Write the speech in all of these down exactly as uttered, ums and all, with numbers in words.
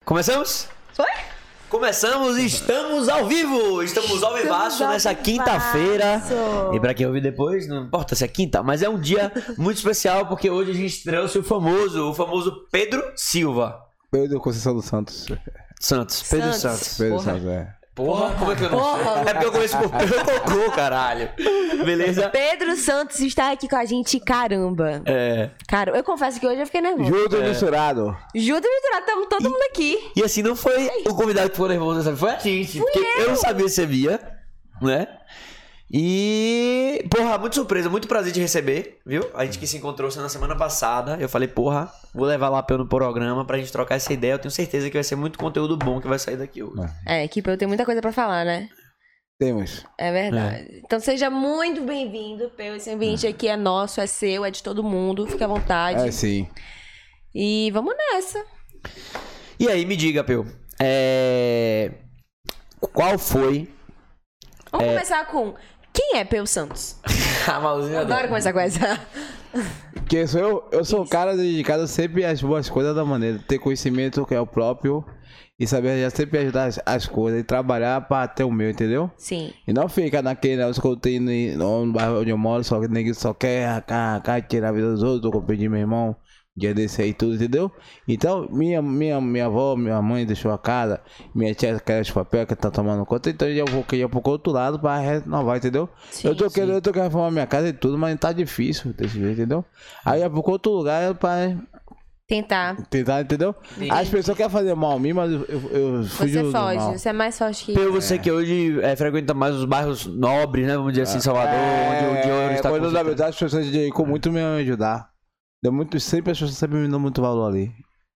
Começamos? Foi? Começamos, estamos ao vivo! Estamos ao vivaço nessa quinta-feira. E pra quem ouvir depois, não importa se é quinta, mas é um dia muito especial porque hoje a gente trouxe o famoso, o famoso Pedro Silva. Pedro Conceição dos Santos. Santos, Pedro Santos. Santos. Pedro Porra. Santos, é. Porra, como é que eu não Porra, sei? É porque eu conheço por Pedro Cocô, caralho. Beleza? Pedro Santos está aqui com a gente, caramba. É. Cara, eu confesso que hoje eu fiquei nervosa. Junto e misturado. Junto e misturado, estamos todo mundo aqui. E assim, não foi o convidado que ficou nervoso, sabe? Foi a gente. Porque eu. eu não sabia se você via, né? E, porra, muito surpresa, muito prazer de receber, viu? A gente que se encontrou na semana passada. Eu falei, porra, vou levar lá pelo programa pra gente trocar essa ideia. Eu tenho certeza que vai ser muito conteúdo bom que vai sair daqui hoje. É, equipe, eu tenho muita coisa pra falar, né? Temos. É verdade. Então seja muito bem-vindo, Peu. Esse ambiente aqui é nosso, é seu, é de todo mundo. Fique à vontade. É, sim. E vamos nessa. E aí, me diga, Peu, é... qual foi... Vamos É. começar com... Quem é Peu Santos? a Malzinha Adoro começar com essa. Porque sou eu, eu sou um cara dedicado sempre às boas coisas da maneira. Ter conhecimento que é o próprio e saber sempre ajudar as, as coisas e trabalhar pra ter o meu, entendeu? Sim. E não ficar naquele negócio que eu tenho no, no bairro onde eu moro, só que ninguém só quer arrancar, arrancar, tirar a vida dos outros, eu comprei de meu irmão. Dia desse aí tudo, entendeu? Então, minha, minha, minha avó, minha mãe deixou a casa, minha tia quer os papéis que tá tomando conta, então eu vou querer pro outro lado pra renovar, entendeu? Sim, eu tô sim. querendo, eu tô querendo reformar minha casa e tudo, mas tá difícil desse jeito, entendeu? Aí eu vou pro outro lugar pra Tentar. tentar, entendeu? Sim. As pessoas querem fazer mal a mim, mas eu, eu, eu fujo Você do foge, mal. você é mais forte que Peu, você que hoje é, frequenta mais os bairros nobres, né? Vamos dizer assim, Salvador, onde o dinheiro está quando na concentrado. verdade as pessoas dedicam muito me ajudar. Deu muito, sempre as pessoas sempre me dão muito valor ali.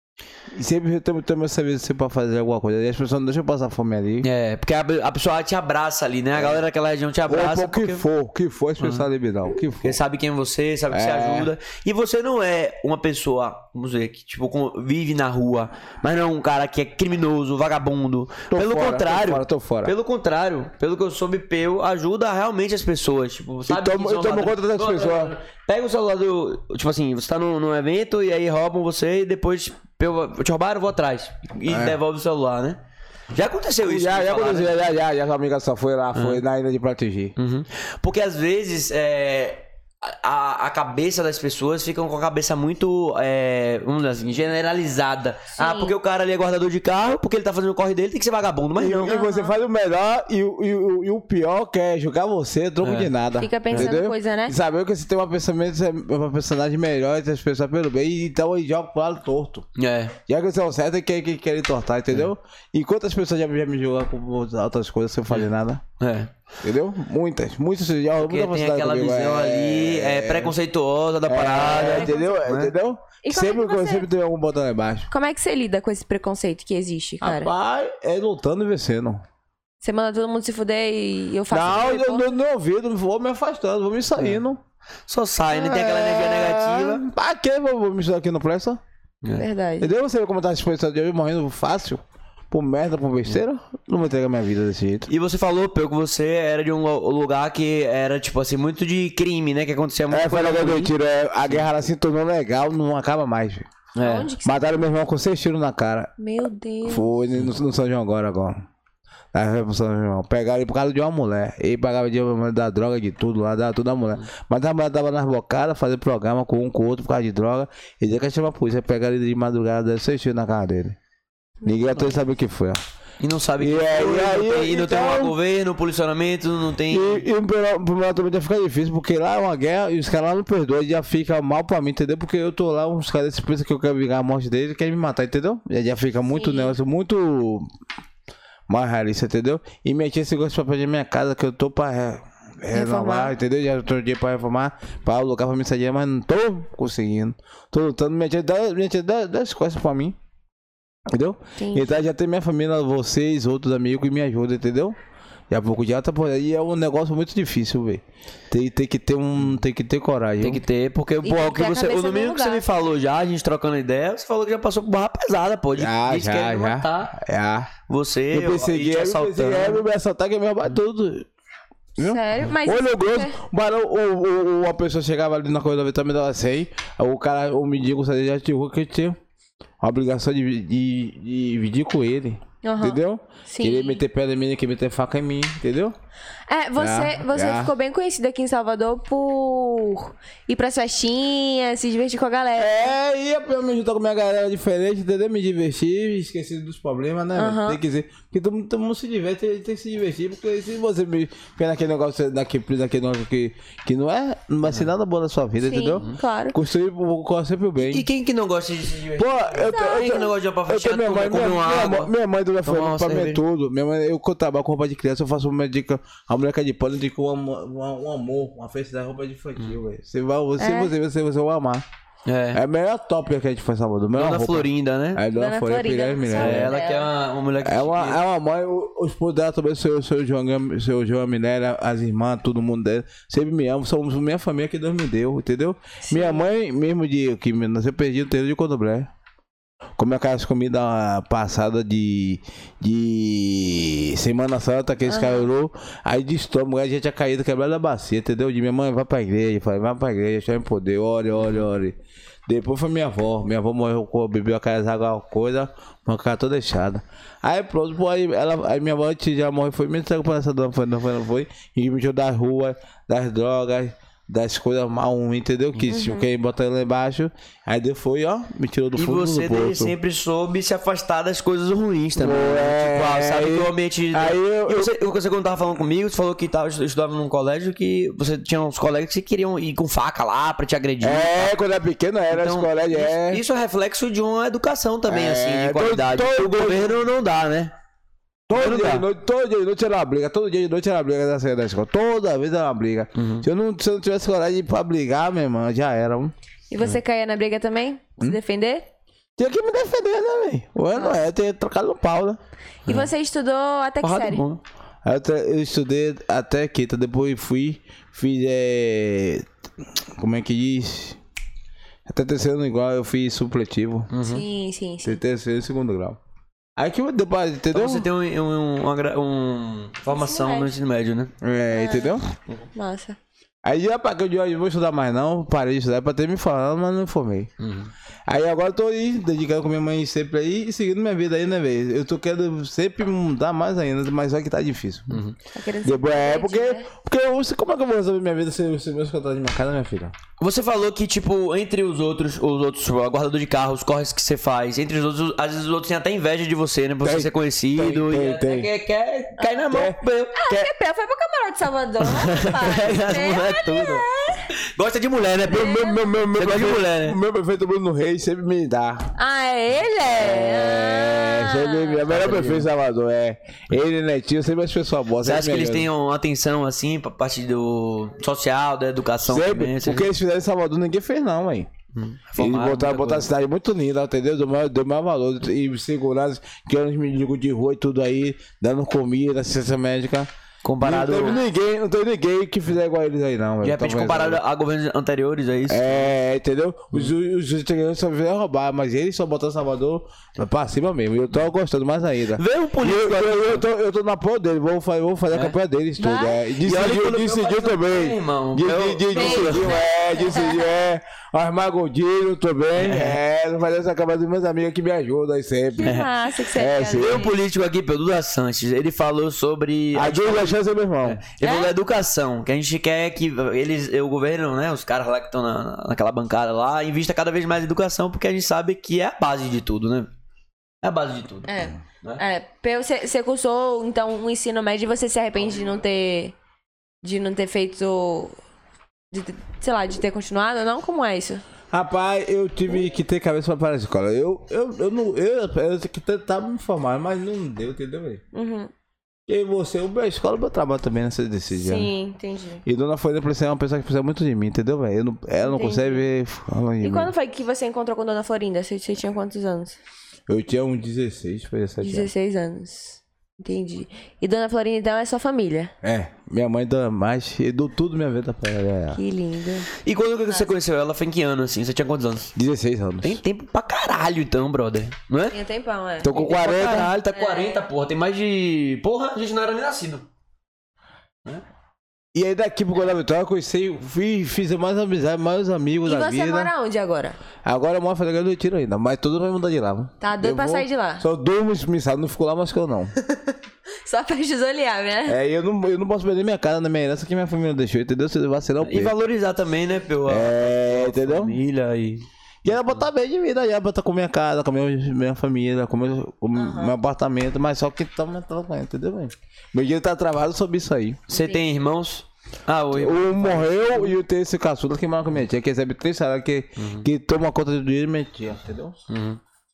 E sempre eu tenho, tenho meu serviço sempre pra fazer alguma coisa. E as pessoas não deixam eu passar fome ali. É, porque a, a pessoa te abraça ali, né? A galera daquela região te abraça. Ou o que porque... for, o que for, as pessoas ali me dão. O que for. Porque sabe quem é você, sabe que você É. ajuda. E você não é uma pessoa, vamos dizer, que tipo, com- vive na rua, mas não é um cara que é criminoso, vagabundo. Tô pelo fora, contrário. Tô fora, tô fora. Pelo contrário, pelo que eu soube, Peu ajuda realmente as pessoas. Tipo, sabe tomo- que são e tomo ladrões. conta das pessoas. Pega o celular do. Tipo assim, você tá num, num evento e aí roubam você e depois. Peu, te roubaram, eu vou atrás. E É. devolve o celular, né? Já aconteceu isso? Já, com já o celular, aconteceu, né? já, já, já, a amiga só foi lá, foi na ilha de proteger. Uhum. Porque às vezes é, a, a cabeça das pessoas ficam com a cabeça muito, é, vamos dizer assim, generalizada. Ah, porque o cara ali é guardador de carro, porque ele tá fazendo o corre dele, tem que ser vagabundo, mas E, não. e você faz o melhor e, o- e, o- e o pior que é jogar você, troco É. de nada. Fica pensando entendeu? coisa, né? E saber que você tem uma pensamento, uma personagem melhor entre as pessoas pelo bem, então ele joga pro lado torto. É. Já que você é o certo, é que que querem tortar, entendeu? E quantas pessoas já, já me julgaram com outras coisas sem fazer nada? É. Entendeu? Muitas. Muitas já Porque muita tem velocidade aquela comigo, visão ali é, preconceituosa da parada. É, entendeu? Né? Entendeu? E como Sempre, é que você- sempre tem algum botão lá embaixo. Como é que você lida com esse preconceito que existe, cara? Rapaz, é lutando e vencendo. Você manda todo mundo se fuder e eu faço... Não, isso, eu não, não ouvido, vou me afastando, vou me saindo. Só sai, né? Tem aquela energia negativa. Pra que vou, vou me estudar aqui no presta? Verdade. Entendeu? Você vê como tá a exposição de hoje morrendo fácil? Por merda, por besteira? Não vou entregar minha vida desse jeito. E você falou, Peu, que você era de um lo- lugar que era, tipo assim, muito de crime, né? Que acontecia muito. É, foi coisa logo ruim. eu tiro. É, a guerra ela se tornou legal, não acaba mais, velho. É. Onde que você... Mataram meu irmão com seis tiros na cara. Meu Deus. Foi no, no São João agora, agora. Aí foi pro São João. Pegaram ele por causa de uma mulher. Ele pagava dinheiro da droga, de tudo lá, dava tudo da mulher. Mas a mulher tava nas bocadas, fazendo programa com um com o outro por causa de droga. E dizia que ia chamar a polícia. Pegaram ele de madrugada, deram seis tiros na cara dele. Ninguém até sabia o que foi, ó. E não sabe E que aí, foi, e aí, não tem, e não tem então- um governo, policionamento, não tem. E, e o primeiro pro meu também já fica difícil, porque lá é uma guerra e os caras lá não perdoam, já fica mal pra mim, entendeu? Porque eu tô lá, uns caras pensam que eu quero vingar a morte dele, querem me matar, entendeu? Já, já fica muito Sim. negócio, muito mais realista, entendeu? E minha tia segura esse papel de minha casa que eu tô pra re- renovar, Reformar. entendeu? Já tô dia pra reformar, pra alugar pra me sair, mas não tô conseguindo. Tô lutando, minha tia dá, minha tia dá, dá as costas pra mim. Entendeu? Entendi. Então já tem minha família, vocês, outros amigos que me ajudam, entendeu? E a pouco de alta por aí é um negócio muito difícil, velho. Tem, tem que ter um. Tem que ter coragem. Tem que ter, porque, pô, tem o que que ter a você, cabeça o mínimo no que você lugar. me falou já, a gente trocando ideia, você falou que já passou por barra pesada, pô. De, Já, de já, querendo já. matar É. você, Eu pensei e que te era, eu pensei que era, assaltando. me assaltar, que ia me roubar tudo. Viu? Sério? Mas Olho isso- grosso, mas o, o, o- uma pessoa chegava ali na corrida da me dava cem, aí o cara, o mendigo, saía já tirou que tinha. a obrigação de, de, de dividir com ele. Uhum. Entendeu? Sim. Querer meter pedra em mim, querer meter faca em mim, entendeu? É, você, É, você é. ficou bem conhecido aqui em Salvador por ir pras festinhas, se divertir com a galera. É, ia pra me juntar com minha galera diferente, entendeu? Me divertir, esquecer dos problemas, né? Aham. Tem que dizer. Porque todo, mundo- todo mundo se diverte, tem, tem que se divertir. Porque se você me ficar naquele negócio, naquele, naquele negócio que, que não é, não vai ser nada bom na sua vida, Sim, entendeu? claro. Construir o- sempre o bem. E quem que não gosta de se divertir? Pô, eu, tô- eu, Quem que tô- não gosta de ir pra eu tenho fechar, minha mãe, comer minha, uma minha, água? mãe- minha mãe dona Tomar uma pra mim cerveja. tudo. Minha mãe, eu que eu trabalho com roupa de criança, eu faço uma dica, a moleca de pano indica um, amor- um, um amor, uma festa da roupa de infantil, velho. Você vai, você, É. você, você, você vai amar. É. É a melhor top que a gente faz em Salvador. Melhor Dona roupa. Florinda, né? É, Dona Dona Florinda, Florinda, Pirelli, sabe? É, Minério. ela que é uma, uma mulher que É uma, que- é uma mãe, o, o esposo dela também, seu, seu João, Gam- seu João Minério, as irmãs, todo mundo dela, sempre me amam, somos minha família que Deus me deu, entendeu? Minha mãe, mesmo de que me nasceu, perdi o terreiro de Candomblé. Comeu aquelas comidas passadas de, de Semana Santa, que eles Aham. caíram, aí de estômago, aí a gente tinha caído, quebrado a bacia, entendeu? De minha mãe, vai pra igreja, eu falei, vai pra igreja, chama em poder, ore, ore, ore. Depois foi minha avó, minha avó morreu, bebeu aquelas águas, coisa, uma cara toda deixada. Aí pronto, pô, aí, ela, aí minha avó antes já morreu, foi me entregou pra essa dona, foi, não foi, não foi, e me tirou das ruas, das drogas, das coisas mal ruins, entendeu? Que tinha que botar lá embaixo, aí depois foi, ó, me tirou do E fundo você do desde poço. sempre soube se afastar das coisas ruins também. É, né? Tipo, ah, sabe aí- que o ambiente. aí eu- E você, você quando tava falando comigo, você falou que tava, estudava num colégio que você tinha uns colegas que queriam ir com faca lá pra te agredir. É, quando era pequeno era Então, escola, isso, é. isso é reflexo de uma educação também, É, assim, de todo- qualidade. todo- o governo não dá, né? Todo Não dia, dá. de noite, todo dia de noite era uma briga, todo dia de noite era uma briga da saída da escola. Toda vez era uma briga. Uhum. Se, eu não, se eu não tivesse coragem pra brigar, meu irmão, já era. Um. E você caía na briga também? Se Hum? defender? Tinha que me defender, né, velho? Ou não é, eu tinha trocado no pau, né? E você estudou até que Porrada série? bom. Aí eu, tra- eu estudei até quinta, depois fui, fiz, é... como é que diz? Até terceiro ano igual, eu fiz supletivo. Sim, sim, sim. Terceiro e segundo grau. Aí que depois, entendeu? Então você tem um, um, uma, gra- um formação Ensino no ensino médio, né? É, entendeu? Massa. Aí já pra que eu digo, eu vou estudar mais não, parei de estudar pra ter me falando, mas não me formei. Aí agora eu tô aí, dedicado com minha mãe sempre aí e seguindo minha vida aí, né, velho? Eu tô querendo sempre mudar mais ainda, mas só que tá difícil. Tá querendo ser Depois, é, diferente, porque, né? porque eu, sei como é que eu vou resolver minha vida se, se meus contratos de minha casa, minha filha? Você falou que, tipo, entre os outros, os outros, o guardador de carro, os corres que você faz, entre os outros, às vezes os outros têm até inveja de você, né? Por você Tem, ser conhecido. tem, e tem, até tem. Quer, quer cair na mão. Quer. meu. Pepeu foi pro camarote de Salvador, rapaz. As mulheres tudo. Gosta de mulher, né? Meu, meu, meu, meu, meu, Você gosta de prefeito- mulher, né? meu prefeito Bruno Reis sempre me dá. Ah, é ele? É, Ah. sempre me dá. Melhor prefeito de Salvador, é. Ele, Netinho, sempre as pessoas boas. Você sempre acha que me eles ajudam. têm uma atenção, assim, pra parte do social, da educação Sempre, também? assim? porque eles fizeram em Salvador, ninguém fez não, velho. Eles Reformaram botaram, muita botaram a coisa. cidade muito linda, entendeu? Deu maior, deu maior valor. E segurança, que eram os mendigos de rua e tudo aí, dando comida, assistência médica. Comparado... Não teve ninguém, não teve ninguém que fizer igual eles aí, não, velho. De repente, Tá comparado vendo? a governos anteriores, é isso? É, entendeu? Os, os, os integrantes só vieram roubar, mas eles só botaram Salvador pra cima mesmo. E eu tô gostando mais ainda. Vê um E político... eu, eu, eu, tô, eu tô na apoio dele, vou, fa- vou fazer a campanha deles tudo. Vai? É. E E olha decidiu, quando eu decidiu faço também. também, irmão. De- Eu- de- de- Decidiu, é, decidiu, é. Armar Godinho também. É, não fazer essa campanha dos meus amigos que me ajudam aí sempre. Que massa que você É, quer sim. ver. Tem um político aqui, Pedro Duda Sanches, ele falou sobre... A Deus a chance, meu irmão. Ele falou É? da educação, que a gente quer que eles, o governo, né, os caras lá que estão na, naquela bancada lá, invista cada vez mais em educação, porque a gente sabe que é a base de tudo, né? É a base de tudo. É. Né? É, Peu, você você cursou, então, um ensino médio e você se arrepende de não ter... De não ter feito... De, ter- sei lá, de ter continuado ou não? Como é isso? Rapaz, eu tive que ter cabeça pra parar a escola. Eu, eu, eu não. Eu, eu tinha que tentar me formar, mas não deu, entendeu, velho? Uhum. E você, o- a escola, o meu trabalho também nessa decisão. Sim, entendi. E Dona Florinda precisa é uma pessoa que precisa muito de mim, entendeu, velho? Eu não- Ela não Entendi. consegue ver falando de E mim. quando foi que você encontrou com Dona Florinda? Você, você tinha quantos anos? Eu tinha uns dezesseis, foi dezessete anos. dezesseis anos. Entendi. E Dona Florinda, então, é sua família? É, minha mãe dá mais, eu dou tudo minha vida pra ela. Que lindo. E quando que você conheceu ela, foi em que ano, assim? Você tinha quantos anos? dezesseis anos. Tem tempo pra caralho, então, brother. Não é? Tinha tempão, é. Tô com Pra quarenta. caralho, tá quarenta, porra. Tem mais de... Porra, a gente não era nem nascido. Né? E aí daqui pro Gol da Vitória eu conheci, fui, fiz mais amizade, mais amigos E da vida. você mora onde agora? Agora eu moro fazendo do Retiro ainda, mas todo vai mudar de lá. Mano. Tá doido Eu pra vou- sair de lá. Só durmo missado, não fico lá, mas que eu não. Só fecha os olhar, né? É, eu não, eu não posso perder minha casa na minha herança que minha família deixou, entendeu? Se vacilar o E pé. valorizar também, né, pela É, entendeu? família e... E ela botar bem de vida, já botar com minha casa, com minha, minha família, com meu, com meu apartamento, mas só que estamos entrando com ela, entendeu, velho? Meu dinheiro tá travado sobre isso aí. Você tem irmãos? Ah, oi. Um morreu e eu tenho esse caçula que mora com minha tia, que recebe três salários, que, Uhum. que toma conta do dinheiro e minha tia, entendeu? Uhum.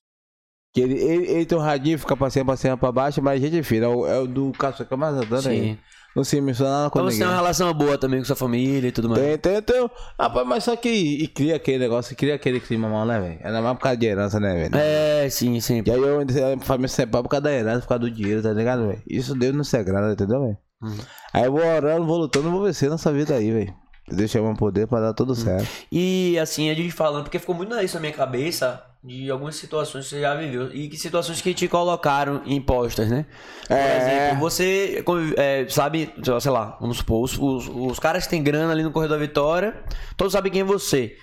Que ele, ele, ele tem um radinho, fica passeando, passeando pra baixo, mas a gente fina, é o, é o do caçula que é mais andando Sim. aí. Não se menciona nada com Então você tem ninguém. uma relação boa também com sua família e tudo mais. Tem, tem, tem. Rapaz, mas só que e cria aquele negócio, cria aquele clima mal, né, velho? É mais por causa de herança, né, velho? É, sim, sim. E aí eu a família separa por causa da herança, por causa do dinheiro, tá ligado, velho? Isso Deus não se agrada, entendeu, velho? Uhum. Aí eu vou orando, vou lutando, vou vencer nessa vida aí, velho. Deus chama o poder pra dar tudo certo. E assim, a gente falando, porque ficou muito isso na minha cabeça, de algumas situações que você já viveu. E que situações que te colocaram impostas, né? Por É. exemplo, você é, sabe, sei lá, vamos supor, os, os, os caras que tem grana ali no Corredor Vitória, todos sabem quem é você.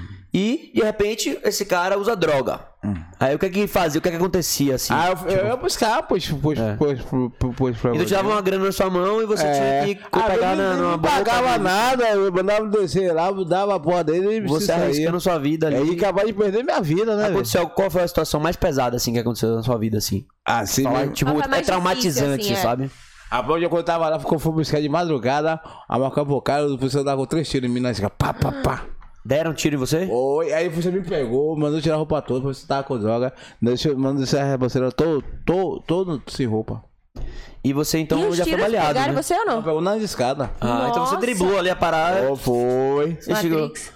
E, de repente, esse cara usa droga. Aí o que é que fazia? O que é que acontecia, assim? Ah, eu, eu ia buscar, pois, pois, É. pois, pois, pois, pra Então te dava uma grana na sua mão e você É. tinha que Ah, pegar eu na, não, numa não boca. pagava dele. nada, eu mandava descer lá, dava a porra dele e Você saía. arriscando sua vida ali. Aí acabava de perder minha vida, né, velho? Aconteceu, qual foi a situação mais pesada, assim, que aconteceu na sua vida, assim? Ah, sim, Falar, mesmo. tipo, Qual foi é mais traumatizante, difícil, assim, é? sabe? A onde eu tava lá, ficou, fui buscar de madrugada, a marcar pro cara, o professor dava com três tiros em mim, nós pá, pá, pá. Deram um tiro em você? Oi, aí você me pegou, mandou tirar a roupa toda, falou que você tava com droga, deixou, mandou deixar a reboceira todo, todo, todo sem roupa. E você, então, e os já foi tiros baleado, pegaram né? você ou Ela não? pegou na escada. Ah, então você Nossa. driblou ali a parada. Oh, foi. Você chegou... Matrix.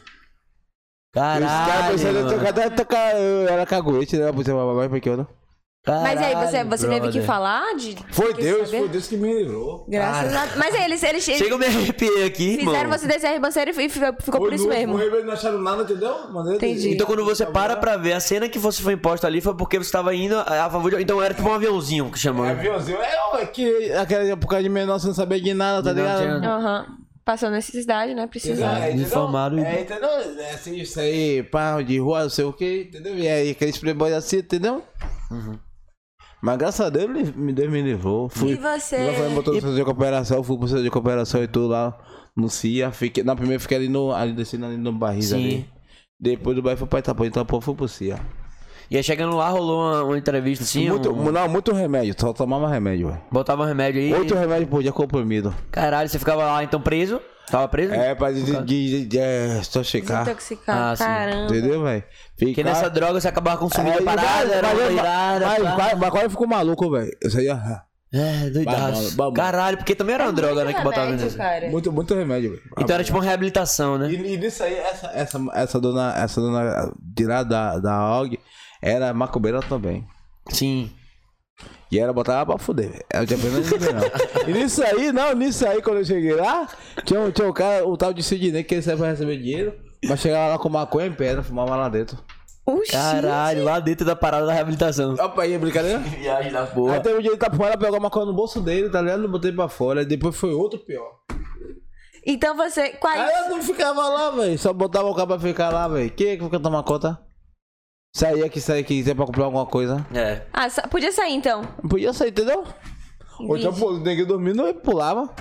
Caralho, Os caras pensaram mano. que até tocar, eu era caguete, né? Você vai porque eu não. Mas aí, você, Caralho, você teve que brother. falar de... Foi de Deus, saber? foi Deus que me livrou. Graças a Deus. Mas aí, eles, eles, eles Chega, eu me arrepiei aqui, fizeram irmão. você descer a ribanceira e ficou, ficou por isso nu, mesmo. Foi, eles não acharam nada, entendeu? Mandei Entendi. Então quando você para pra ver a cena que você foi imposta ali foi porque você estava indo a favor de... Então era tipo um aviãozinho que chamou. É, aviãozinho. É, é que aquela época de menor você não sabia de nada, tá De não ligado? tinha- Aham. Passou necessidade, né? Precisava. É, entendeu? Informado. É, entendeu? É assim, isso aí, pá, de rua, não sei o que, entendeu? E aí, aqueles playboys assim, entendeu? Uhum. Mas graças a Deus, ele me- Deus me levou. Fui, E você? Ela foi, me botou no centro de cooperação, fui pro centro de cooperação e tudo lá no C I A. Fiquei, na primeira fiquei ali no, ali descendo ali no Barris Sim. ali. Depois do bairro fui pra Itapô, Itapô fui pro C I A. E aí chegando lá rolou uma, uma entrevista assim. muito, um- não, muito remédio, só tomava remédio, velho. Botava um remédio aí. Oito remédios por dia comprimido. Caralho, você ficava lá então preso? Tava preso? É, pra de, de, de, de é, só checar. Desintoxicar, Ah, sim. caramba. Entendeu, velho? Porque nessa droga você acabava consumindo É, a parada, era uma mas, doidada. mas, pá. mas, mas quase ficou maluco, velho. Isso aí, ah, É, doidaço. Babão, babão. Caralho, porque também era uma droga, né, que botava remédio, nesse. cara. muito, muito remédio, velho. Então era tipo uma reabilitação, né? E, e nisso aí, essa, essa, essa dona, essa dona de lá da, da O G era macumbeira também. Sim. E ela botava pra fuder, velho. Ela tinha pena de ninguém, não. E nisso aí, não, nisso aí, quando eu cheguei lá, tinha, um- tinha um cara, o tal de Sidney, que ele saiu pra receber dinheiro, mas chegava lá com maconha em pedra, fumava lá dentro. Oxi. Caralho, lá dentro da parada da reabilitação. Opa, aí, brincadeira? Viagem da Aí porra. teve um dia que ele tá fora, pegou a maconha no bolso dele, tá ligado? Eu botei pra fora, aí depois foi outro pior. Então você... Quais... Aí eu não ficava lá, velho. Só botava o cara pra ficar lá, velho. Quem é que fica tomar conta? Saía que saía que quiser pra comprar alguma coisa. É. Ah, sa- podia sair então. Não podia sair, entendeu? Ou então, pô, ninguém dormindo, eu pulava.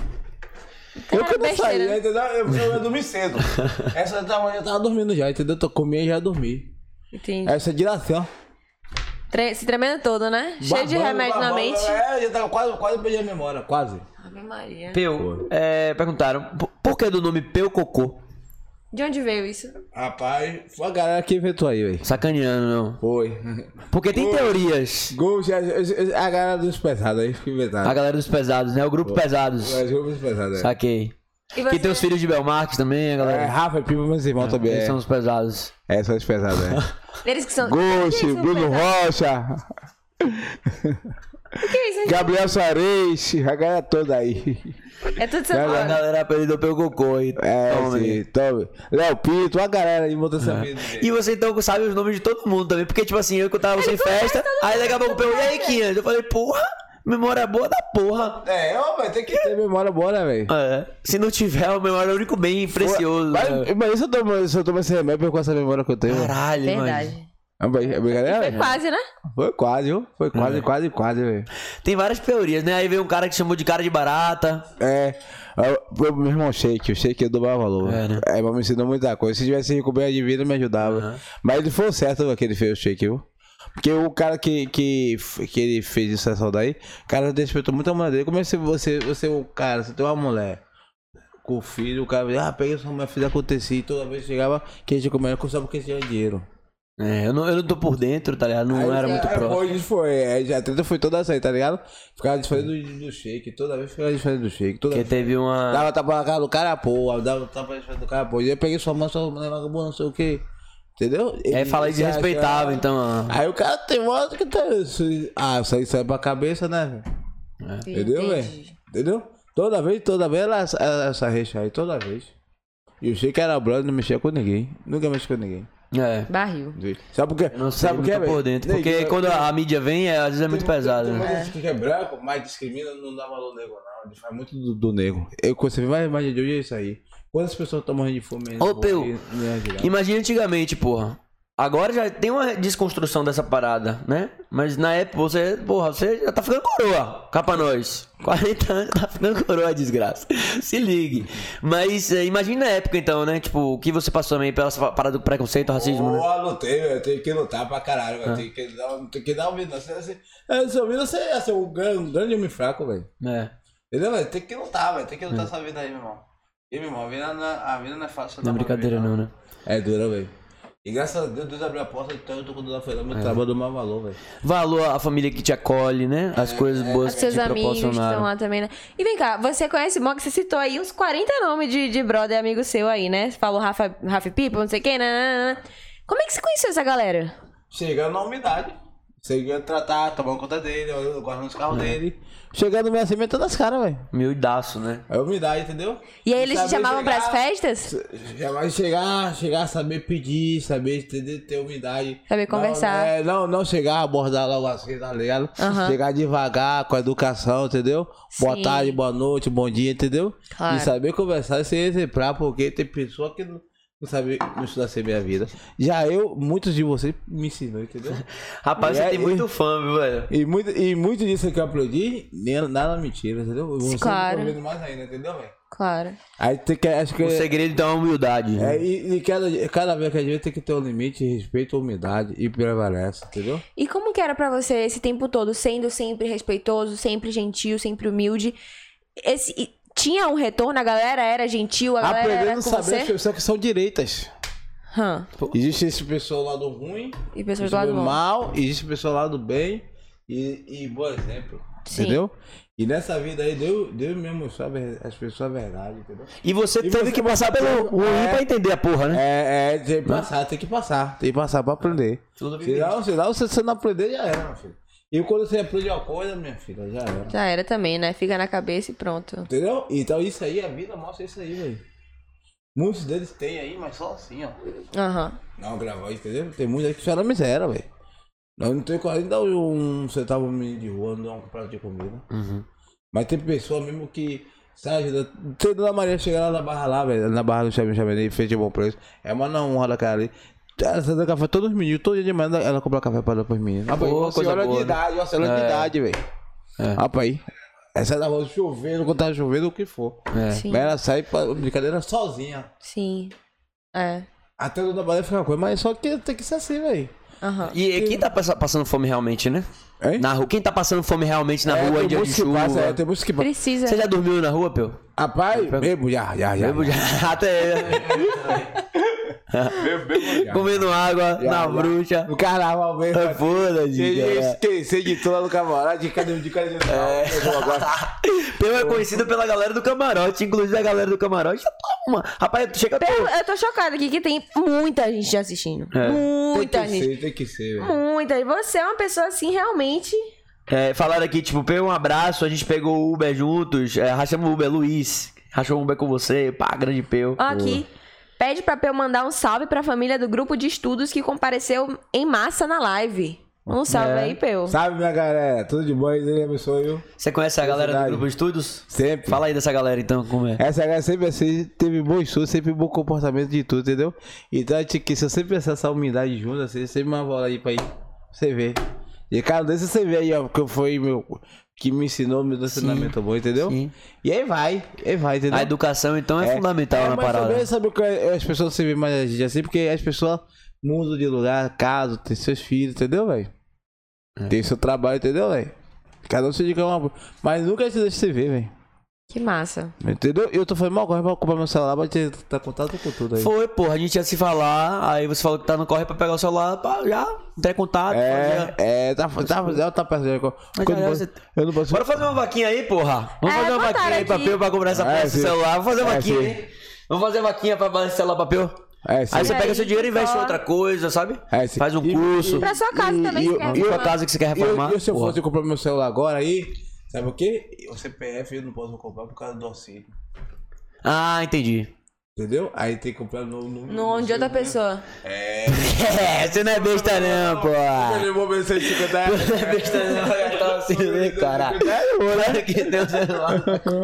Eu que não besteira, saía, né? entendeu? Eu, eu ia dormir cedo. Essa da manhã eu tava dormindo já, entendeu? Eu comia e já dormi. Entendi. Essa é direção. Tre- Se tremendo todo, né? Cheio de Babando, remédio na babando. mente. É, eu tava quase, quase perdendo a memória, quase. Ave Maria. Peu, é, perguntaram, por, por que do nome Peu Cocô? De onde veio isso? Rapaz, foi a galera que inventou aí, velho. Sacaneando, não. Foi. Porque tem Oi. teorias. Gol, já- a galera dos pesados aí que inventaram. A galera dos pesados, né? O grupo Pesados. Os grupos pesados, é. Saquei. E você? Que tem os filhos de Belmarques também, a É, galera. Rafa e Pipa, meus irmãos também. Eles É, são os pesados. é são os pesados, é. Eles que são... Ghost, Eles são Bruno pesados. Rocha, O que é isso? Gabriel Soares, a galera toda aí. É tudo São A Paulo. galera apelidou Peu Cocô aí. É, Toma, sim, menino. tome. Léo Pinto, a galera aí monta essa vida. E você então sabe os nomes de todo mundo também. Porque, tipo assim, eu que eu tava sem festa, aí daqui a pouco eu perguntei, e aí, Kian? Eu falei, porra, Memória boa da porra. É, ó, vai ter que ter memória boa, né, velho? É. Se não tiver, a memória é o único bem precioso. Mas, né? mas se eu tomo, se eu tomo esse remédio com essa memória que eu tenho. Caralho, mano. Verdade. É brincadeira? Foi quase, né? Foi quase, viu? Foi quase, É. quase, quase, velho. Tem várias teorias, né? Aí veio um cara que chamou de cara de barata. É. O meu irmão Shake, o Shake eu dou mais valor. É, né? É, mas me ensinou muita coisa. Se tivesse recuperado de vida, me ajudava. Uhum. Mas ele foi o certo que ele fez o Shake, viu? Porque o cara que, que, que ele fez essa sessão daí, o cara respeitou muito a mulher dele. Como é que você, você, o cara, você tem uma mulher com o filho, o cara vai, ah, pega sua mulher, fiz acontecer. E toda vez que chegava, que a gente comia, só porque tinha dinheiro. É, eu não, eu não tô por dentro, tá ligado? Não Aí, era muito é, próximo. Hoje foi, é, a treta foi toda essa aí, tá ligado? Ficava diferente do, do Shake, toda vez ficava diferente do Shake. Toda Porque vez. teve uma. Dava tapa na cara do cara, pô, dava tapa na cara do cara, pô. E eu peguei sua mãe, sua mulher vagabunda, não sei o que. Entendeu? É, fala aí Ele se desrespeitava, achava- então. ó. Aí o cara tem modo que tá. isso- Ah, isso aí sai pra cabeça, né, velho? Entendeu, velho? Entendi. Entendeu? Toda vez, toda vez ela, ela, essa recha aí, toda vez. E o Shake era brother, não mexia com ninguém. Nunca mexia com ninguém. É. Barril. Sabe por quê? Eu não sei, Sabe por não quê, tô por velho? dentro. Nego, Porque eu- quando a mídia vem, é, às vezes é muito Tem- pesado, tem né? muita gente que é branco, mas discrimina, não dá valor nego, não. Ele faz muito do, do nego. Eu, quando você vê mais imagem de hoje, é isso aí. Quantas pessoas estão morrendo de fome? Ô, Peu, imagina antigamente, porra. Agora já tem uma desconstrução dessa parada, né? Mas na época você, porra, você já tá ficando coroa. Cá pra nós. quarenta anos tá ficando coroa, desgraça. Se ligue. Mas é, imagina na época então, né? Tipo, o que você passou também pela essa parada do preconceito, racismo, né? Pô, lutei, velho. Eu tenho que lutar pra caralho, velho. Tem que dar, tem que dar um vida. Você, você, é, seu vida, você é ser um grande, um grande homem fraco, velho. É. Entendeu, velho? Tem que lutar, velho. Tem que lutar essa vida aí, meu irmão. E, meu irmão, a vida não é, a vida não é fácil. Não é brincadeira não, né? É dura, velho. E graças a Deus, Deus abriu a porta, então eu tô com Deus foi lá, meu É. trabalho do mau valor, velho. Valor a família que te acolhe, né? As coisas boas Os que seus te amigos que estão proporcionaram. lá também, né? E vem cá, você conhece, Mó, que você citou aí uns quarenta nomes de, de brother amigo seu aí, né? Você falou Rafa, Rafa Pipa, não sei quem, né? Como é que você conheceu essa galera? Chegando na umidade. Chegando a tratar, tomando conta dele, eu guardando os carros dele. Chegando no meu cimento das caras, velho. Humildaço, né? É umidade, entendeu? E aí eles te Saber chamavam chegar- pras festas? Já vai chegar, chegar, saber pedir, saber entender, ter umidade. Saber conversar. Não, é, não, não chegar, abordar logo assim, tá ligado? Aham. Chegar devagar, com a educação, entendeu? Boa Sim. tarde, boa noite, bom dia, entendeu? Claro. E saber conversar sem exemplar, porque tem pessoa que não, não sabe não estudar sem minha vida. Já eu, muitos de vocês me ensinam, entendeu? Rapaz, E você é- tem muito fã, viu, velho? E muito, e muito disso que eu aprendi, nem nada mentira, entendeu? Você Claro. tá vendo mais ainda, entendeu, velho? Claro. Aí tem que, acho que... O segredo então é a humildade. né? É, e, e cada, cada vez que a gente tem que ter um limite, respeito, humildade e prevalece, entendeu? E como que era pra você esse tempo todo, sendo sempre respeitoso, sempre gentil, sempre humilde? Esse, e tinha um retorno, a galera era gentil, a galera era Aprendendo a com saber as você? pessoas que são direitas. Hã. Existe esse pessoal lá do ruim, E pessoas existe do lado do bom. mal, existe pessoal lá do bem e, e bom exemplo, Sim. entendeu? E nessa vida aí, Deus, Deus me mostrou a ver- as pessoas a verdade, entendeu? E você E teve você que passar pelo ruim É. pra entender a porra, né? É, é, tem que passar, tem que passar, tem que passar pra aprender. Tudo Senão, senão se você não aprender, já era, meu filho. E quando você aprende uma coisa, minha filha, já era. Já era também, né? Fica na cabeça e pronto. Entendeu? Então isso aí, a vida mostra isso aí, velho. Muitos deles têm aí, mas só assim, ó. Aham. Não, gravar, entendeu? Tem muitos aí que choram miséria, velho. Nós não tem coragem de dar um centavo pro menino de rua, não dar um prato de comida. Uhum. Mas tem pessoa mesmo que, sabe, tem Dona Maria chegar lá na barra lá, velho, na barra do Xavier Xavier, fez de bom preço. É uma não honra da cara ali. Ela dá café todos os meninos, todo dia de manhã ela compra café pra dar pros meninos. Rapaz, Boa, uma coisa senhora boa, de né? idade, uma senhora de É. idade, velho. É. Rapaz, essa da rua chovendo, quando tá chovendo, o que for. É. Sim. Mas ela sai pra brincadeira sozinha. Sim. É. Até a Dona Maria fica uma coisa, mas só que tem que ser assim, velho. Aham. E, e quem tá passa- passando fome realmente, né? Hein? Na rua. Quem tá passando fome realmente na É, rua, tem em dia de música que chuva? passa, é, tem música que passa. Precisa. Você já dormiu na rua, Peu? Rapaz, bebo já, já, já. Bebo já. Até Bebo, bebo já. comendo água Já, na já. bruxa. No carnaval mesmo. É foda, Você diga. esquecer de tudo lá no camarote, de cadê de cadê de É. Peu é conhecido pela galera do camarote, inclusive a galera do camarote. Toma. Rapaz, chega a Eu, eu tô chocada aqui que tem muita gente assistindo. É. Muita Tem que gente. ser, tem que ser, velho. Muita. E você é uma pessoa assim, realmente. É, falaram aqui, tipo, Peu, um abraço, a gente pegou o Uber juntos, é, rachamos o Uber, Luiz, rachou o Uber com você, pá, grande Peu. Ó, aqui. Pede pra Peu mandar um salve pra família do grupo de estudos que compareceu em massa na live. Um salve É. aí, Peu. Salve, minha galera. Tudo de bom? Deus abençoe, viu? Você conhece a galera do Felicidade. grupo de estudos? Sempre. Fala aí dessa galera então, como é. Essa galera sempre assim, teve bom estudo, sempre bom comportamento de tudo, entendeu? Então a gente quis sempre essa humildade junto, assim, sempre uma bola aí pra ir, você ver. E cada vez você vê aí, ó, que foi meu, que me ensinou, meu ensinamento bom, entendeu? Sim. E aí vai, aí vai, entendeu? A educação então é, fundamental é, na mas parada. também sabe o que é- as pessoas se veem mais a gente assim, porque as pessoas mudam de lugar, casam, tem seus filhos, entendeu, velho? É. Tem seu trabalho, entendeu, velho? Cada um se dedica a uma. Mas nunca se deixa se ver, velho. Que massa. Entendeu? Eu tô falando mal, agora pra comprar meu celular, pra te tá contato com tudo aí. Foi, porra, a gente ia se falar, aí você falou que tá no corre pra pegar o celular, pra já entrar em contato, É, fazer... é, tá, tá, tá, tá perto. Eu, Mas eu, já não é, posso, você- eu não posso. Bora fazer uma vaquinha aí, porra. Vamos É, fazer uma botaram vaquinha aí pra aqui. Peu pra comprar essa É, peça do sim. celular. Vamos fazer uma É, vaquinha, sim. hein? Vamos fazer vaquinha pra balançar celular pra Peu. É, sim. Aí você E pega aí, seu dinheiro e investe em só- outra coisa, sabe? É, sim. Faz um E- curso. Pra sua casa E- também, e- se quer e- E reformar. sua casa que você quer E eu, reformar. e se eu porra. fosse comprar meu celular agora aí, sabe o quê? O C P F eu não posso comprar por causa do auxílio. Ah, entendi. Entendeu? Aí tem que comprar no. no, No de outra pessoa. É. É, você não é besta não, porra. Eu vou ver se é cinquenta Não reais. é besta não, vai gastar o auxílio dele, cara. Olha que tem o celular.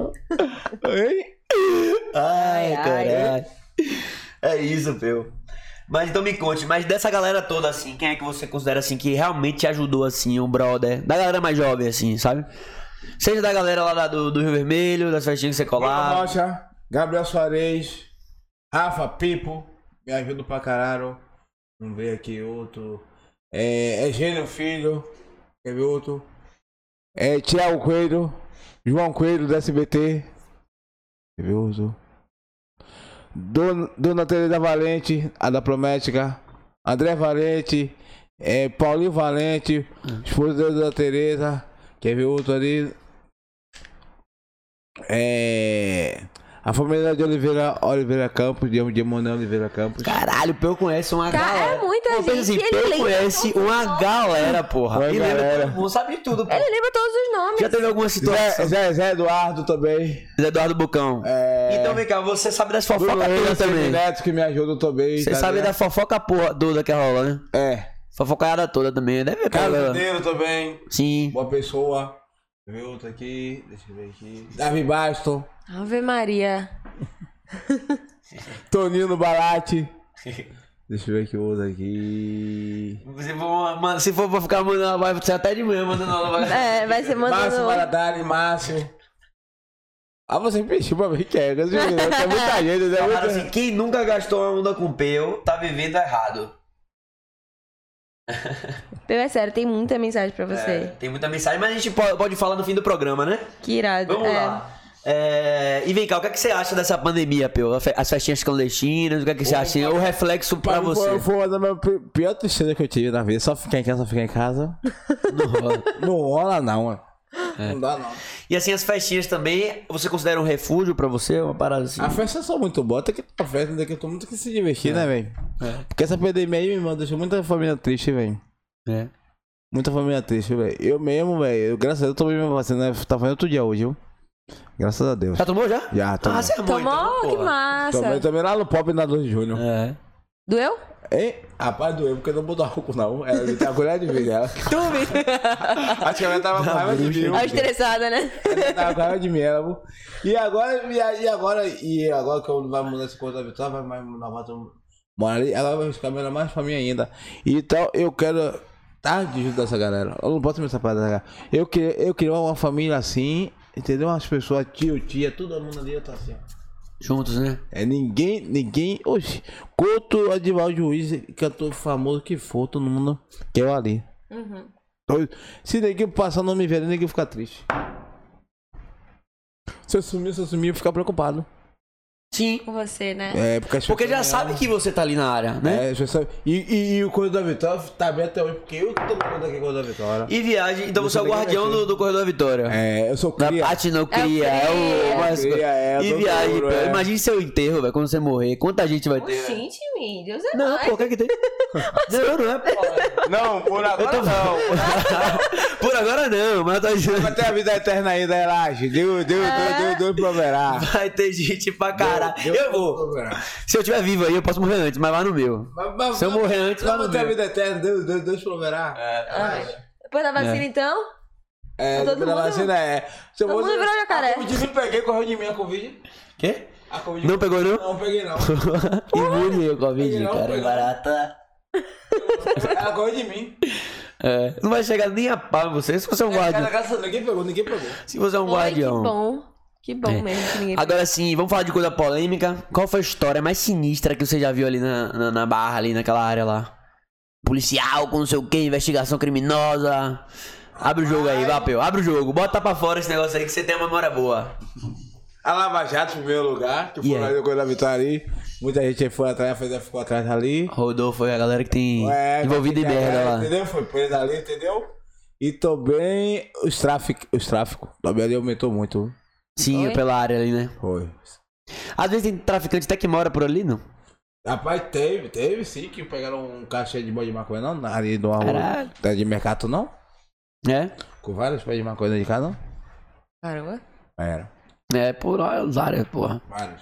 Oi? Ai, Ai, caralho. É isso, Peu. Mas então me conte, mas dessa galera toda, assim, quem é que você considera, assim, que realmente te ajudou, assim, um brother? Da galera mais jovem, assim, sabe? Seja da galera lá da- do, do Rio Vermelho, das festinhas que você colava. Rocha, Gabriel Soares, Rafa Pipo, me ajudam pra caralho. Vamos ver aqui outro. É, é Gênio Filho, quer ver outro? É Thiago Coelho, João Coelho do S B T. Quer ver outro? Dona, Dona Teresa Valente, a da Promética. André Valente, é, Paulinho Valente, esposa da Teresa. Quer ver outro ali? É. A família de Oliveira, Oliveira Campos, de de Emanuel Oliveira Campos. Caralho, o Peu conhece uma Cara, galera. é muita Pô, pensa gente, assim, ele Peu lembra conhece todos os uma nomes. galera, porra. Uma E lembra galera. todo mundo, sabe tudo, pô. Ele lembra todos os nomes. Já teve alguma Zé, situação? Zé, Zé Eduardo também. Zé Eduardo Bucão. É. Então vem cá, você sabe das Bruno fofocas Reis, todas também. Neto que me ajudam também. Você tá sabe da ligado? fofoca porra toda que rola, né? É. Fofocaiada toda também. Deve ver Carlos galera. Deiro também. Sim. Boa pessoa. Deixa eu ver outro aqui. Deixa eu ver aqui. Davi Baston. Ave Maria. Toninho Balate. Deixa eu ver aqui outro aqui. Se for, mano, se for pra ficar mandando, vai ser até de manhã mandando aula. Vai... É, vai ser Márcio mandando... Maradari, Márcio. Ah, você pediu pra mim que é. Tem muita gente, né? Falaram Muita... assim, quem nunca gastou uma onda com Peu, tá vivendo errado. Peu, é sério, tem muita mensagem pra É, você. tem muita mensagem, mas a gente pode, pode falar no fim do programa, né? Que irado. Vamos é. lá. É, e vem cá, o que, é que você acha dessa pandemia, Peu? As festinhas clandestinas, o que, é que você acha? O reflexo pra Pra mim você. Foi, foi uma das minhas pi- pior tristeza que eu tive na vida. Só ficar em casa, só ficar em casa. Não rola. Não rola, não, mano. É. Não dá, não. E assim, as festinhas também, você considera um refúgio pra você? Uma parada assim? A festa é só muito boa. Tem que ter uma festa, tem que todo mundo que se divertir, né, velho? É. Porque essa pandemia aí, meu irmão, deixou muita família triste, velho. É. Muita família triste, velho. Eu mesmo, velho. Eu, graças a Deus, tomei minha vacina. Tá fazendo outro dia hoje, viu? Graças a Deus. Já tomou já? Já, tomei. Ah, você é bom, Tomou? então, Que porra. massa. Tomei também lá no Pop na dois de junho. É. Doeu? Hein? Rapaz, doeu porque eu não mudou álcool, não. Ela me tá com colher de vida, ela. Tu, vi? Acho que ela tava com raiva de mim. Ó, estressada, né? Ela tava com raiva de mim, ela. viu? E agora, e a- e agora, e agora que eu vai mudar essa coisa da Vitória, vai mais mudar pra todo mundo. Mora ali, ela vai ficar melhor mais pra mim ainda. Então, eu quero tá de ajudar essa galera. Eu não posso me separar dessa galera. Eu queria, eu queria uma família assim, entendeu? Umas pessoas, tio, tia, todo mundo ali, eu tô assim, ó. Juntos, né? É ninguém, ninguém. Oxi, Couto, Adivaldo Juiz, cantor famoso que for, todo mundo quer eu ali. Uhum. Se ninguém passar não me ver, ninguém fica triste. Se eu sumir, se eu sumir, eu ficar preocupado. Sim. Com você, né? É, porque as Porque já pessoas me sabe amam. que você tá ali na área, né? É, já sabe. E, e, e o Corredor da Vitória tá bem até hoje, porque eu que tô conta aqui com o Corredor da Vitória. E viagem, então você é o Você tem que guardião mexer. do, do Corredor da Vitória. É, eu sou Na cria. parte não cria, É é o o. cria. mais- Cria, é, e do viagem, touro, pô. é. Imagine seu enterro, velho, quando você morrer. Quanta gente vai ter? Gente, me Deus é Não, mais. pô, o que é que tem? Não, não é, pô. Não, por agora tô- não. Por agora não, mas tá dizendo. Vai ter a vida eterna ainda, relaxa. Deus, Deus, Deus, Deus, Deus proverá. Vai ter gente pra Deus vai Caralho, eu vou. Se eu estiver vivo aí, eu posso morrer antes, mas vai no meu. Mas, mas, Se eu morrer antes, vai no Vamos ter a meu. vida eterna, Deus, Deus, Deus proverá. É, Depois da vacina, É. então? É, Todo depois da mundo- vacina é. Se eu todo fosse- mundo virou jacaré. A Covid não peguei, correu de mim a Covid. Quê? A Covid Não pegou, não? Não, peguei não. Imune o Covid, Peguei não, cara. peguei não. Barata. Ela correu de mim. É, não vai chegar nem a pau em você se você é um Cara, guardião. graças a Deus, ninguém pegou, ninguém pegou. Se você é um Oi, que guardião. bom. Que bom É. mesmo que ninguém... Agora sim, vamos falar de coisa polêmica. Qual foi a história mais sinistra que você já viu ali na, na, na barra, ali naquela área lá? Policial com não sei o que, investigação criminosa. Abre o jogo aí, Vapeu, abre o jogo. Bota pra fora esse negócio aí que você tem uma memória boa. A Lava Jato, em primeiro lugar, que foi Yeah. lá depois da vitória ali. Muita gente foi atrás, foi, ficou atrás ali. Rodolfo foi a galera que tem É, envolvida em que a merda galera, lá. Entendeu? Foi preso ali, entendeu? E também os tráficos, os tráficos. Também ali aumentou muito. Sim, Foi? pela área ali, né? Foi. Às vezes tem traficante até que mora por ali, não? Rapaz, teve, teve sim, que pegaram um carro cheio de boi de maconha, não? Ali do Caralho. arroz de mercado, não? É? Com vários pés de maconha dentro de casa, não? Caramba. Era. É, por áreas, porra. Vários.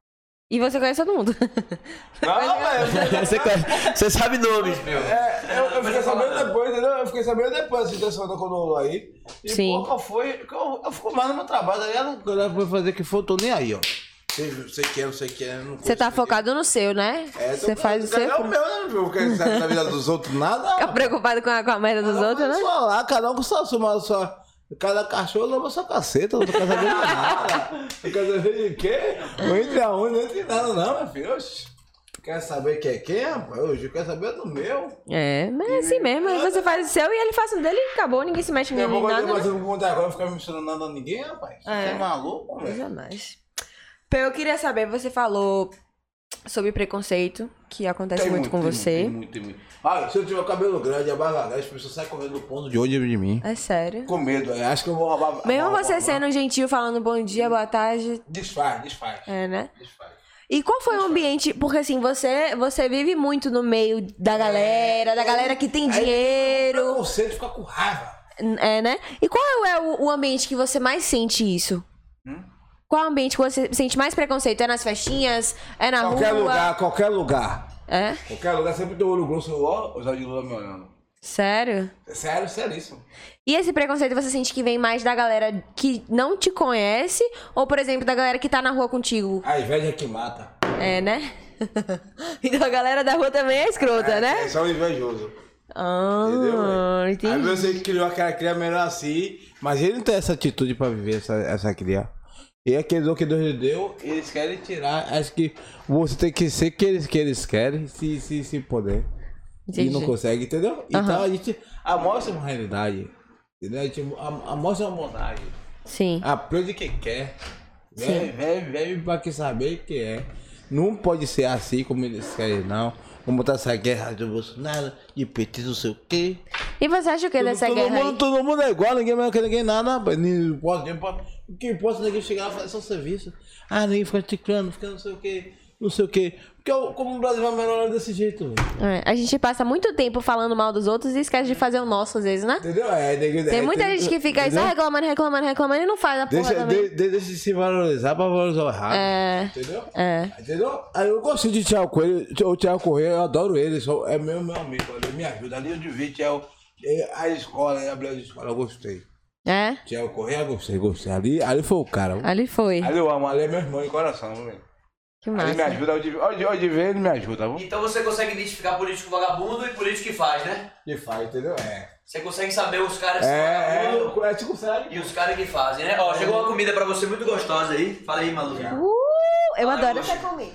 E você conhece todo mundo. Não, velho. Você, conhece- você sabe nomes, meu. É, eu, eu fiquei sabendo depois, entendeu? Eu fiquei sabendo depois da situação da quando rolou aí. E, Sim. Pô, qual foi? Eu, eu fico mais no meu trabalho, aí ela, quando ela foi fazer que for, eu tô nem aí, ó. Sei, sei que é, não sei o que é. não Você tá conheço focado no seu, né? ninguém. É, Você tô- faz o cadê seu. o meu, né? Eu quero saber da vida dos outros, nada. Fica preocupado com a, com a merda dos Cada um outros, faz né? sua lá, cada um com sua, sua, sua. Cada cachorro leva sua caceta, não quer saber de nada. Não quer saber de quê? Não entra um, não entra nada, não, meu filho. Oxi. Quer saber quem é quem, rapaz? Hoje eu quero saber do meu. É, mas é assim mesmo. Você faz o seu e ele faz o dele e acabou. Ninguém se mexe em Daqui a pouco eu nada. tenho né? mais um ponto agora, não ficar me misturando nada a ninguém, rapaz. Você É. é maluco, velho? Coisa mais. Pô, eu queria saber, você falou sobre preconceito, que acontece muito, com tem você. Tem muito, tem muito. Ah, se eu tiver o cabelo grande, a barba grande, as pessoas saem correndo do ponto de onde de mim. É sério. Com medo, é. Acho que eu vou roubar. Mesmo roubar- você sendo gentil, falando bom dia, boa tarde, Desfaz, desfaz. é, né? Desfaz. E qual foi o ambiente? Porque assim, você, você vive muito no meio da galera, da galera que tem dinheiro, Preconceito fica com raiva. é, né? E qual é o, o ambiente que você mais sente isso? Hum? Qual é o ambiente que você sente mais preconceito? É nas festinhas? É na Qualquer rua? lugar, qualquer lugar. É? Qualquer lugar sempre tem olho grosso, ó, o Zé de Lula me olhando. Sério? É sério, seríssimo. E esse preconceito você sente que vem mais da galera que não te conhece? Ou, por exemplo, da galera que tá na rua contigo? A inveja é que mata. É, né? Então a galera da rua também é escrota, né? É só um invejoso. Ah, Entendeu? Aí entendi. você criou aquela cria melhor assim, mas ele não tem essa atitude pra viver essa, essa cria. E aqueles o que Deus lhe deu, eles querem tirar. Acho que você tem que ser que eles, que eles querem, se, se, se poder. Entendi. E não consegue, entendeu? Então Aham. a gente amostra uma realidade. Entendeu? A gente am- amostra uma bondade. Sim. Aprende quem quer. Sim. Vem, vem, vem pra que saber o que é. Não pode ser assim como eles querem, não. Vamos botar essa guerra de Bolsonaro, de P T, não sei o quê. E você acha o que dessa todo, guerra mundo, aí? todo mundo é igual, ninguém mais quer ninguém nada, rapaz. Ninguém pode, ninguém pode. O que importa é ninguém chegar lá e fazer seu serviço. Ah, ninguém fica ticando, fica não sei o quê, não sei o quê. Porque o- como o Brasil vai melhorar desse jeito, velho. É, a gente passa muito tempo falando mal dos outros e esquece de fazer o nosso às vezes, né? Entendeu? É, ninguém- Tem é, muita tem- gente que fica aí só entendeu? reclamando, reclamando, reclamando e não faz a porra Deixa, também. de, de, deixa de se valorizar pra valorizar o errado. É. Entendeu? É. Entendeu? Aí eu gosto de Thiago Coelho, o Thiago Correia, eu adoro ele, sou- é meu, meu amigo, ele me ajuda. Ali eu devia, Thiago, a escola, a abriu a escola, eu gostei. É? Thiago Correia, gostei, gostei. Ali, ali foi o cara. Ali foi. Ali eu amo, ali é meu irmão de coração, velho. Que Ele me massa. ajuda, onde, onde, onde vê, ele me ajuda, viu? Então você consegue identificar político vagabundo e político que faz, né? Que faz, entendeu? É. Você consegue saber os caras que são É, vagabundo é, é, tipo, consegue. e os caras que fazem, né? Ó, chegou uma comida pra você muito gostosa aí. Fala aí, Malu. Uh, eu Fala, adoro Luxa. essa comida.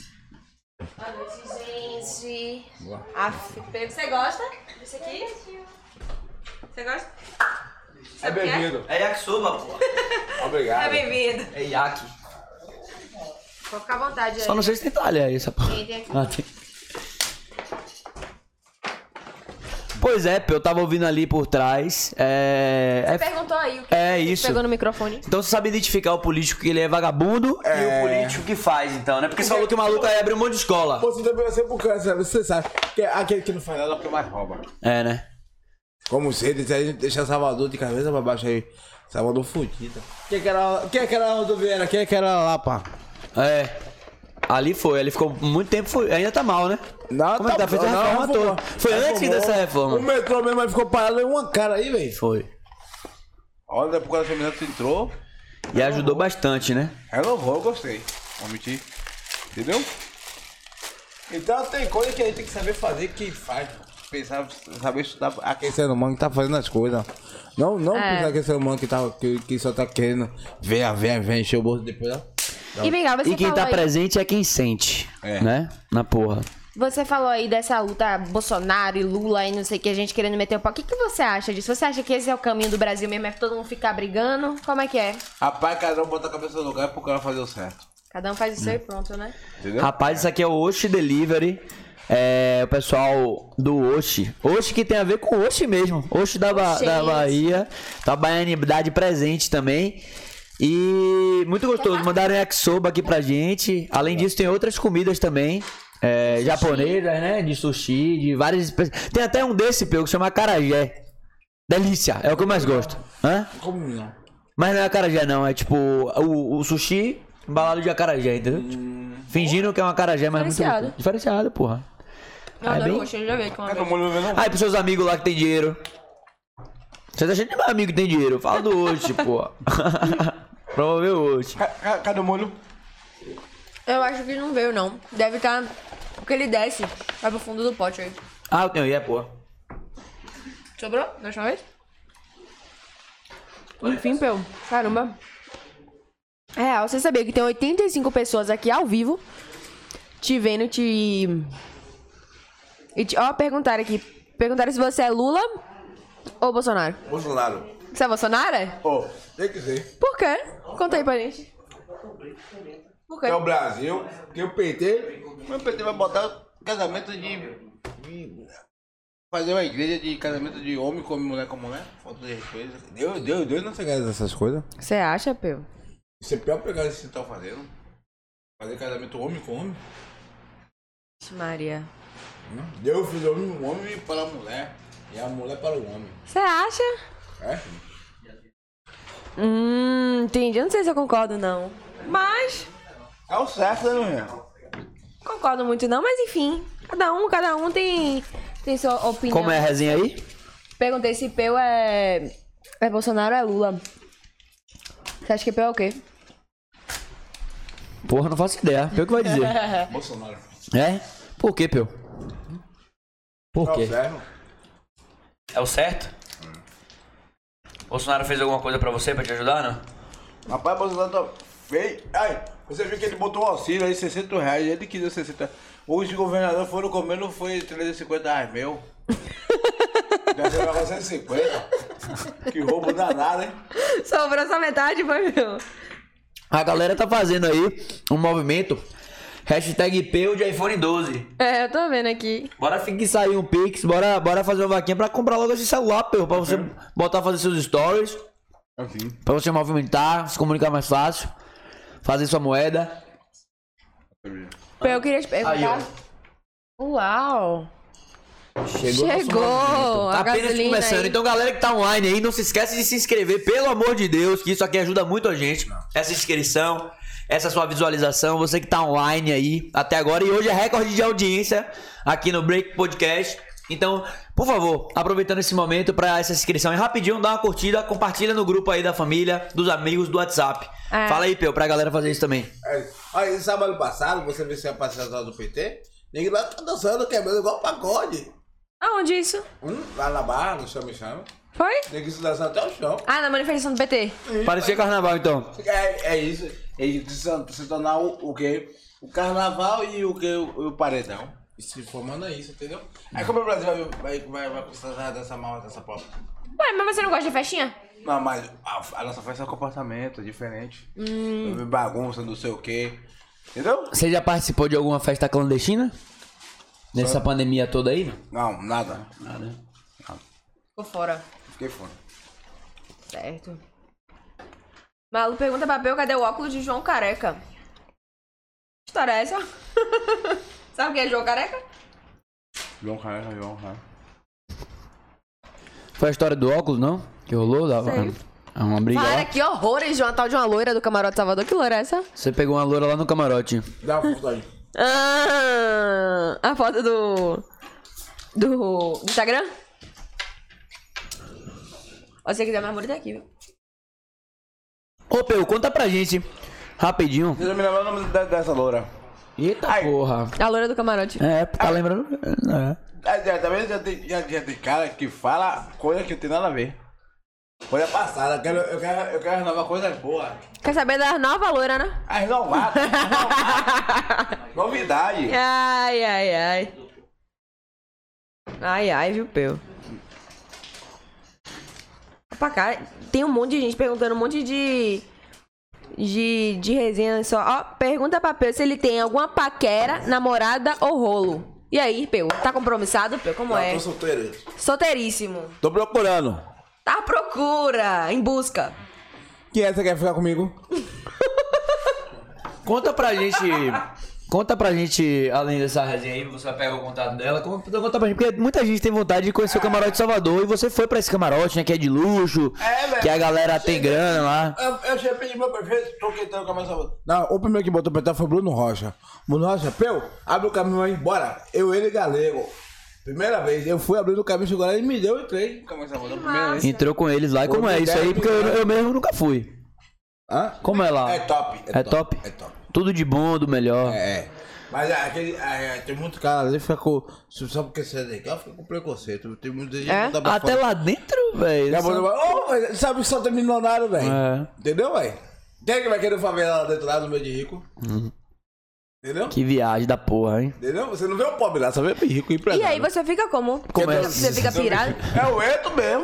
Boa noite, gente. Boa. Aff, você gosta desse aqui? Você gosta? É bem-vindo. É yakisoba, pô. Obrigado. É bem-vindo. É yaki. Pode ficar à vontade aí. Só não sei se tem talher aí, essa porra. Tem, tem aqui. Ah, tem. Pois é, eu tava ouvindo ali por trás. É. Você é... perguntou aí o que É você isso. pegou no microfone. Então você sabe identificar o político que ele é vagabundo e o político que faz, então, né? Porque você falou que o maluco aí abre um monte de escola. Você também vai ser por causa, sabe? Você sabe que é aquele que não faz nada é o que mais rouba. É, né? Como se ele a gente deixar Salvador de cabeça pra baixo aí. Salvador fudida. Quem é que era, quem é que era a rodoviária? Quem é que era lá, pá? É. Ali foi, ali ficou muito tempo, foi, ainda tá mal, né? Não, Como é que tá? Fez a não, reforma não, toda. Foi antes reformou. dessa reforma. O metrô mesmo aí ficou parado em uma cara aí, velho. Foi. Olha, depois que a feminista entrou, E ajudou bastante, né? renovou, eu gostei. Vou mentir. Entendeu? Então tem coisa que a gente tem que saber fazer que faz. Pensar, saber estudar aquele ser humano que tá fazendo as coisas. Não, não É. pensar aquele ser humano que, tá, que, que só tá querendo ver, ver, ver, encher o bolso depois. Ó. E vem cá, você E quem falou tá aí, presente é quem sente, É. né? Na porra. você falou aí dessa luta Bolsonaro e Lula e não sei o que, a gente querendo meter o pau. O que, que você acha disso? Você acha que esse é o caminho do Brasil mesmo? É pra todo mundo ficar brigando? Como é que é? Rapaz, cada um bota a cabeça no lugar pro cara fazer o certo. Cada um faz o seu e pronto, né? Entendeu? Rapaz, isso aqui é o Oshi Delivery. É o pessoal do Oshi. Oshi que tem a ver com Oshi mesmo. Oshi da, ba Oxente. da Bahia. Tá a baianidade presente também. E muito gostoso. Mandaram yakisoba aqui pra gente. Além disso, tem outras comidas também. É, japonesas, né? De sushi, de várias espécies. Tem até um desse, Peu, que chama acarajé. Delícia. É o que eu mais gosto. Hã? Como não? Mas não é acarajé, não. É tipo o, o sushi embalado de acarajé, entendeu? Tipo, fingindo que é um acarajé, mas muito Diferenciado. muito diferenciado, porra. Eu É adoro bem- roxo, eu já vi aqui uma Cadê o vez. molho meu não? Aí pros seus amigos lá que tem dinheiro. Vocês acham que meu amigo tem dinheiro? Fala do hoje, pô. Promoveu hoje. Ca- ca- Cadê o molho? Eu acho que não veio, não. Deve estar... Porque ele desce. Vai pro fundo do pote aí. Ah, eu tenho aí, é, pô. Sobrou? Da última vez? Enfim, Peu. Caramba. É real, você sabia que tem oitenta e cinco pessoas aqui ao vivo te vendo, te... E te... Ó, perguntaram aqui. Perguntaram se você é Lula ou Bolsonaro. Bolsonaro. Você é Bolsonaro? é? Ô, tem que ser. Por quê? Conta aí pra gente. Por quê? É o Brasil, que o P T, o P T vai botar casamento de, de- fazer uma igreja de casamento de homem com mulher com mulher. Falta de respeito. Deus, Deus, Deus não se engana dessas coisas. Você acha, Peu? Isso é pior pegar isso que estão fazendo. Fazer casamento homem com homem. Ixi, Maria. Deus fez o homem, o homem para a mulher. E a mulher para o homem. Você acha? É? Hum, entendi. Eu não sei se eu concordo, não. Mas... É o certo, né, mulher? Concordo muito não, mas enfim. Cada um, cada um tem, tem sua opinião. Como é a resenha aí? Perguntei se Peu é... É Bolsonaro ou é Lula? Você acha que Peu é o quê? Porra, não faço ideia. Peu que vai dizer. Bolsonaro. É? Por quê, Peu? Por quê? certo. É o certo? Bolsonaro fez alguma coisa pra você, pra te ajudar, não? Rapaz, Bolsonaro tá feio. Ai, você viu que ele botou um auxílio aí, sessenta reais. Ele que deu sessenta. Os governadores foram comendo, foi trezentos e cinquenta reais meu. Já deu quatrocentos e cinquenta. Que roubo danado, hein? Sobrou só metade, foi meu. A galera tá fazendo aí um movimento. Hashtag Peu de iPhone doze. É, eu tô vendo aqui. Bora fixar aí um Pix, bora, bora fazer uma vaquinha pra comprar logo esse celular, Peu, pra você botar fazer seus stories, Assim. pra você movimentar, se comunicar mais fácil, fazer sua moeda. Peu, eu queria te Aí, perguntar. Uau! Chegou, Chegou nosso movimento. a Apenas gasolina começando. aí. Então, galera que tá online aí, não se esquece de se inscrever, pelo amor de Deus, que isso aqui ajuda muito a gente. Essa inscrição, essa sua visualização, você que tá online aí até agora. E hoje é recorde de audiência aqui no Break Podcast. Então, por favor, aproveitando esse momento para essa inscrição, é rapidinho, dá uma curtida, compartilha no grupo aí da família, dos amigos, do WhatsApp. É. Fala aí, Peu, pra galera fazer isso também. É, aí, sábado passado, você viu se a passeada do P T? Ninguém lá tá dançando, quebrando igual pagode. Aonde isso? Hum, lá na barra, no chão me chama. Foi? Ninguém se dançando até o chão. Ah, na manifestação do P T. Parecia carnaval, então. É, é isso. É isso, se, se tornar o, o quê? O carnaval e o que? O, o paredão. E se formando é isso, entendeu? Aí como o Brasil vai, vai, vai, vai precisar dessa mal, dessa prova? Ué, mas você não gosta de festinha? Não, mas a, a nossa festa é um comportamento diferente. Hum. Bagunça, não sei o quê. Entendeu? Você já participou de alguma festa clandestina? Nessa Só- pandemia toda aí? Não, nada. Nada. Ficou fora. Fiquei fora. Certo. Malu pergunta pra Peu, cadê o óculos de João Careca? Que história é essa? Sabe quem é João Careca? João Careca, João Careca. Foi a história do óculos, não? Que rolou? Da... Sei. É uma briga Para, lá. que horrores de uma tal de uma loira do Camarote Salvador. Que loira é essa? Você pegou uma loura lá no camarote. Dá uma foto aí. Ah, a foto do... Do... do Instagram? Ó, se você quiser mais bonita aqui, viu? Ô, Peu, conta pra gente, rapidinho. Deixa eu me lembrar o nome da- dessa loura. Eita Ai. porra. A loira do Camarote. É, tá lembrando? É. Ah, já- Também já tem, já, já tem cara que fala coisa que não tem nada a ver. Coisa passada, eu quero, eu quero, eu quero renovar coisas boas. Quer saber da nova loira, né? Ah, renovar, renovar. Novidade. Ai, ai, ai. Ai, ai, viu, Peu? Pra cá, tem um monte de gente perguntando um monte de... De, de resenha só. Ó, pergunta pra Peu se ele tem alguma paquera, namorada ou rolo. E aí, Peu? Tá compromissado, Peu? Como é? Tô solteiro. Solteiríssimo. Tô procurando. Tá à procura, em busca. Quem é que quer ficar comigo? Conta pra gente. Conta pra gente, além dessa resenha aí, você vai pegar o contato dela. Conta, conta pra gente, porque muita gente tem vontade de conhecer o camarote de Salvador. E você foi pra esse camarote, né? Que é de luxo. É, velho. Que a galera tem grana lá. Eu, eu já pedi meu prefeito, tô quentando com a minha. Não, o primeiro que botou pra entrar foi Bruno Rocha. Bruno Rocha, Peu, abre o caminho aí, bora. Eu, ele e Galego. Primeira vez, eu fui abrindo o caminho, chegou lá, ele me deu, eu entrei. Caminho de Salvador, primeira vez. Entrou com eles lá. E como é isso aí? Porque eu, eu mesmo nunca fui. Hã? Como é lá? É top. É top? É top. Tudo de bom, do melhor. É, é. Mas é, aquele, é, tem muito cara ali que fica com. Só porque você é legal, fica com preconceito. Tem muita gente É? que não dá pra Até fora. lá dentro, velho. Já botou- Ô, mas sabe que só tem milionário, velho. É. Entendeu, velho? Quem é que vai querer favela lá dentro lá no meio de rico? Uhum. Entendeu? Que viagem da porra, hein? Entendeu? Você não vê o pobre lá, só vê o rico e E empresário. aí, você fica como? Como é? Você fica pirado? É o Eto mesmo.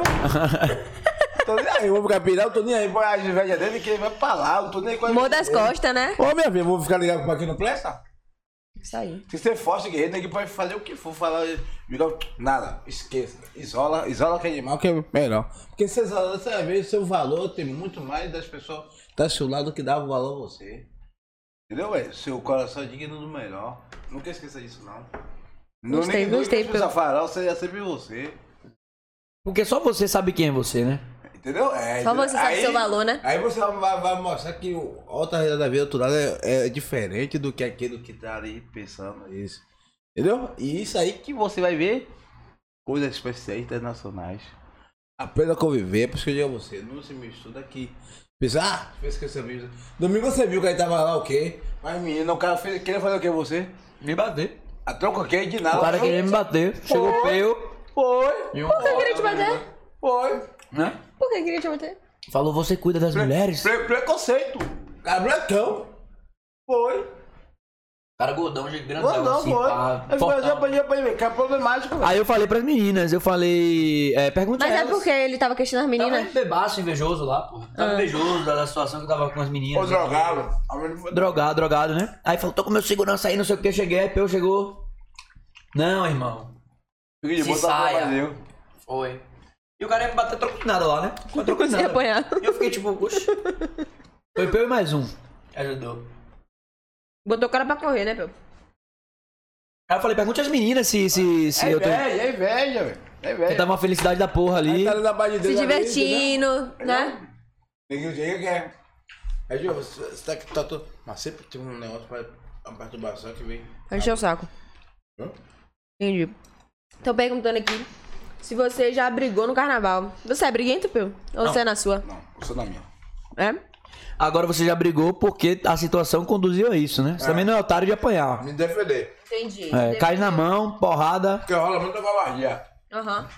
Tô nem aí, eu vou ficar pirado, tô nem aí pra a inveja dele que ele vai pra lá, não tô nem aí com a Mão inveja das dele. costas, né? Ô, minha filha, eu vou ficar ligado com aqui no Presta? Isso aí. Se você forte guerreiro, ninguém pode fazer o que for, falar, virar, nada, esqueça. Isola, isola que é animal que é melhor. Porque se isola, você vai ver o seu valor, tem muito mais das pessoas que tá ao seu lado que dá o valor a você. Entendeu, velho? Seu coração é digno do melhor. Nunca esqueça disso, não. Não Gostei, nem gostei, que pelo... farol, seria sempre você. Porque só você sabe quem é você, né? Entendeu? É, Só você sabe aí, seu valor, né? Aí você vai, vai mostrar que o- a outra realidade da vida do outro lado é, é diferente do que aquele que tá ali pensando isso. Entendeu? E isso aí que você vai ver coisas especiais internacionais. Aprenda a conviver, por isso que eu digo a você, não se mistura aqui. Pensa, ah, fez que você viu. Domingo você viu que ele tava lá o quê? Mas menino, o cara fez, queria fazer o que você? Me bater. A troca o quê? De nada. O cara queria me bater. Chegou Foi. Peu. Foi. E um... Por que queria te bater? Foi. Né? Por que queria te bater? Falou, você cuida das mulheres? Pre preconceito. Cara blancão. Foi. Cara gordão, de grandão, Não, não, assim, foi. pá, Eu fortão. falei, apanhei, apanhei, que é problemático, velho. Aí eu falei pras meninas, eu falei... É, pergunta Mas é elas. porque ele tava questionando as Tava meninas? bebaço, invejoso lá, porra. Tava invejoso da, da situação que eu tava com as meninas. Ô, drogado. A menina foi Drogado, drogado, né? Aí falou, tô com meu segurança aí, não sei o que, eu cheguei, aí Peu chegou. Não, irmão. Fiquei de Se boa, tava saia. vazio. Foi. E o cara ia me bater troco de nada lá, né? Foi troco de Você nada. apanhar. E eu fiquei tipo, oxe. Foi Peu e mais um. Ajudou. Botou o cara pra correr, né, Peu? Aí eu falei, pergunte às meninas se, se, se É eu tô... inveja, é inveja, velho. É Porque inveja. tava uma felicidade da porra ali. Aí tá ali na base de Se Deus ali, divertindo, entendeu? né? Ninguém chega que é. Aí, Gil, você, você tá aqui, tá todo... Mas sempre tem um negócio pra uma perturbação que vem. Vai encher o saco. Hã? Entendi. Tô perguntando aqui se você já brigou no carnaval. Você é briguento, Peu? Ou Não. você é na sua? Não, eu sou na minha. É? Agora você já brigou porque a situação conduziu a isso, né? Você É. também não é otário de apanhar. Me defender. Entendi. É, cai na mão, porrada. Porque rola muita covardia. Aham.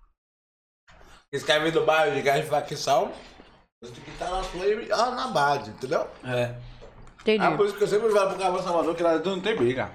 Esse cara vem do bairro de gás de facção. Você tem que estar na sua e ah, na base, entendeu? É. Entendi. Ah, por isso que eu sempre falo pro Carnaval Salvador que lá dentro não tem briga.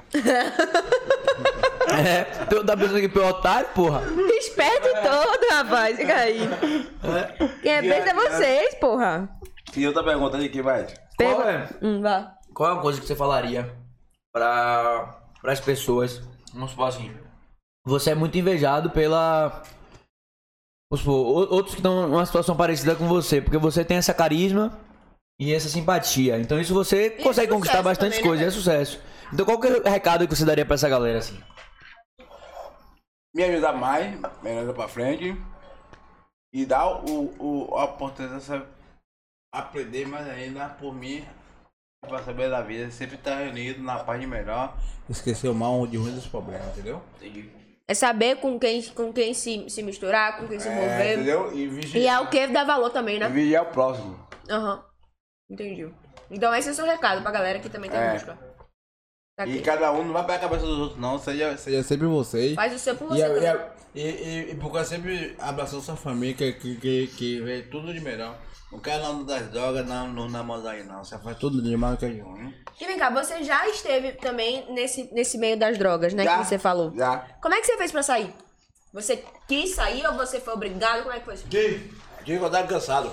É, Peu tá pensando que Peu é otário, porra. Esperto todo, rapaz. Fica aí. Quem é besta é vocês, porra. E outra pergunta aí, que vai? Qual é, Hum, vá. qual é uma coisa que você falaria pra, pras pessoas? Vamos supor assim. Você é muito invejado pela... Vamos supor, o- outros que estão numa situação parecida com você. Porque você tem essa carisma e essa simpatia. Então isso você E consegue é conquistar sucesso bastante também, né, coisa. É sucesso. Então qual que é o recado que você daria pra essa galera assim? Me ajudar mais, me ajudar pra frente. E dá o, o, a oportunidade de você aprender mais ainda por mim. Pra saber da vida, sempre tá reunido na paz de melhor. Esquecer o mal de ruim dos problemas, entendeu? Entendi. É saber com quem, com quem se, se misturar, com quem se É, envolver. entendeu? E, vigiar, E é o que dá valor também, né? e vigiar o próximo. Aham. Entendi. Então esse é o seu recado pra galera que também tá em É. busca. Tá E aqui. cada um não vai pegar a cabeça dos outros, não. Seja, seja sempre você. Faz o seu por E, você a- e, também. a- e, e, e procura sempre abraçar sua família, que, que, que, que vê tudo de melhor. Não quer não das drogas, não, não na maldade não. Você faz tudo de mal que é de ruim. E vem cá, você já esteve também nesse, nesse meio das drogas, né? Já, Que você falou. Já. Como é que você fez pra sair? Você quis sair ou você foi obrigado? Como é que foi isso? Que? Que eu tava cansado.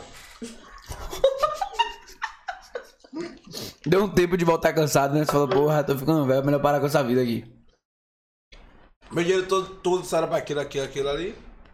Deu um tempo de voltar cansado, né? Você falou, porra, tô ficando velho, melhor parar com essa vida aqui. Meu dinheiro todo, todo saiu pra aquilo, aquilo, aquilo ali.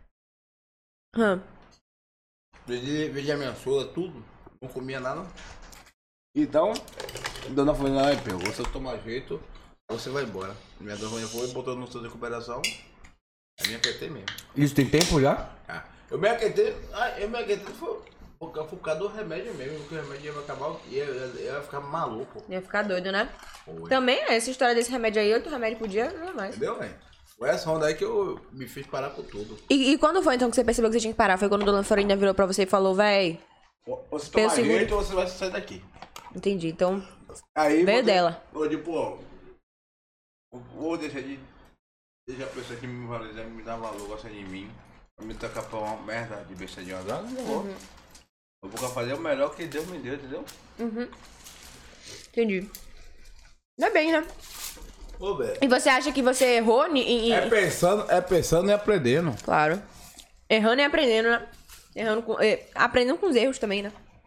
Hum. Vendi, vendi a minha sola, tudo. Não comia nada. Então, dona foi lá e pegou. Você toma jeito, você vai embora. Minha dona foi, botou no centro de recuperação. Eu me aquetei mesmo. Isso tem tempo já? Ah, eu me aquetei, ah, eu me aquetei foi por causa por causa do remédio mesmo, porque o remédio ia acabar e eu, eu, eu ia ficar maluco. Ia ficar doido, né? Foi. Também, essa história desse remédio aí, outro remédio por dia, não é mais. Entendeu, velho? Foi essa onda aí que eu me fiz parar com tudo. E, e quando foi então que você percebeu que você tinha que parar? Foi quando a dona Florinda virou pra você e falou, véi, Ou você Pelo toma seguro. jeito ou você vai sair daqui. entendi. Então, Aí veio você- dela. Eu digo, pô, eu vou deixar de. Deixar a pessoa que me valoriza, me dá valor, gosta de mim. Me tocar pra uma merda de besta de azar, não vou. Uhum. Eu vou fazer o melhor que Deus me deu, entendeu? Uhum. Entendi. Não é bem, né? Ô, velho. E você acha que você errou em... em- É pensando, é pensando e aprendendo. Claro. Errando e aprendendo, né? Errando com... eh, aprendendo com os erros também, né?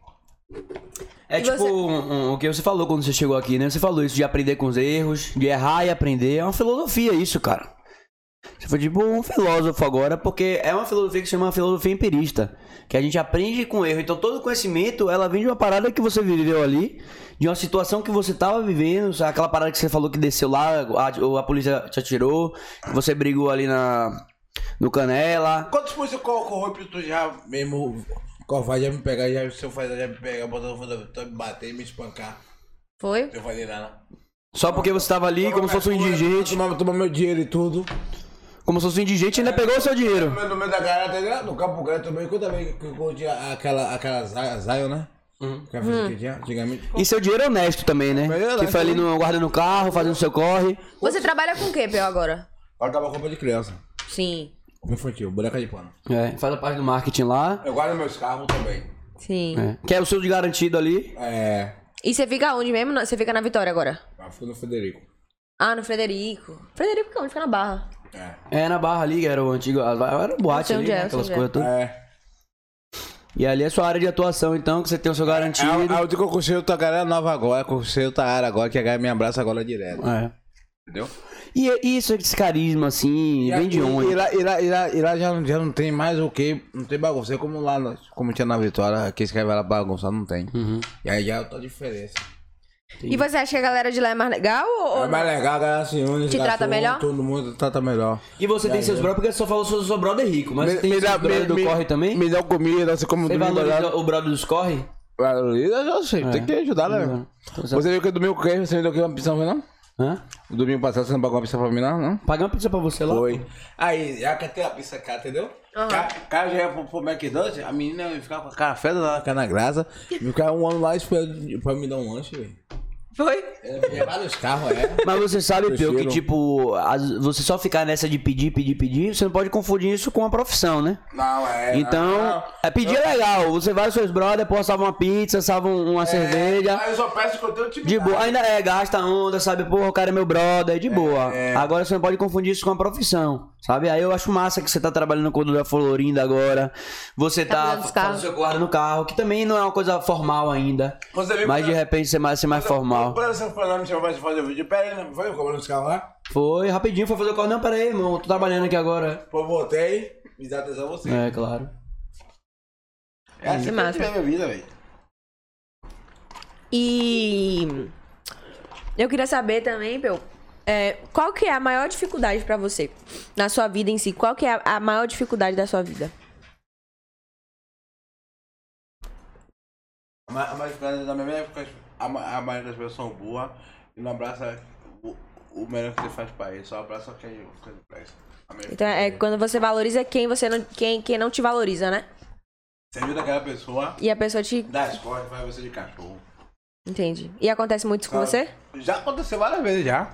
É E tipo você- um- um- o que você falou quando você chegou aqui, né? Você falou isso de aprender com os erros, de errar e aprender. É uma filosofia isso, cara. Você foi tipo um filósofo agora, porque é uma filosofia que se chama filosofia empirista. Que a gente aprende com erro. Então todo conhecimento, ela vem de uma parada que você viveu ali, de uma situação que você tava vivendo, sabe? Aquela parada que você falou que desceu lá, a, a polícia te atirou, que você brigou ali na, no Canela. Quantos polícias corruptos tu já mesmo. Covarde já me pegar, já, se eu fazer, já me pegar, botar no fundo da vitória, me bater e me espancar. Foi? Se eu fazer nada. Só porque você tava ali, como se fosse um indigente. Tomar, tomar meu dinheiro e tudo. Como se fosse um indigente e ainda pegou o seu dinheiro. No meio, no meio da garota, né? No Campo Grande também, quando também que eu tinha aquela, aquela Zion, Zion, né? Uhum. Que hum. que tinha antigamente. E seu dinheiro é honesto também, né? Meu dinheiro é Que foi ali honesto. no, guardando o carro, fazendo seu corre. Você trabalha com o que, Peu, agora? Agora tava roupa de criança. Sim. Infantil, boneca de pano. É, faz a parte do marketing lá. Eu guardo meus carros também. Sim. É. Que é o seu de garantido ali. É. E você fica onde mesmo? Você fica na Vitória agora? Eu fui no Federico. Ah, no Frederico. Frederico fica onde? Fica na Barra. É. É, na Barra ali, que era o antigo. Era o boate sei ali, onde é, né? eu sei Aquelas onde coisas todas. É. E ali é sua área de atuação, então, que você tem o seu garantido. Aí eu digo que eu conheci outra galera nova agora, conheci outra área agora, que a galera me abraça agora direto. É. Entendeu? E, e isso, esse carisma, assim, vem de E, onde? e lá, e lá, e lá, e lá já, não- já não tem mais o que, não tem bagunça. Como lá, no- como tinha na Vitória, que escreve lá bagunça, não tem. Uhum. E aí já é outra diferença. E você acha que a galera de lá é mais legal ou É mais legal, a galera se une, Te se trata assunto, melhor? Todo mundo trata melhor. E você tem seus brothers, porque você só falou sobre o seu brother rico, mas você tem me, seus dá, brother me, do me, corre também? me dá comida, assim como Você domingo valoriza lá- o brother dos corre? Valoriza, eu sei, É. tem que ajudar, né? Uhum. Então, você- Você viu que domingo que você me deu aqui uma pizza, não foi não? Hã? O domingo passado você não pagou uma pizza pra mim, não? Não? Pagar uma pizza pra você lá? Foi. Aí, já que tem a pizza cá, entendeu? Aham. Ca- Cara, já ia pro, pro McDonald's, a menina ia ficar com a cara feda lá, cara na graça, e ficar um ano lá esperando pra me dar um lanche, velho. Foi? É, vários carros, é. Mas você sabe, Peu, que Prefiro. tipo, as- você só ficar nessa de pedir, pedir, pedir, você não pode confundir isso com uma profissão, né? Não, é. Então, não. é pedir é legal. Você vai aos seus brothers, pô, salva uma pizza, salva um- uma cerveja. Aí eu só peço que eu tenho time. De boa, ainda é, gasta onda, sabe? Porra, o cara é meu brother, de boa. Agora você não pode confundir isso com a profissão, sabe? Aí eu acho massa que você tá trabalhando com o da Florinda agora. Você Tá tá cuidando dos carros. fazendo seu guarda no carro, que também não é uma coisa formal ainda. Você viu Mas que- de repente ser mais, ser mais formal. Quando você foi lá me chamar pra fazer o vídeo, pera aí, não foi eu comprando os carros lá? Foi rapidinho, foi fazer o carro. Não, pera aí, irmão, tô trabalhando aqui agora. Pô, voltei, me dá atenção a você. É, claro. É assim Que que eu massa. tive a minha vida, velho. E eu queria saber também, Peu, é, qual que é a maior dificuldade pra você na sua vida em si? Qual que é a, a maior dificuldade da sua vida? A maioria na minha época, a ma- a maioria das pessoas são boas e não abraça o, o melhor que você faz pra ele, só abraça quem quem presta. A minha Então é quando você valoriza quem você não, quem, quem não te valoriza, né? Você ajuda aquela pessoa, E a pessoa te... dá as costas, faz você de cachorro. Entende. E acontece muito isso com você? Já aconteceu várias vezes já.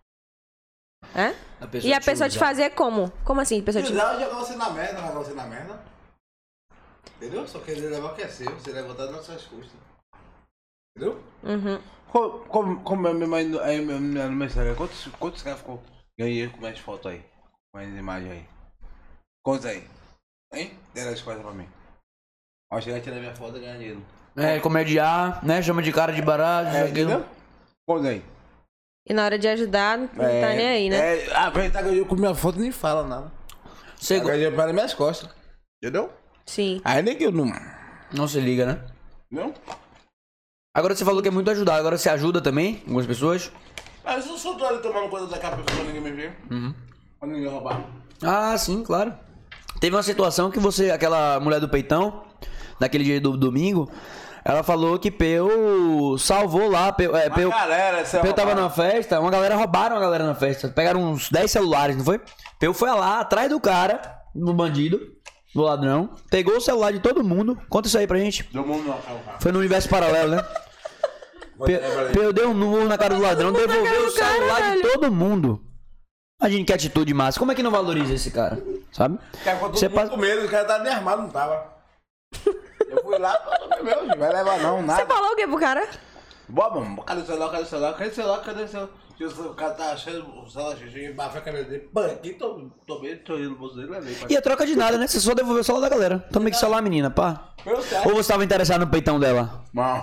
É? A pessoa E a te pessoa te usa. fazer como? Como assim, pessoa te... Usar jogar você na merda, levar você na merda. Entendeu? Só quer levar o que é seu, você levantar nas suas custas. Entendeu? Uhum. Como, como, como a minha mãe aí no meu Instagram, quantos, quantos caras ficou ganhando com mais fotos aí? Com mais imagens aí? Quantos aí? Hein? Deram as coisas pra mim. Ó, chegar tirando minha foto e ganhar dinheiro. É, comediar, né? Chama de cara de baralho. É, aquilo. entendeu? Quantos aí? E na hora de ajudar, não tá nem aí, né? É, ah, pra ele tá ganhando com minha foto nem fala nada. Você Tá ganhando para minhas costas. Entendeu? Sim. Aí nem que eu não. não se liga, né? Não? Agora você falou que é muito ajudar. Agora você ajuda também algumas pessoas? Mas eu só tô ali tomando conta daquela pessoa pra ninguém me ver. Uhum. Pra ninguém roubar. Ah, sim, claro. Teve uma situação que você, aquela mulher do peitão, naquele dia do domingo, ela falou que Peu salvou lá. Peu, é, Uma Peu, galera, essa Peu tava na festa, uma galera roubaram a galera na festa. Pegaram uns dez celulares, não foi? Peu foi lá, atrás do cara, no bandido, do ladrão, pegou o celular de todo mundo. Conta isso aí pra gente. Do mundo não, calma. Foi no universo paralelo, né? Peu, Peu deu um murro na cara do ladrão, devolveu o celular de todo mundo. Imagina que atitude massa. Como é que não valoriza esse cara? Sabe? O cara ficou todo Você mundo passa- com medo, o cara tava nem armado, não tava. Eu fui lá, meu, não vai levar não, Você nada. falou o que pro cara? Boa, mano, cadê o celular, cadê o celular, cadê o celular, cadê o celular? E o cara tá achando o celular, cheguei, bafei a cabeça dele, pã, aqui, tô, tomei, tô indo no bolso dele, levei. E a troca de nada, né? Você só devolveu o celular da galera. Toma aqui o celular, menina, pá. Meu certo. Ou você tava interessado no peitão dela? Mano.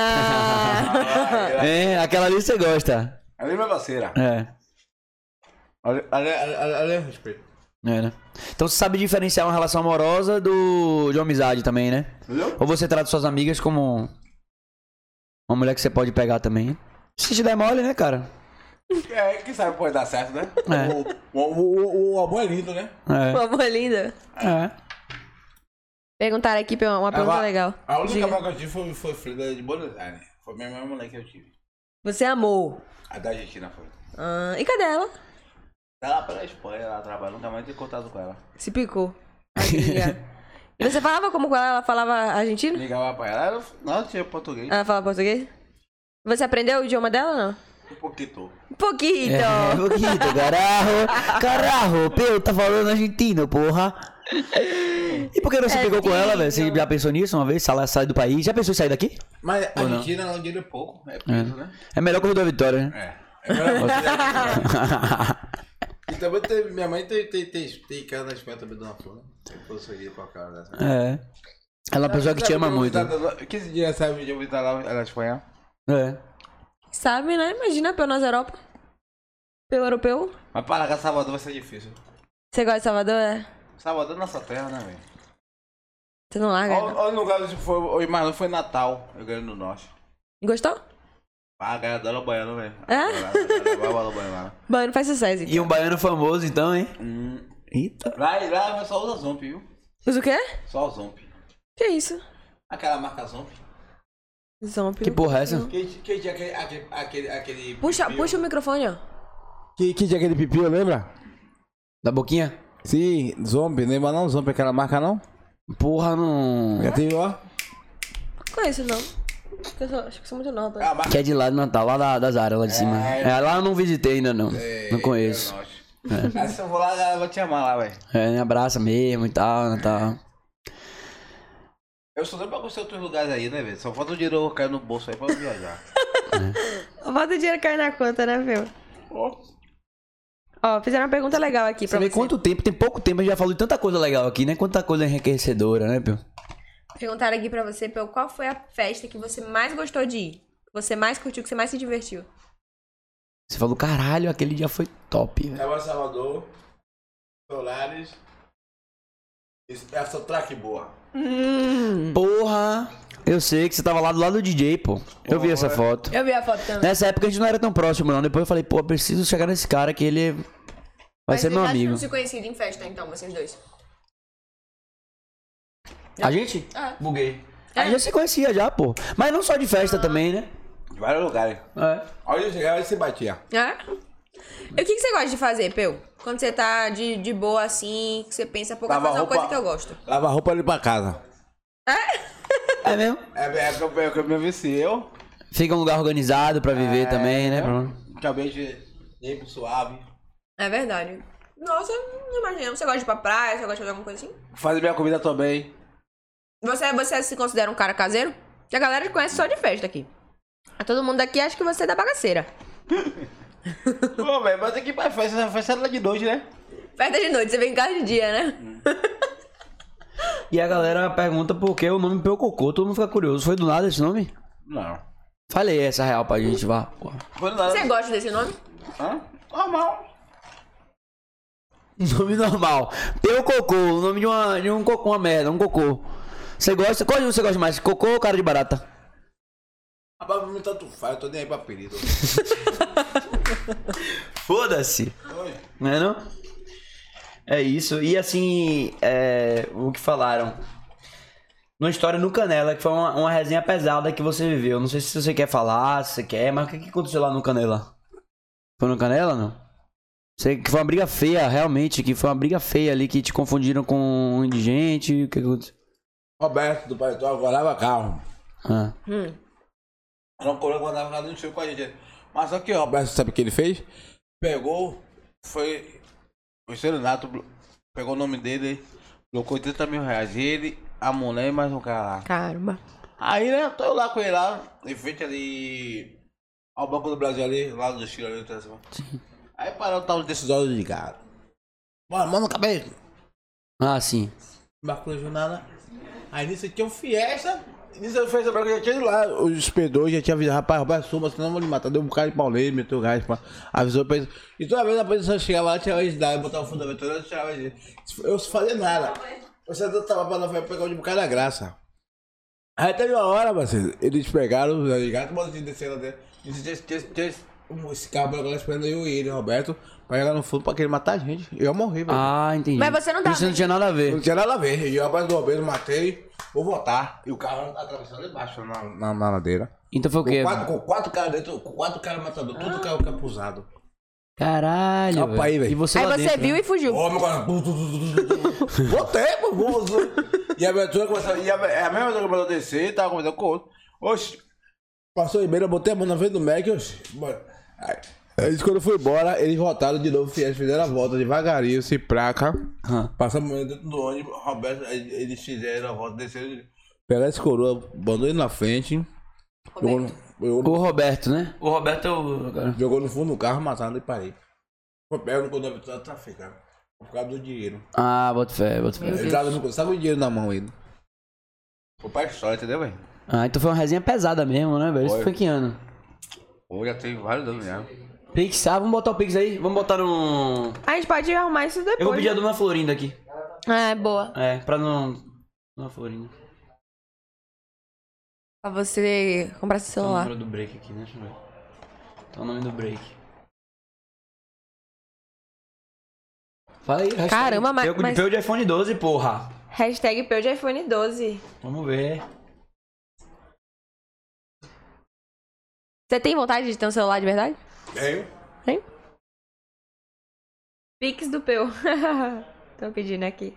Ah. É, aquela ali você gosta. Ali é minha parceira. É. Ali, ali, ali, ali, ali é respeito. É, né? Então você sabe diferenciar uma relação amorosa do de uma amizade também, né? Entendeu? Ou você trata suas amigas como uma mulher que você pode pegar também. Se te der mole, né, cara? É, quem sabe pode dar certo, né? É. O, o, o, o amor é lindo, né? É. Uma boa linda. É. Perguntaram aqui uma pergunta Agora, legal. A única Diga. amor que eu tive foi, foi Frida de Buenos Aires. Foi a minha mesma mulher que eu tive. Você amou. A da Argentina foi. Ah, e cadê ela? Tá lá pela Espanha, ela trabalha, nunca mais tenho contato com ela. Se picou. Ai, que legal. E você falava como com ela? Ela falava argentino? Ligava pra ela, ela não tinha português. Ela falava português? Você aprendeu o idioma dela ou não? Um pouquinho. Um pouquinho. É, Boquito, carajo. Carajo, Peu tá falando argentino, porra. E por que não se É pegou com ela, lindo. velho? Você já pensou nisso uma vez? Se ela sai do país? Já pensou em sair daqui? Mas a Ou não? Argentina ela dinheiro é pouco, é peso, né? É melhor que o da Vitória, né? É. É melhor você. E também tem, minha mãe tem, tem, tem, tem casa na Espanha também, Dona Flor, né? Se eu fosse ir pra casa dessa. É. Ela é uma pessoa que te ama muito. quinze dias sabe de eu visitar lá ela na Espanha? É. Sabe, né? Imagina pelo nas Europa. Pelo europeu. Mas para cá, Salvador vai ser difícil. Você gosta de Salvador? É? Salvador é nossa terra, né, velho? Você não larga? Olha olha o lugar onde foi, o Manu foi Natal, Rio Grande do Norte. Gostou? Ah, a galera adora o baiano, velho. É? Vai o baiano. Mano, faz sucesso. E um baiano famoso, então, hein? Hum. Eita. Lá, lá só usa Zomp, viu? Usa o quê? Só o Zomp. Que isso? Aquela marca Zomp. Zomp. Que porra é essa? Que, que tinha aquele, aquele, aquele, aquele Puxa, pipio. puxa o microfone, ó. Que, que tinha aquele pipio, lembra? Da boquinha? Sim, Zomp, lembra não? Zomp aquela marca não? Porra, não. Já teve, ó. Conheço, não. Eu sou- acho que sou muito nova. É a marca. Que é de lá do Natal, lá da, das áreas, lá de cima. É. É, lá eu não visitei ainda, não. Não conheço. É. Aí se eu vou lá, ela vai te amar lá, velho. É, me abraça mesmo e tal, Natal. Eu só lembro pra conhecer outros lugares aí, né, velho? Só falta o dinheiro cair no bolso aí pra eu viajar. Bota o dinheiro cair na conta, né, meu? Ó. Ó, fizeram uma pergunta legal aqui Você pra vê você. quanto tempo, tem pouco tempo, a gente já falou de tanta coisa legal aqui, né? Quanta coisa enriquecedora, né, Pio? Perguntaram aqui pra você, Peu, qual foi a festa que você mais gostou de ir? Que você mais curtiu, que você mais se divertiu? Você falou, caralho, aquele dia foi top, velho. Tava Salvador, Solares. Essa track boa. Hum. Porra, eu sei que você tava lá do lado do D J, pô. Eu vi essa foto. Eu vi a foto também. Nessa época a gente não era tão próximo, não. Depois eu falei, pô, eu preciso chegar nesse cara que ele vai Mas ser vocês meu já amigo. tinham se conhecido em festa, então, vocês dois? A gente? É. Buguei. A gente já se conhecia já, pô. Mas não só de festa também, né? De vários lugares. É. Olha, chegava e se batia. É? E o que, que você gosta de fazer, Peu? Quando você tá de, de boa assim, que você pensa, pô, vou fazer uma coisa que eu gosto. Lava roupa ali pra casa. É? É mesmo? É, é que eu, é que eu me viciei. Fica um lugar organizado pra viver É, também, né? Cabeça limpo, suave. É verdade. Nossa, não imagino. Você gosta de ir pra praia? Você gosta de fazer alguma coisa assim? Fazer minha comida também. Você, você se considera um cara caseiro? Que a galera te conhece só de festa aqui. Todo mundo aqui acha que você é da bagaceira. Pô, velho, mas aqui pra festa, festa é lá de noite, né? Festa de noite, você vem em casa de dia, né? Hum. E a galera pergunta por que o nome Peu Cocô. Todo mundo fica curioso. Foi do nada esse nome? Não. Falei essa real pra gente, vá. Porra. Foi do nada. Você gosta desse nome? Hã? Normal. Nome normal. Peu Cocô. O nome de, uma, de um cocô, uma merda, um cocô. Você gosta? Qual de você gosta mais? Cocô ou cara de barata? Rapaz, pra mim tanto faz, eu tô nem aí pra apelido. Foda-se. Oi. Não é não? É isso. E assim, é, o que falaram. Numa história no Canela, que foi uma, uma resenha pesada que você viveu. Não sei se você quer falar, se você quer, mas o que, que aconteceu lá no Canela? Foi no Canela, não? Sei que foi uma briga feia, realmente, que foi uma briga feia ali, que te confundiram com um indigente. O que aconteceu? Roberto do Paletó guardava carro. Ah. Hum. Era um coroa que guardava carro no show com a gente. Mas só que o Roberto, sabe o que ele fez? Pegou, foi. O Serenato pegou o nome dele, colocou oitenta mil reais. Ele, a mulher e mais um cara lá. Caramba. Aí, né, tô eu lá com ele lá, em frente ali ao Banco do Brasil ali, lá do Chile ali, tá assim. Aí parou o tal de decisório ligado. Bora, mano, acabei. Ah, sim. Marcou a jornada. Aí nisso tinha um Fiesta. Nisso eu fiz a branca, já tinha ido lá. O inspetor já tinha avisado, rapaz, Roberto, suma, senão eu vou lhe matar. Deu um bocado de pauleiro, meteu gás, pá. Avisou pra ele. E toda vez a pessoa chegava lá, tirava eles daí, botava o fundamento, eu tirava eles. Eu não fazia nada. Você tava pra não pegar um bocado da graça. Aí teve uma hora, parceiro, eles pegaram os ligados, mas de descer lá dentro. Esse carro branco lá esperando eu e ele, Roberto, pra jogar no fundo pra querer matar a gente. Eu ia morrer, velho. Ah, entendi. Mas você não dá- Isso não tinha nada a ver. Não tinha nada a ver. E eu, rapaz do bombeiro, matei, vou voltar. E o carro atravessando lá embaixo, na, na, na ladeira. Então foi o Com quê? quatro, com quatro caras dentro, com quatro caras matador, tudo carro capuzado. Caralho, Opa, velho. aí, velho. E você Aí lá você dentro, viu né? e fugiu. Ô, meu cara. Voltei, pô, vou. E a abertura começou. E a, é a mesma coisa que mandou descer, tava conversando com o outro. Oxi. Passou em beira, botei a mão na frente do Mac, oxi. Bora. Aí, eles quando foi embora, eles voltaram de novo, eles fizeram a volta devagarinho, sem placa. Hum. Passamos dentro do ônibus, Roberto, eles fizeram a volta, desceram. Pegaram esse coroa, mandou ele na frente. Jogou no, jogou, O no, Roberto, né? O Roberto é o... jogou no fundo do carro, mataram e parei. Foi pego no condomínio do tráfico, cara. Por causa do dinheiro. Ah, bota fé, bota fé. Ele tava no sabe o dinheiro na mão ele. Foi pra história, entendeu, velho? Ah, então foi uma resenha pesada mesmo, né, velho? Isso Foi. foi que ano? Ou já teve vários anos já. Pix, ah, vamos botar o Pix aí? Vamos botar no... A gente pode arrumar isso depois. Eu vou pedir a né? Dona Florinda aqui. É, boa. É, pra não... Dona Florinda. Pra você comprar seu Tá o celular. número do break aqui, né? Deixa eu ver. Tá o nome do break. Fala aí, hashtag. Caramba, mas- Peu, mas- Peu de iPhone doze, porra. Hashtag Peu de iPhone doze. Vamos ver. Você tem vontade de ter um celular de verdade? Tenho. Tem? Pix do Peu. Tô pedindo aqui.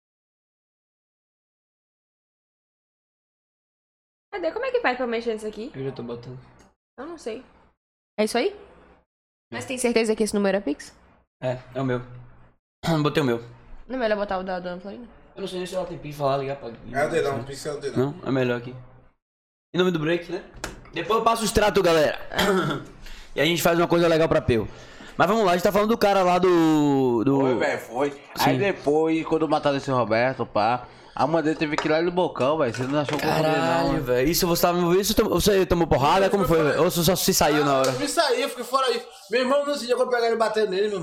Cadê? Como é que faz pra mexer nisso aqui? Eu já tô botando. Eu não sei. É isso aí? Mas tem certeza que esse número é Pix? É, é o meu. Botei o meu. Não é melhor botar o da Dona Florinda? Eu não sei nem se ela tem Pix, falar, ligar pra... É o dedão, não precisa o dedão. Não, é melhor aqui. Em nome do break, né? Depois eu passo o extrato, galera. E a gente faz uma coisa legal pra Peu. Mas vamos lá, a gente tá falando do cara lá do... do... Foi, velho, foi. Aí depois, quando mataram esse Roberto, pá, a mãe dele teve que ir lá no bocão, velho. Você não achou que eu Caralho, não? velho. Isso você tava envolvido? Isso tom- Você tomou porrada? Como foi, velho? Ou você só se saiu na hora? Eu me saí, eu fiquei fora aí. Meu irmão, nesse dia que eu pegar ele e bater nele, meu irmão.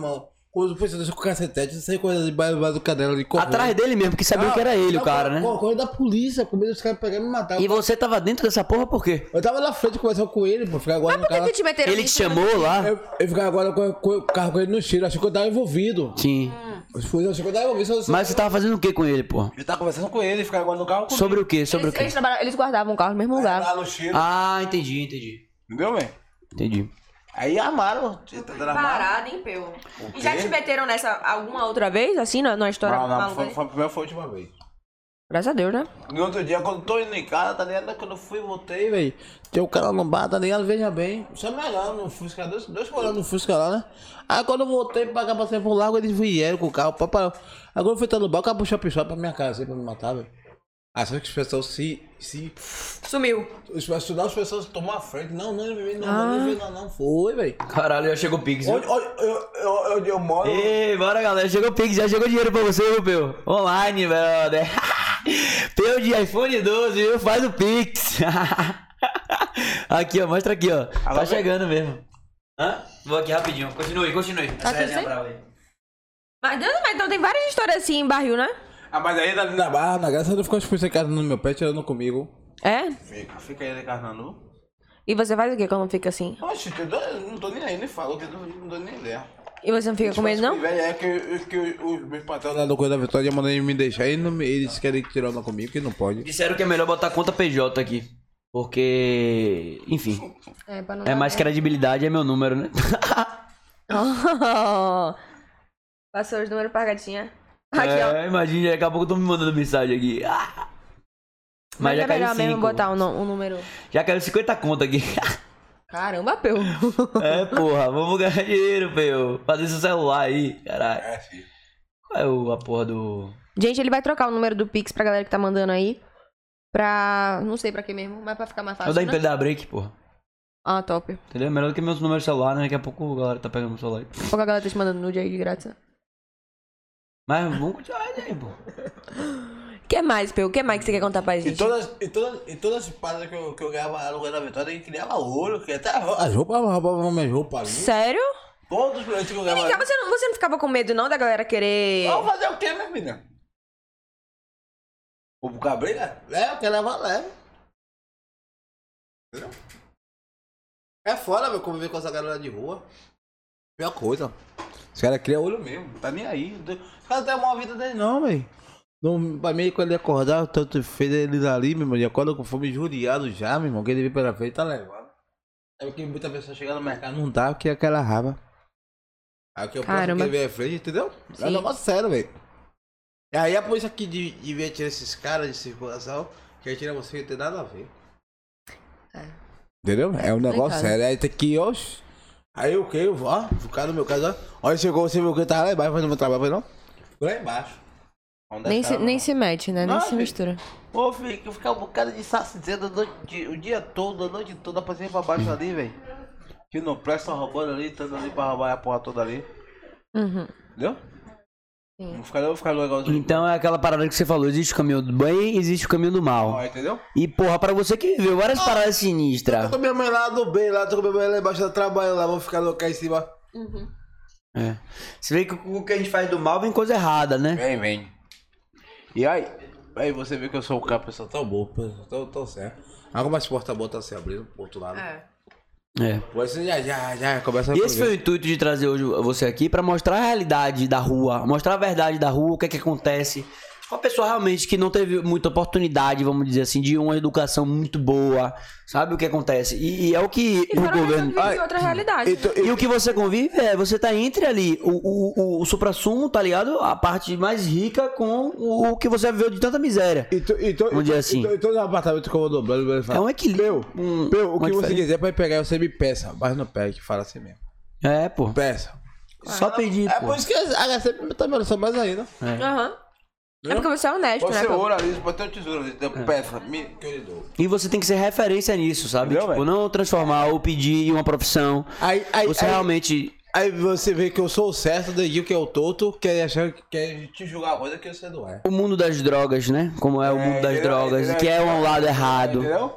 Quando foi com o cacetete, não sei coisa de baixo do cadela ali. Atrás dele mesmo, que sabia ah, que era ele não, o cara, né? Correndo da polícia, com medo dos caras pegarem e me matar. E você tava dentro dessa porra por quê? Eu tava na frente conversando com ele, pô. Ficar agora Mas por que que te meteram Ele te nisso? chamou lá? Eu, eu ficava agora com, com o carro com ele no tiro, achei que eu tava envolvido. Sim. Eu fui, achei que eu tava envolvido. Só, Mas você tava fazendo o que com ele, pô? Eu tava conversando com ele, ficar agora no carro comigo. Sobre o quê? Sobre Eles, o quê? eles, trabalhavam- eles guardavam o carro no mesmo lugar. Lá no tiro. Ah, entendi, entendi. Entendeu, velho? Entendi. Aí armaram. Tentaram armar. Parado, hein, Peu? E já te meteram nessa alguma outra vez, assim, na, na história Não, não, maluca foi, aí? foi a primeira foi a última vez. Graças a Deus, né? No outro dia, quando eu tô indo em casa, tá ligado? Quando eu fui e voltei, velho. Tinha um cara no bar, tá ligado? Veja bem. Só me olhando no Fusca, dois, dois colando no Fusca lá, né? Aí quando eu voltei pra cá, passei pro lago, eles vieram com o carro. Pá, pá. Agora eu fui estar no bar, o cara puxou a pistola pra minha casa, assim, pra me matar, velho. Ah, sabe que as pessoas se. se... Sumiu. Os pessoas, as pessoas tomam a frente. Não, não, não, não, não, não, não, foi, velho. Caralho, já chegou o Pix, viu? Onde, onde, eu, eu, onde eu moro. Ei, bora galera, chegou o Pix, já chegou dinheiro pra você, viu, Peu? Online, brother. Peu de iPhone doze, viu? Faz o Pix. Aqui, ó, mostra aqui, ó. Tá chegando mesmo. Hã? Vou aqui rapidinho, continue, continue. Essa tudo resenha certo? brava aí. Mas, Deus, mas então tem várias histórias assim em barril, né? Ah, mas aí ali na barra, na graça, ele ficou expulsado no meu pé, tirando comigo. É? Fica, fica ele encarnando. E você faz o que quando fica assim? Oxe, eu não tô nem aí, nem falo, que eu não, não dou nem ideia. E você não fica com medo, não? Velho, é que, que os meus patrões lá do Coisa da Vitória mandam eles me deixar e não, me- eles querem tirar onda comigo, que não pode. Disseram que é melhor botar conta P J aqui. Porque, enfim, É, pra não é dar mais merda. credibilidade, é meu número, né? Oh, passou os números pra gatinha. Aqui, ó. É, imagina, daqui a pouco eu tô me mandando mensagem aqui. Ah! Mas, Mas já é caiu melhor mesmo cinco. botar o um, número. Já caiu cinquenta conto aqui. Caramba, Peu. É, porra, vamos ganhar dinheiro, Peu. Fazer seu celular aí, caralho. É, filho. Qual é o, a porra do... Gente, ele vai trocar o número do Pix pra galera que tá mandando aí. Pra. Não sei pra que mesmo, mas pra ficar mais É o fácil. da Né? Império da Break, porra. Ah, top. Entendeu? Melhor do que meus números de celular, né? Daqui a pouco a galera tá pegando meu celular aí. Daqui a pouco a galera tá te mandando nude aí de grátis. Mas vamos continuar aí, pô. O que mais, Peu? O que mais que você quer contar pra E gente? todas, e todas, e todas as paradas que eu, que eu ganhava lá no Coisa da Vitória, ele criava ouro, que até as roupas, roubavam minhas roupas ali. Sério? Todos os presentes que eu Vem ganhava cá, ali. você não, você não ficava com medo, não, da galera querer. Vamos fazer o quê, minha filha? Vou buscar briga? É, eu quero levar leve. Entendeu? É foda, meu, conviver com essa galera de rua. Pior coisa. Os caras criam olho mesmo, tá nem aí. Os caras não tem uma vida dele não, velho. Não, pra mim, quando ele acordar, tanto fez eles ali, meu irmão, e acorda com fome injuriado já, meu irmão, que ele veio pela frente, tá levando. É porque muita pessoa chega no mercado, não dá, porque é aquela raba. Aí o que eu posso que Caramba. ele veio à frente, entendeu? É Sim. um negócio sério, velho. E aí a polícia aqui de- devia tirar esses caras de circulação, que aí tira você que não tem nada a ver. É. Entendeu? É um negócio Complicado. sério. Aí tem que ir, oxe. Aí o que? Eu vou, ó, o cara no meu caso, ó. Olha, chegou, você viu que eu tava lá embaixo fazendo meu trabalho, foi não? Foi lá embaixo. Onde Nem é que se, tava, nem não? se mete, né? Nem Não, se filho. mistura. Ô, filho, que eu ficava um bocado de sacizeda o dia todo, a noite toda, pra cima e pra baixo ali, velho. Que não presta, roubando ali, estando ali pra roubar a porra toda ali. Uhum. Entendeu? Sim. Não ficaria, eu ficaria legalzinho. Então é aquela parada que você falou, existe o caminho do bem, existe o caminho do mal. Ó, entendeu? E porra, pra você que viveu várias paradas Tô sinistras. com minha mãe lá do bem, lá, tô com minha mãe lá embaixo, ela trabalhando lá, vou ficar louca aí em cima. É. Você vê que o que a gente faz do mal vem coisa errada, né? Vem, vem. E aí, aí você vê que eu sou um cara, pessoa tão boa, pessoa tão, tão certo. Algumas portas boas estão se abrindo pro outro lado. É. É. Você já, já, já começa a E esse foi o intuito de trazer hoje você aqui pra mostrar a realidade da rua, mostrar a verdade da rua, o que é que acontece. Uma pessoa realmente que não teve muita oportunidade, vamos dizer assim, de uma educação muito boa, sabe o que acontece? E, e é o que E o fora governo. que vive outra realidade. Então, E o que você convive é, você tá entre ali, o, o, o, o supra-sumo, tá ligado? A parte mais rica com o, o que você viveu de tanta miséria. Então, então, Vamos dizer assim. Então, então no apartamento que eu vou dobrando, ele fala, É um equilíbrio. Meu, um- meu, o uma que você diferença. quiser pra pegar, você me peça. Mas não pega, que fala assim mesmo. É, pô. Peça. Só pedir, É pô. por isso que a H C M tá me só mais ainda. Aham. É porque você é honesto, Você né? Peu? ouro ali, pode ter um tesouro ali, então peça, me, que eu lhe dou. E você tem que ser referência nisso, sabe? Entendeu, Tipo, velho? não transformar ou pedir em uma profissão. Aí, aí, Você aí, realmente. aí você vê que eu sou o certo, daí que eu torto, quer achar que quer te julgar coisa que você não é. O mundo das drogas, né? Como é o mundo das entendeu? drogas, Entendeu? que é um lado errado. Entendeu?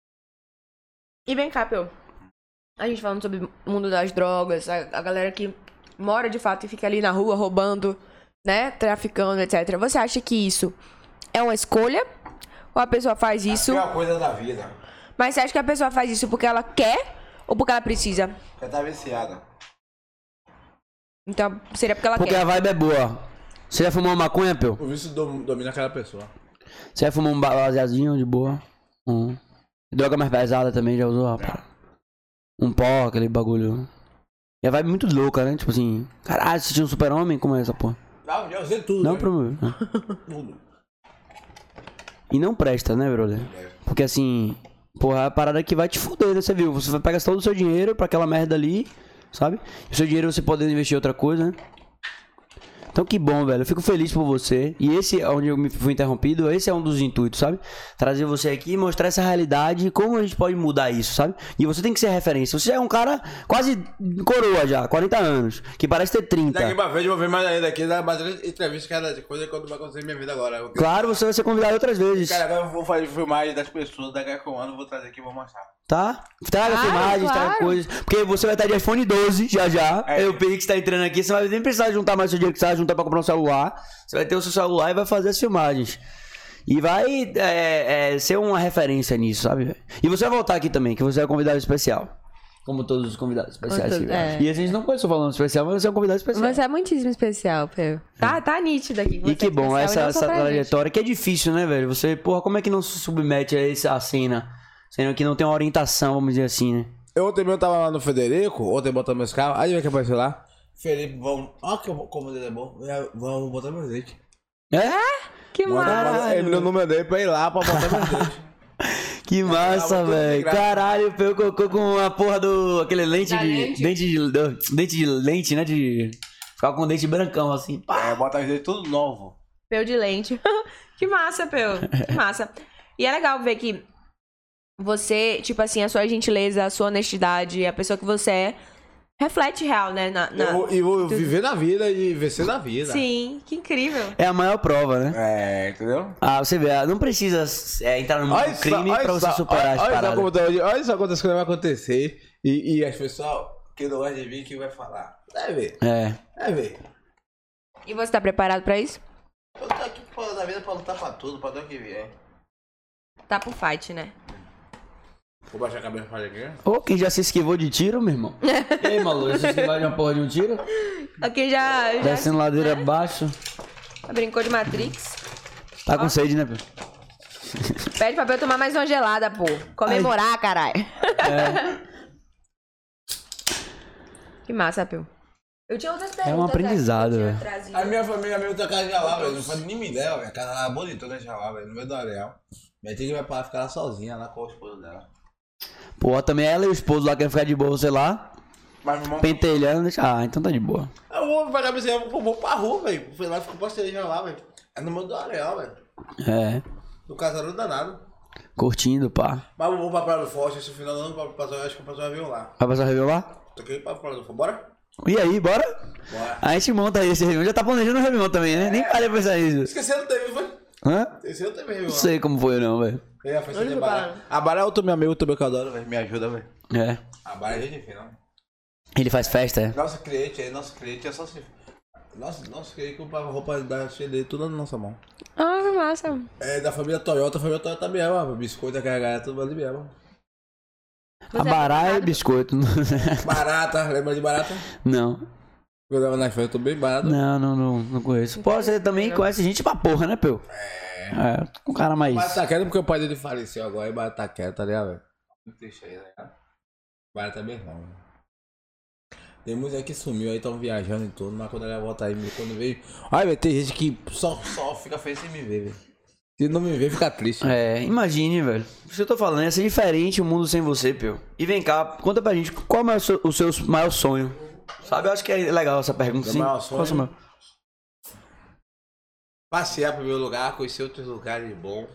E vem cá, Peu. A gente falando sobre o mundo das drogas, a, a galera que mora de fato e fica ali na rua roubando, né? Traficando, etcétera. Você acha que isso é uma escolha? Ou a pessoa faz isso... É uma coisa da vida. Mas você acha que a pessoa faz isso porque ela quer ou porque ela precisa? Porque tá viciada. Então, seria porque ela Porque quer. a vibe é boa. Você já fumou uma maconha, Peu? O vício dom- domina aquela pessoa. Você já fumou um baseadinho de boa? Hum. Droga mais pesada também, já usou, rapaz? Um pó, aquele bagulho. E a vibe é muito louca, né? Tipo assim, caralho, você tinha um super-homem? Como é essa porra? Não, já usei tudo. Não, né? pro meu. né? Tudo. E não presta, né, brother? Porque assim, porra, é a parada que vai te fuder, né? Você viu? Você vai pegar todo o seu dinheiro pra aquela merda ali, sabe? E o seu dinheiro você pode investir em outra coisa, né? Então que bom, velho. Eu fico feliz por você. E esse, onde eu me fui interrompido, esse é um dos intuitos, sabe? Trazer você aqui e mostrar essa realidade e como a gente pode mudar isso, sabe? E você tem que ser referência. Você é um cara quase coroa já, quarenta anos, que parece ter trinta. Daqui pra frente eu vou ver mais ainda aqui, dar mais entrevista, cada coisa quando vai acontecer na minha vida agora. Eu- Claro, você vai ser convidado outras vezes. Cara, agora eu vou fazer filmagem das pessoas, daqui a um ano eu vou trazer aqui e vou mostrar. Tá? Traga Claro, filmagens, traga claro. coisas. Porque você vai estar de iPhone doze já já. É. Aí o Pix tá entrando aqui. Você não vai nem precisar juntar mais o seu dinheiro que você vai juntar pra comprar um celular. Você vai ter o seu celular e vai fazer as filmagens. E vai é, é, ser uma referência nisso, sabe? E você vai voltar aqui também, que você é um convidado especial. Como todos os convidados especiais. Como que todo- é. E a gente não começou falando especial, mas você é um convidado especial. Você é muitíssimo especial, Peu. Tá, tá nítido aqui. E você que é bom, especial essa, e não só essa pra gente. trajetória que é difícil, né, velho? Você, porra, como é que não se submete a essa cena? Sendo que não tem uma orientação, vamos dizer assim, né? Eu ontem mesmo tava lá no Federico, ontem botando meus carros, aí vem que apareceu lá. Felipe, vamos. Olha que eu- como ele é bom. É, vamos botar meus dentes. É? Que massa. Caralho. Ele me deu o número dele pra ir lá pra botar meus dentes. Que massa, tudo de velho. graça. Caralho, o Peu colocou com a porra do. Aquele lente Da de. lente? Dente de. do- dente de lente, né? De. Ficar com o dente brancão, assim. Pá. É, bota os dentes tudo novo. Peu de lente. Que massa, Peu. Que massa. E é legal ver que você, tipo assim, a sua gentileza, a sua honestidade, a pessoa que você é, reflete real, né? Na, na- Eu vou, e vou viver na vida e vencer na vida. Sim, que incrível. É a maior prova, né? É, entendeu? Ah, você vê, não precisa é, entrar no mundo do crime pra você superar olha, as olha, só paradas. como tá hoje, olha só quantas coisas vai acontecer e, e as pessoas que não gostam de mim que vai falar. Vai ver, É. vai ver. E você tá preparado pra isso? Eu tô aqui fora da vida pra lutar pra tudo, pra tudo que vier. Tá pro fight, né? Vou baixar a cabeça pra aqui. Ô, quem já se esquivou de tiro, meu irmão? E aí, maluco, já se esquivou de uma porra de um tiro? Aqui já, já Descendo ladeira abaixo. brincou de Matrix. Tá com sede, né, Peu? Pede pra Peu tomar mais uma gelada, pô. Comemorar, caralho. É. Que massa, Peu. Eu tinha outras perguntas. É um aprendizado, aqui que eu velho. tinha trazido. A minha família mesmo tem a casa já lá, velho. Não faz nem me dela, velho. A casa lá bonitona já lá, velho. No meio do areal. Minha tia que vai pra lá ficar lá sozinha, lá com o esposo dela. Pô, também ela e o esposo lá querem ficar de boa, sei lá. Mas meu irmão. Pentelhando, deixa. Ah, então tá de boa. Eu vou pagar pra você, eu vou pra rua, velho. Fui lá e ficou passeio lá, velho. É no meio do areal, velho. É. No casarão danado. Curtindo, pá. Mas eu vou pra Praia do Forte esse final do ano, pra passar, acho que eu passo um avião lá. Vai passar o Réveillon lá? Tô querendo ir pra Praia do Forte, bora? E aí, bora? Bora. A gente monta aí esse Réveillon. Já tá planejando o Réveillon também, né? Nem parei pra pensar nisso. Esquecendo também, foi? Hã? Esquecendo também, meu. Não sei como foi não, velho. É, a festa Onde de foi Bara. parar? A Bara é outro meu amigo também que eu adoro, velho. Me ajuda, velho. É. A Bara é gente fina. Ele faz festa, é? Nosso cliente aí, nosso cliente é só se. Nosso, nosso cliente compra roupa da cheia dele, tudo na nossa mão. Ah, que massa. É da família Toyota, a família Toyota também é, mano. Biscoito, carregar, tudo ali mesmo. A bará é biscoito. Barata, lembra de barata? Não. Eu tava na festa, tô bem barato. Não, não, não, não conheço. Pô, você também conhece gente pra porra, né, Peu? É. É, um cara mais. Barata quieto porque o pai dele faleceu agora e barata quieto, tá ligado, velho? Muito triste aí, tá ligado? Barata bem não, velho. Tem muitos aí que sumiu aí, tão viajando e tudo, mas quando ela volta aí, quando veio. Ai, velho, tem gente que só, só fica feliz sem me ver, velho. Se não me ver, fica triste. É, imagine, velho. Isso que eu tô falando, ia ser diferente o mundo sem você, Peu. E vem cá, conta pra gente, qual é o seu, o seu maior sonho? Sabe, eu acho que é legal essa pergunta, Meu sim. maior Qual é o seu sonho? maior? Passear pro meu lugar, conhecer outros lugares bons.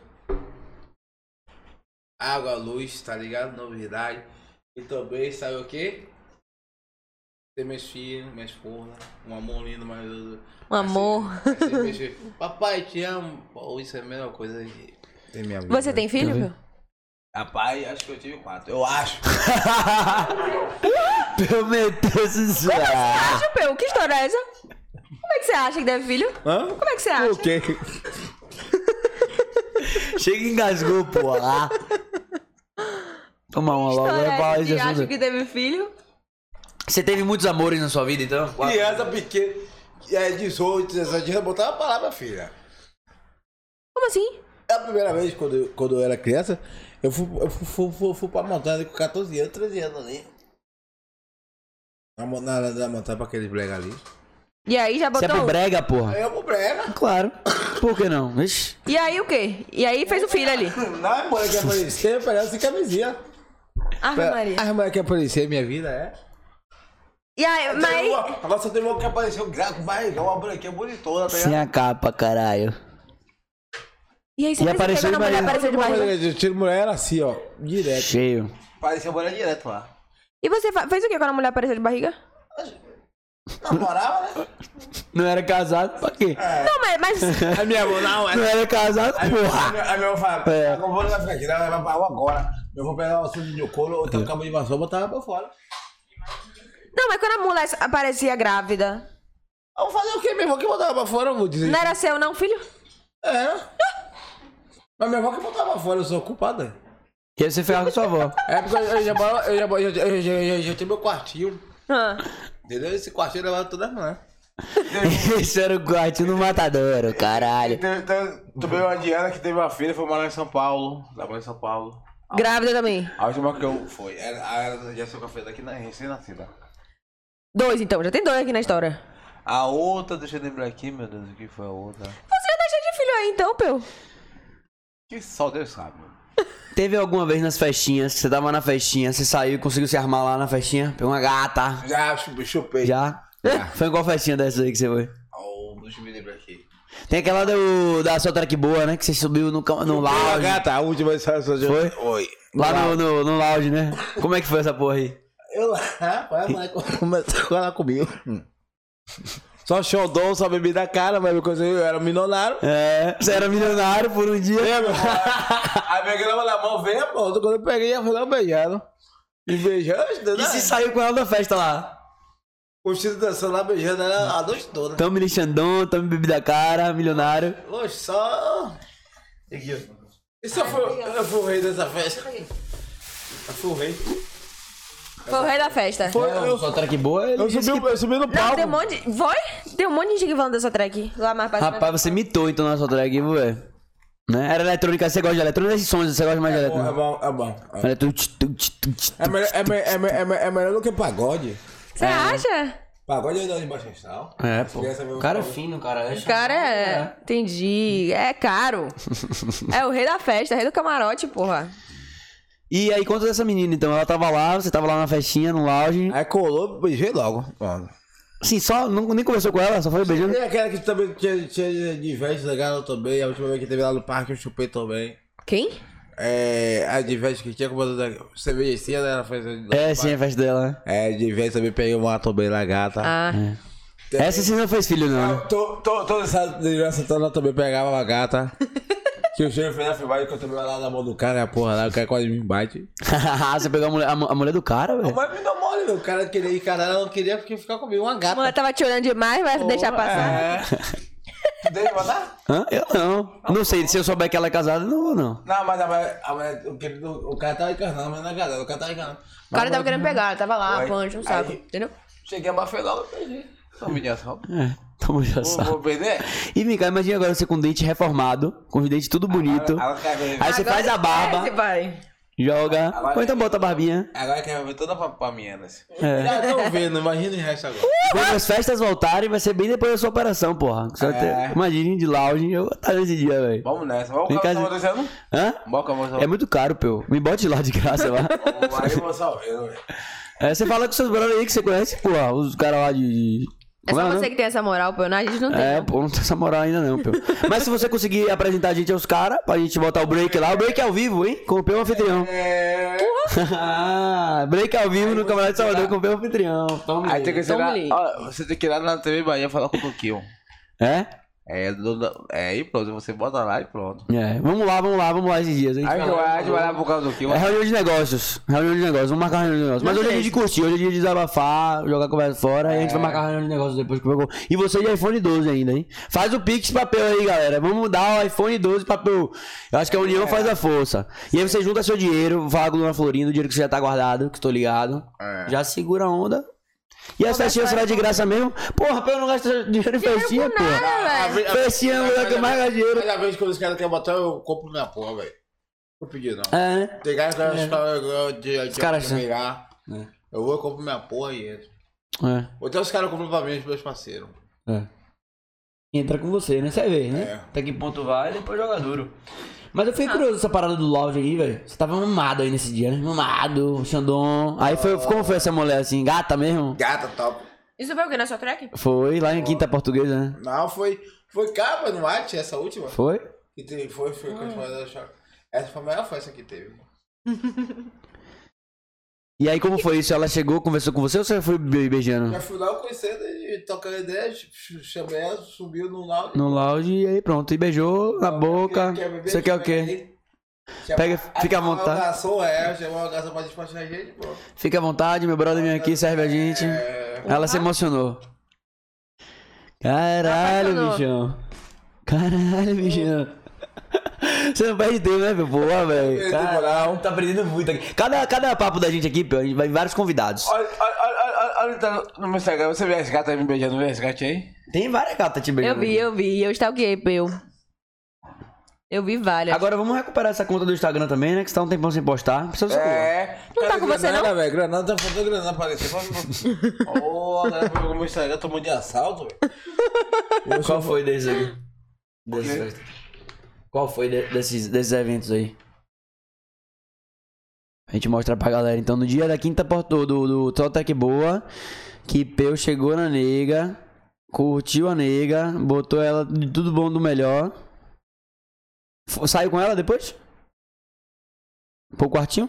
Água, luz, tá ligado? Novidade. E também, sabe o quê? Ter meus filhos, minha esposa, um amor lindo, mas... Um amor. Assim, assim, meus filhos, papai, te amo. Pô, isso é a melhor coisa que tem minha vida. Você tem filho, Quer ver? Peu? Rapaz, acho que eu tive quatro. Eu acho. Peu meteu esse Acho, Peu, que história é essa? Como é que você acha que deve filho? Hã? Como é que você acha? O quê? Chega e engasgou, porra. Toma uma logo. História vai é falar essa esse de acha assunto. que teve filho? Você teve muitos amores na sua vida, então? Criança pequena, é dezoito, dezessete anos, botar uma palavra, filha. Como assim? É a primeira vez, quando eu, quando eu era criança, eu fui, eu fui, fui, fui, fui pra montanha com quatorze anos, treze anos ali. Na, mon- na, na montanha pra aqueles brega ali. E aí já Você é botou... pro brega, porra? Aí eu pro brega. Claro. Por que não? Ixi. E aí o quê? E aí fez o filho ali. Não, mulher que aparecer, parece camisinha. Ave Maria. A mulher que aparecer, minha vida é. E aí, mas... Agora só teve uma que apareceu grávida com barrigão, uma bonequinha bonitona, tá Sem ligado? a capa, caralho. E aí você E fez o quê apareceu quando a de mulher barriga. apareceu de barriga? Eu tiro mulher era assim, ó, direto. Cheio. Parecia mulher direto lá. E você fa- fez o quê quando a mulher apareceu de barriga? Namorava, né? Não era casado, pra quê? Não, mas... mas... A minha avó não, Não era casado, A porra. minha, a minha avó fala, É. a minha avó não vai ficar aqui, ela vai pra rua agora. Eu vou pegar o assunto de couro, ou então cabo de vassoura, botar ela pra fora. Não, mas quando a mulher aparecia grávida, Eu vou fazer o quê? Minha avó que botava pra fora, eu vou dizer. não era seu não, filho? É. Mas minha avó que botava pra fora, eu sou culpada. E aí você ferrava com sua avó. É porque eu já, moro- eu já, eu já, eu já, eu já, já tinha meu quartinho. Ah. Entendeu? Esse quartinho levava todas as mulheres. Esse era o quartinho do matadouro, caralho. Também uma Diana que teve uma filha, foi morar em São Paulo. Trabalhou em São Paulo. Grávida também. A última que eu fui, ela, ela já sou café daqui na recém-nascida. Dois, então. Já tem dois aqui na história. A outra, deixa eu lembrar aqui, meu Deus, o que foi a outra? Você já tá cheio de filho aí, então, Peu? Que só Deus sabe. Teve alguma vez nas festinhas, que você tava na festinha, você saiu e conseguiu se armar lá na festinha? Pegou uma gata. Já chupei. Já? Já. Foi em qual festinha dessa aí que você foi? Oh, deixa eu me lembrar aqui. Tem aquela do, da sua track boa, né? Que você subiu no, cam- no A lounge. gata, a última história só Foi? Oi. Lá no, no, no lounge, né? Como é que foi essa porra aí? Eu lá, rapaz, a mulher começou a falar comigo. Só xodão, só bebida cara, mas eu era milionário. É, você era milionário por um dia. É, meu. Aí peguei ela na mão, veio pronto. Quando eu peguei, eu fui lá beijando. E beijando, E se saiu com ela da festa lá? o Chico dançando lá, beijando ela a noite toda. Tamo lixandão, tamo bebida cara, milionário. Oxe, só. E se eu fui, eu fui o rei dessa festa? Eu fui o rei. Foi o rei da festa. Foi, É, eu, sua track boa, ele eu, disse subi, que- eu subi no Não, palco. tem um monte de... Foi? Tem um monte de gente falando dessa track. Lá mais pra cima. Rapaz, você mitou então na sua track, ué. Né? Era eletrônica, você gosta de eletrônica? Esses sons, você gosta mais de É bom, é eletrônica? bom, é bom. É, Era tu- tch, tu- tch, tu- tch, é, melhor, é, me- é, me- é, me- é melhor do que pagode. Você acha? Pagode é de baixo astral. É, pô. Criança mesmo O cara é fala. fino, cara. É O cara é... Entendi. É caro. É o rei da festa, rei do camarote, porra. E aí, conta dessa menina, então. Ela tava lá, você tava lá na festinha, no lounge. Aí colou, beijei logo. Mano. Assim, só, não, nem conversou com ela, só foi beijando. E aquela que também tinha, tinha diversos legal também. A última vez que teve lá no parque eu chupei também. Quem? É. A diversos que tinha como da cervejecia, né? Ela fez. É, sim, a festa dela. né? É, diversos também peguei uma também lá, gata. Ah. Essa você não fez filho, não, né? Tô- tô- Toda essa diversa toda também pegava uma gata. Que o cheiro fez na filmagem que eu tomei lá na mão do cara, e a porra lá, o cara quase me bate. Você pegou a mulher, a, mu- a mulher do cara, velho? Mas me deu mole, meu. O cara queria ir, cara, ela não queria porque ficar comigo, uma A gata. mulher tava te olhando demais, vai deixar passar? É. Tu deixa botar? Hã? Eu não. Não sei, se eu souber que ela é casada, eu não vou, não. Não, mas a mulher, a mulher, o, que- o cara tava encarnando, mas não é casado, o cara tava encarnando. O cara tava querendo pegar, tava lá, Aí- pancho, um saco, aí- entendeu? Cheguei a bafar logo e perdi. Só humilhação. É, tamo já Vou, sabe. vou perder? E, Mica, imagina agora você com o dente reformado, com os dentes tudo bonito. Ela quer ver. Aí você faz a barba, Esquece, pai. joga, Agora- ou então bota a barbinha. Agora quer ver toda pra, pra minha, né? É. Já tô vendo, imagina o resto agora. Quando as festas voltarem, vai ser bem depois da sua operação, porra. Você vai ter- É. Imagine de lounge, eu vou estar nesse dia, velho. Vamos nessa. Vamos Vem com a cá, moça dizendo? Hã? Vamos com a moça. É muito caro, pô. Me bote lá de graça lá. Aí eu vou salvando, velho. É, você fala com seus brothers aí que você conhece, porra. Os caras lá de. de... É Como só o você nome? que tem essa moral, pô. A gente não tem. É, não. pô, não tem essa moral ainda não, pô. Mas se você conseguir apresentar a gente aos caras, pra gente botar o break lá, o break é ao vivo, hein? Com o Peu anfitrião. É. Ah, break ao vivo no Camarada de Salvador com o Peu anfitrião. Toma Aí tem que ser Toma lá. ali. Ó, você tem que ir lá na T V Bahia falar com o Toquinho. É? É, do, é, aí pronto, você bota lá e pronto. É, vamos lá, vamos lá, vamos lá esses dias. A gente Aí vai que lá, vai, a gente vai lá por causa do que? É reunião de negócios. Reunião de negócios. Vamos marcar reunião de negócios. Mas Não hoje é sei. dia de curtir, hoje é dia de desabafar, jogar a conversa fora. E a gente vai marcar reunião de negócios depois que pegou. E você de iPhone doze ainda, hein? Faz o Pix papel aí, galera. Vamos dar o iPhone doze papel. Eu acho que a união faz a força. E aí você junta seu dinheiro, fala com a Dona Florinda, o dinheiro que você já tá guardado, que eu tô ligado. É. Já segura a onda. E as festinhas você vai de graça mesmo? Porra, eu não gasto dinheiro em festinha, por porra. nada, velho. Festinha é o lugar que eu mais gasto dinheiro. Cada vez que os caras querem botar, eu compro minha porra, velho. Não pedi, não. É, né? Tem cara que eu de, de, caras de são- mirar. É. Eu vou, eu compro minha porra e entro. É. Ou então os caras compram pra mim, os meus parceiros. É. Entra com você, né? Você vê, né? É. Até que ponto vai e depois joga duro. Mas eu fiquei curioso essa parada do lounge aí, velho. Você tava mamado aí nesse dia, né? Mamado, Xandon. Aí foi, como foi essa mulher assim? Gata mesmo? Gata, top. Isso foi o que na sua track? Foi lá em Quinta Portuguesa, né? Não, foi, foi capa no Mate, essa última. Foi? Que teve, foi, foi, foi, foi, foi, essa foi a melhor festa que teve. E aí como foi isso? Ela chegou, conversou com você ou você foi be- beijando? Já fui lá, eu conheci e tocando ideia, ch- chamei ela, subiu no lounge. No lounge e aí pronto. E beijou na boca. beber? Você quer o quê? Aí, chama- Pega, aí fica à chamou vontade. O garçom, é, chamou o garçom pra despachar a gente, pô. Fica à vontade, meu brother vem aqui, serve a gente. É, Ela se emocionou. Caralho, Apaixonou. bichão. Caralho, bichão. Você não perde tempo, né, meu? Porra, velho. Perde Caralho, tá aprendendo muito aqui. Cada, cada papo da gente aqui, pô, a gente vai vários convidados. Olha, olha, olha, olha, olha então, no meu Instagram, você vê as gatas aí me beijando, vê as gatas aí? Tem várias gatas te beijando. Eu vi, aqui. eu vi. Eu stalkeei, eu. Eu vi várias. Agora vamos recuperar essa conta do Instagram também, né? Que você tá um tempão sem postar. Precisa do celular. É. Não tá com você, não? Granada, velho, Granada tá faltando Granada aparecer. Ô, a galera pegou meu Instagram, tomou de assalto, velho. Qual foi desses aqui? Desses, qual foi de- desses, desses eventos aí? A gente mostra pra galera. Então, no dia da quinta porto do, do Totec Boa, que Peu chegou na nega, curtiu a nega, botou ela de tudo bom do melhor. F- Saiu com ela depois? Pro quartinho?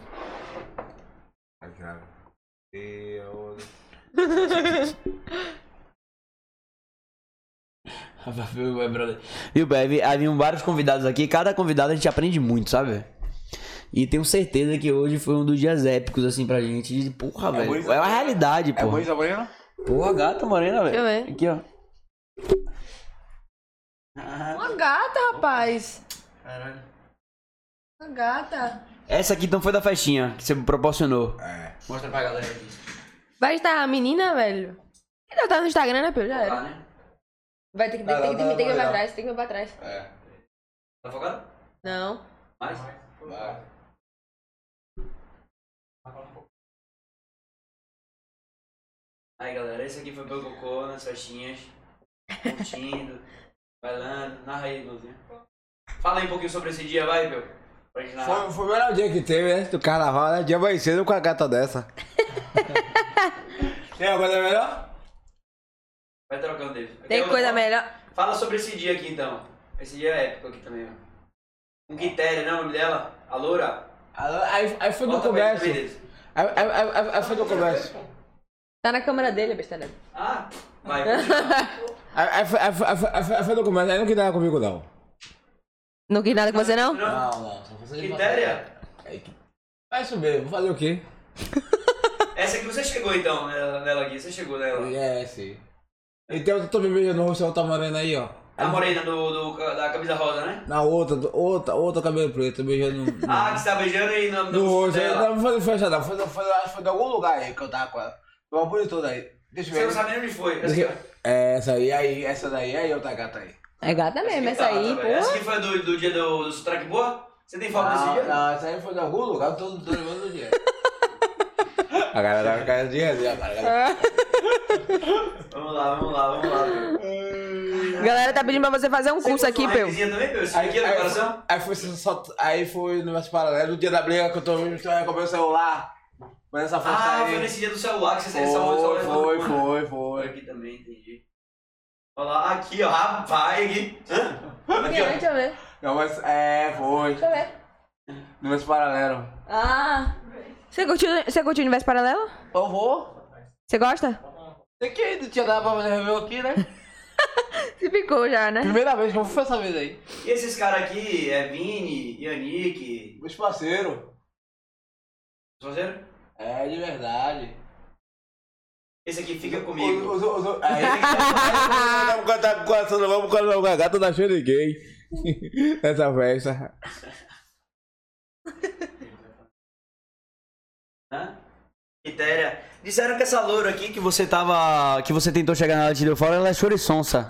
Viu, Bev? Haviam vários convidados aqui. Cada convidado a gente aprende muito, sabe? E tenho certeza que hoje foi um dos dias épicos, assim, pra gente. De, porra, velho. bonita. É uma realidade, É porra. bonita, morena? Porra, gata morena, velho. Deixa eu ver. Aqui, ó. Uma gata, rapaz. Caralho. Uma gata. Essa aqui então foi da festinha que você me proporcionou. É. Mostra pra galera aqui. Vai estar a menina, velho? Ainda tá no Instagram, né, Pedro? Já era. né? Vai ter que, Não, tem, que- não, tem, tem que não, ir pra não. trás, tem que ir pra trás. É. Tá focado? Não. Mais? Vai. Aí, galera, esse aqui foi pelo Cocô nas festinhas. Curtindo, bailando. Narra aí, Luzinho. Fala aí um pouquinho sobre esse dia, vai, meu. Pra gente narrar. Foi, foi o melhor dia que teve, né? Do carnaval, né? Dia mais cedo com a gata dessa. Tem alguma coisa melhor? Vai trocando dele. Tem Aqui, coisa fala- melhor. Fala sobre esse dia aqui, então. Esse dia é épico aqui também, ó. Com Quitéria, né? O nome dela? A Loura? Aí, aí foi no Volta pra comércio. ele, Aí, deles. aí, aí, aí, aí foi no comércio. Tá na câmera dele, besteira. Ah, vai. Aí, aí, foi- aí, foi- aí, foi- aí, foi- aí foi no comércio. Aí não quis dar comigo, não. Não quis nada com você, não? Não, não. Só você Quitéria? Vai subir, vou fazer o quê? Essa aqui você chegou, então, nela, nela aqui. Você chegou nela. É, sim. Então eu tô me beijando no rosto, ela tá morena aí, ó. A morena do, do, da camisa rosa, né? Na outra, do- outra, outra cabelo preto, beijando no, no, Ah, que você tá beijando aí no, no, no rosto. Aí, dela. Não, não foi de festa, não. Foi, foi, foi, acho que foi de algum lugar aí que eu tava com ela. Foi uma bonitona aí. Deixa eu Você ver. não sabe nem onde foi. Essa, Deixa aqui, eu- É, essa aí, aí, essa daí, aí outra gata aí. É gata mesmo, essa aqui, aí, tá, velho. Essa pô. aqui foi do, do dia do, do Sotraque Boa? Você tem foto desse Não, dia? não, essa aí foi de algum lugar, eu tô, tô lembrando do dia. A galera tá cara de resenha, cara. Vamos lá, vamos lá, vamos lá. Galera tá pedindo pra você fazer um curso aqui, Peu. Peu. também, Peu? Esse Aí, aqui é do aí, coração? aí foi só, aí foi no meu paralelo, no dia da briga que eu tô vendo, eu comprei o celular. Mas essa festa Ah, aí. foi nesse dia do celular que você saiu salvou o celular. Foi, foi, Foi foi. aqui também, entendi. Olha lá, aqui, ó, rapaz, aqui. Hã? Aqui, ó. Deixa eu ver. Não, mas é, foi. Deixa eu ver. No meu paralelo. Ah. Você curtiu, você curtiu o Universo Paralelo? Eu vou. Você gosta? Tem que ir, não tinha nada pra fazer review aqui, né? Você ficou já, né? Primeira vez que eu fui essa vez aí. E esses caras aqui, é Vini, Yannick... Meus parceiros. Parceiro? É, de verdade. Esse aqui fica comigo. Os, os, os, aí, vamos cantar com o coração, não vamos cantar com a gata, não achou ninguém. Nessa festa. Hã? Quitéria. Disseram que essa loura aqui que você tava. Que você tentou chegar nela e te deu fora, ela é choriçonça.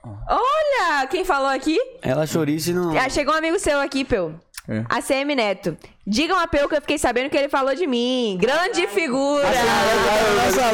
Olha, quem falou aqui? Ela chorice não. Ah, chegou um amigo seu aqui, Peu. É. A C M Neto. Digam a Peu que eu fiquei sabendo que ele falou de mim. Grande figura. Nossa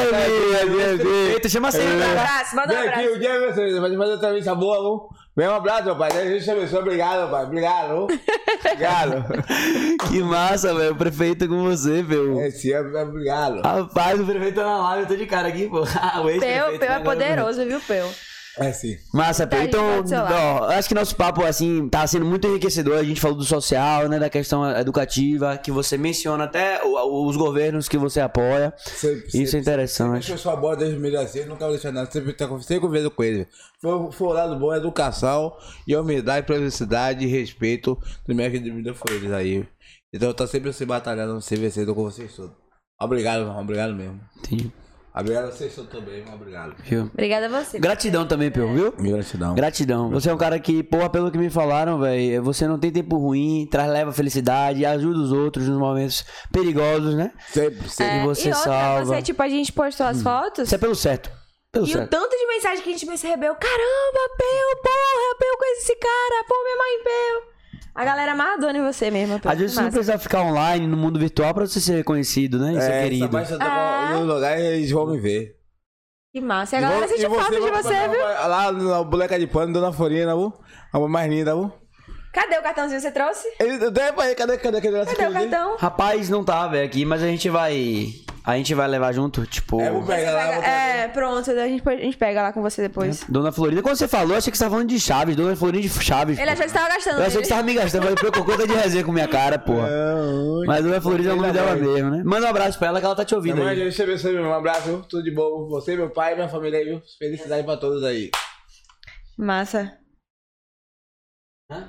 live! Eita, chama assim, Manda um cara. abraço, manda um Vem aqui, abraço. o dia é você, vai fazer outra entrevista boa, vamos. Vem um abraço, meu pai. Deus te abençoe. Obrigado, meu pai. Obrigado. Obrigado. Que massa, velho. O prefeito com você, meu. É, sim, obrigado. Rapaz, o prefeito tá na live, eu tô de cara aqui, pô. O ex-prefeito, Peu, Peu né, é poderoso, viu, Peu? É sim. Massa, Peu. Tá, Então, gente, pode ser lá. ó, acho que nosso papo, assim, tá sendo muito enriquecedor. A gente falou do social, né, da questão educativa, que você menciona até o- os governos que você apoia. Sempre, Isso é interessante. Eu sou a bola desde o meio assim, nunca vou deixar nada. Sempre tá sempre conversando com ele. Foi, foi o lado bom, educação e humildade, privacidade e respeito do meu que me deu flores aí. Então eu tô sempre se batalhando, se vencendo com vocês todos. Obrigado, irmão. Obrigado mesmo. Entendi. Obrigado a vocês todos também, irmão. Obrigado. Viu? Obrigada a você. Gratidão também, Peu, viu? Minha gratidão. Gratidão. Você é um cara que, porra, pelo que me falaram, velho, você não tem tempo ruim, traz leva felicidade, ajuda os outros nos momentos perigosos, né? Sempre, sempre. É, E você e outra, salva. você, tipo, a gente postou as fotos. Isso é pelo certo. Pelo E o certo. tanto de mensagem que a gente recebeu. Caramba, Peu, porra, Peu com esse cara. Pô, minha mãe, Peu. A galera amarradona em você mesmo, Peu. Às vezes você não Massa. precisa ficar online no mundo virtual pra você ser reconhecido, né? E ser É, querido. mas eu tô É. no lugar e eles vão me ver. Que massa. E a galera sente falta de você, viu? Lá na boneca de pano, Dona Florinda, viu? A mais linda, viu? Cadê o cartãozinho que você trouxe? Ele, eu dei pra ele, cadê, cadê, cadê? Cadê o cartão? Rapaz, não tá, velho, aqui, mas a gente vai. A gente vai levar junto, tipo. É, vou pegar lá, vou trazer. É, pronto. A gente, a gente pega lá com você depois. Dona Florinda, quando você falou, eu achei que você tava falando de Chaves, Dona Florinda de Chaves. Ele pô. achou que você tava gastando. Eu achei ele. que você tava me gastando, falei, pô, conta de resenha com minha cara, porra. Não, Mas Dona Florinda é o nome dela mesmo, né? Manda um abraço pra ela que ela tá te ouvindo Mãe, aí. deixa eu ver você, um abraço, viu? Tudo de bom. Você, meu pai, minha família aí, viu? Felicidade pra todos aí. Massa. Hã?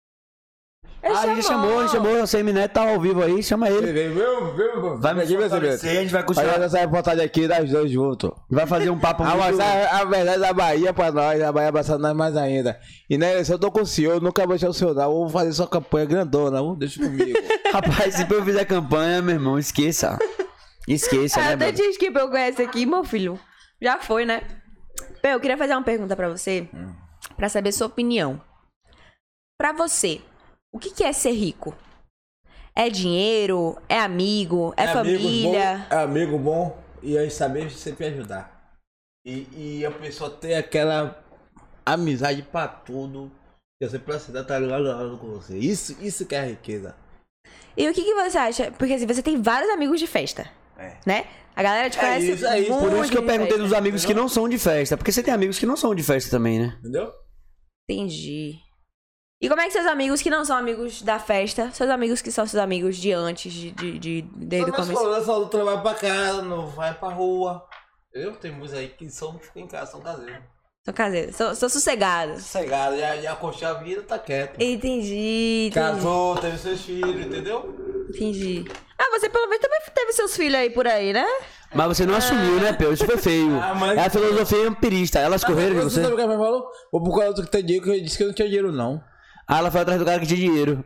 Ele Ah, ele chamou, ele chamou, o C M Neto tá ao vivo aí, chama ele. Vem, viu? Viu? Vai me aqui, meu fortalecer, a gente vai Olha continuar. essa reportagem aqui das dois juntos. Vai fazer um papo A muito... mostrar a verdade da Bahia pra nós, a Bahia abraçando nós mais ainda. E na eleição eu tô com o senhor, nunca vou deixar o senhor não. Vou fazer sua campanha grandona, viu? Deixa comigo. Rapaz, se eu fizer campanha, meu irmão, esqueça. Esqueça, Ah, né, até mano? diz que eu conheço aqui, meu filho. Já foi, né? Peu, eu queria fazer uma pergunta pra você. Pra saber sua opinião. Pra você, o que que é ser rico? É dinheiro? É amigo? É, família? Bom, é amigo bom e é saber sempre ajudar. E, e a pessoa tem aquela amizade pra tudo. Que você precisa estar ligado com você. Isso, isso que é a riqueza. E o que que você acha? Porque assim, você tem vários amigos de festa. É. Né? A galera te É conhece isso, é isso. muito Por isso que eu de perguntei festa. dos amigos que não são de festa. Porque você tem amigos que não são de festa também, né? Entendeu? Entendi. E como é que seus amigos que não são amigos da festa, seus amigos que são seus amigos de antes, de, de, de desde o Só começo? meus só do trabalho pra casa, não vai pra rua. Entendeu? Tem muitos aí que são, ficam em casa, são caseiros. São caseiros, são, são sossegados. Sossegado, já, já curtiu a vida, tá quieto. Entendi, entendi. Casou, teve seus filhos, entendeu? Entendi. Ah, você pelo menos também teve seus filhos aí por aí, né? Mas você não assumiu, né, Peu? Isso foi feio. Ah, mas- É a filosofia empirista. Elas correram de Você você? sabe o que a minha mãe falou? Vou procurar outro que tem dinheiro, que eu disse que eu não tinha dinheiro, não. Ah, ela foi atrás do cara que tinha dinheiro.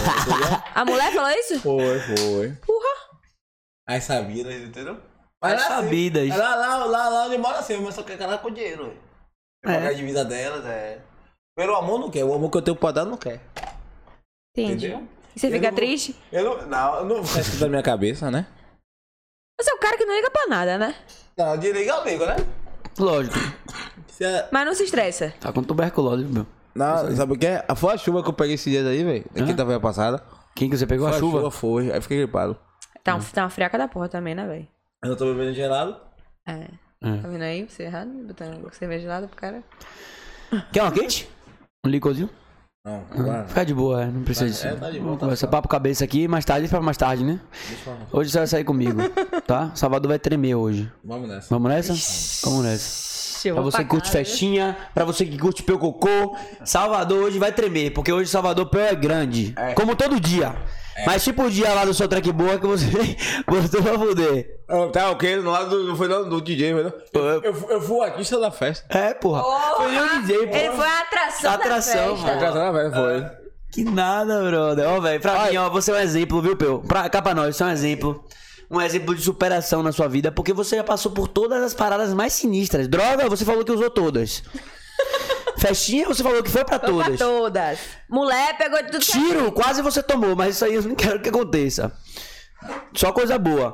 A mulher falou isso? Foi, foi. Porra. As sabidas, entendeu? As lá, assim, sabidas. Lá, lá, lá, lá onde mora assim, mas só quer casar com dinheiro, velho. É. Pagar a dívida delas, é. Pelo amor não quer, o amor que eu tenho pra dar não quer. Entendi. Entendeu? E você Eu fica não- triste? Eu não, não, eu não faz isso da minha cabeça, né? Você é o cara que não liga pra nada, né? Não, de liga eu ligo, né? Lógico. Se é... Mas não se estressa. Tá com tuberculose, meu. Não, sabe o que é? Foi a chuva que eu peguei esses dias aí, velho. Da Hã? quinta-feira passada. Quem que você pegou? Foi A chuva? foi. Aí fiquei gripado. Tá, um, tá uma friaca da porra também, né, velho? Eu não tô bebendo gelado. É. É. Tá vendo aí? Você errado, botando cerveja gelada pro cara. Quer uma quente? Um licorzinho? Não, agora. Fica de boa, é, não precisa disso. É, tá de boa, Vamos tá conversar suave. papo cabeça aqui, mais tarde, pra mais tarde, né? Deixa eu falar. Hoje você vai sair comigo, tá? Salvador vai tremer hoje. Vamos nessa. Vamos nessa? Vamos nessa. Ixi, eu Pra vou você pra que curte casa. festinha, pra você que curte Peu Cocô, Salvador hoje vai tremer, porque hoje Salvador Peu é grande. É. Como todo dia. É. Mas tipo o dia lá do seu track boa que você botou pra fuder. Tá ok, no lado do, não foi não, do D J, mas não. Eu, eu, eu fui o artista da festa. É, porra. Foi eu o D J, porra. Ele foi a atração, Atração, da mano. festa. Da festa foi. Que nada, brother. Ó, velho, pra mim, ó, você é um exemplo, viu, Peu? Pra cá pra nós, você é um exemplo. Um exemplo de superação na sua vida, porque você já passou por todas as paradas mais sinistras. Droga, você falou que usou todas. Festinha, você falou que foi pra Foi todas. pra todas. Mulher pegou de tudo. Tiro, quase você tomou, mas isso aí eu não quero que aconteça. Só coisa boa.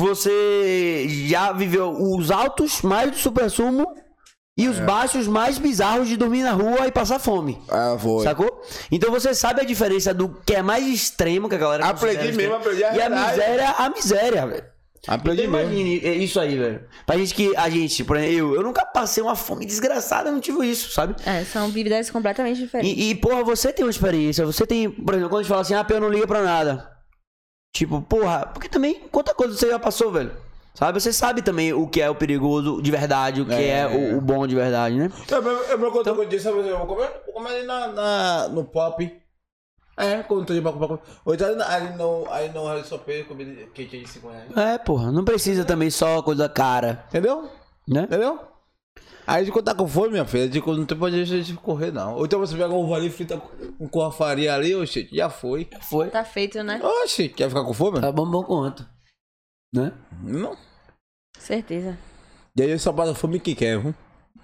Você já viveu os altos mais do supra-sumo e os é. baixos mais bizarros de dormir na rua e passar fome. Ah, foi. Sacou? Então você sabe a diferença do que é mais extremo, que a galera aprendi mesmo, aprendi a E a realidade. miséria, a miséria, velho. Aprendi então, mesmo. imagine isso aí, velho. Pra gente que, a gente, por exemplo, eu, eu nunca passei uma fome desgraçada, eu não tive isso, sabe? É, são vidas completamente diferentes. E, e, porra, você tem uma experiência, você tem, por exemplo, quando a gente fala assim, ah, Peu não liga pra nada. Tipo, porra, porque também, quanta coisa você já passou, velho? Sabe? Você sabe também o que é o perigoso de verdade, o que é, é o, o bom de verdade, né? É, eu me conto com eu disse, eu vou comer, vou comer ali na, na, no pop. É, quando eu tô de pra comer. Ou então ali no, ali no Rádio Sopeiro, comida quente de cinco reais. É, porra, não precisa também só coisa cara. Entendeu? Né? Entendeu? Aí de quando tá com fome, minha filha, de quando não tem pra gente correr, não. Ou então você pega um ovo ali, frita um com a farinha ali, oxe, já foi. Já foi. Tá feito, né? Oxe, quer ficar com fome? Tá bom, bom quanto. Né? Não. Certeza. E aí só passa fome que quer, viu?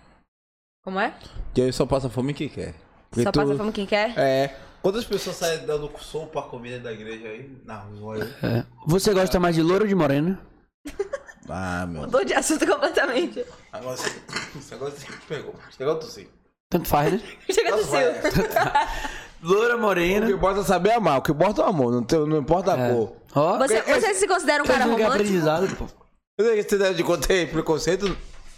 Como é? E aí só passa fome que quer. Porque Só tu... passa fome quem quer? É. Quantas pessoas saem dando sopa pra comida da igreja aí, na rua aí? É. Você gosta mais de louro ou de morena? Ah, meu. Mudou de assunto completamente. Agora você agora você pegou. Chegou tu sim. Tanto faz, né? Chega do seu. Loura, morena. O que importa é saber amar, o que importa é o amor, não, tem, não importa a É. cor. Ó, Você, você se considera um cara não quer romântico? aprendizado, pô. Você tem de contei preconceito?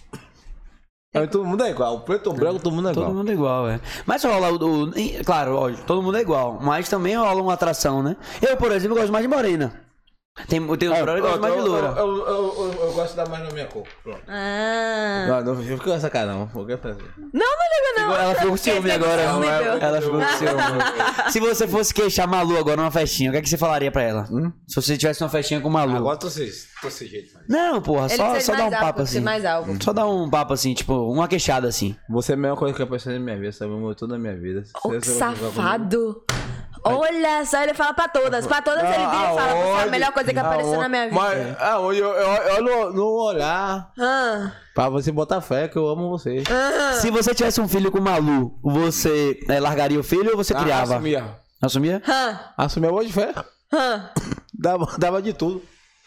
É, todo mundo é igual, o preto ou branco, todo mundo é igual. Todo mundo é igual, é. Mas rola o, o. Claro, lógico, todo mundo é igual. Mas também rola uma atração, né? Eu, por exemplo, gosto mais de morena. Tem, tem uns brothers que gostam mais de loura. Eu, eu, eu, eu, eu gosto da mais na minha cor. Pronto. Ah. Não, não fica com essa cara, não. Qualquer prazer. Não, não liga não. Ela ficou com ciúme agora. Não, Ela, não, ela ficou com ciúme. Se você fosse queixar Malu agora numa festinha, o que é que você falaria pra ela? Hum? Se você tivesse uma festinha com Malu. Agora tô sem tô sem jeito. Mas... Não, porra, Ele só, precisa só de dá um mais papo álcool, precisa assim. de mais álcool. Só dá um papo assim, tipo, uma queixada assim. Você é a melhor coisa que eu pensei na minha vida, sabe? Eu toda a minha vida. Oh, Você- que você vai jogar comigo? safado. Olha só, ele fala pra todas. Pra todas ele vira e fala: você é a melhor coisa que apareceu na minha vida. Mas, aonde eu, eu, eu no, no olhar Ah, pra você botar fé que eu amo você. ah. Se você tivesse um filho com Malu, você é, largaria o filho ou você criava? Ah, assumia. Assumia? Ah, Assumia boa de fé. ah. Dava, dava de tudo.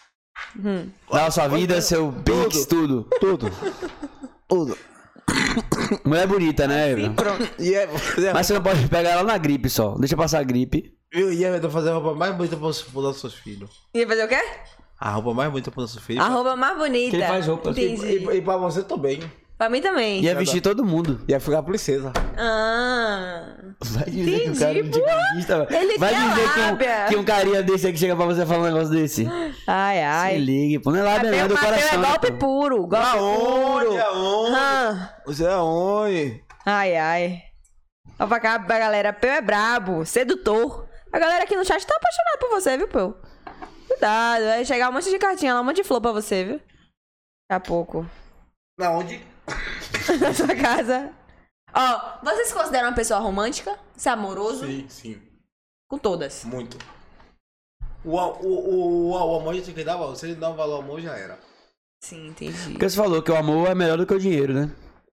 Dava sua vida, seu pix, tudo. Tudo. Tudo. Mulher bonita, né? Eva? E é, Mas você não pode pegar ela na gripe só. Deixa passar a gripe. eu ia fazer a roupa mais bonita para os nossos filhos. Ia fazer o quê? A roupa mais bonita para os nossos filhos. A roupa mais bonita. Que ele faz roupa. E, Entendi. e, e pra você também. Pra mim também. Ia vestir todo mundo. Ia ficar princesa. Ah. Vai dizer que o Entendi, cara não te porra. conquista, velho. Ele Vai tem dizer que lábia. um, que um carinha desse aqui chega pra você falar um negócio desse. Ai, Se ai. ligue, pô. Não é lábia, não, é do Mateu coração. é né, golpe pô? puro. Golpe puro. Aonde? Ah. Você é aonde? Ai, ai. Ó pra cá, pra galera. Peu é brabo, sedutor. A galera aqui no chat tá apaixonada por você, viu, Peu? Cuidado, vai chegar um monte de cartinha lá, um monte de flor pra você, viu? Daqui a pouco. Na onde? Na sua casa. Ó, você se considera uma pessoa romântica? Você é amoroso? Sim, sim. Com todas. Muito. O, o, o, o amor a gente tem que dar valor. Se ele dá um valor ao amor, já era. Sim, entendi. Porque você falou que o amor é melhor do que o dinheiro, né?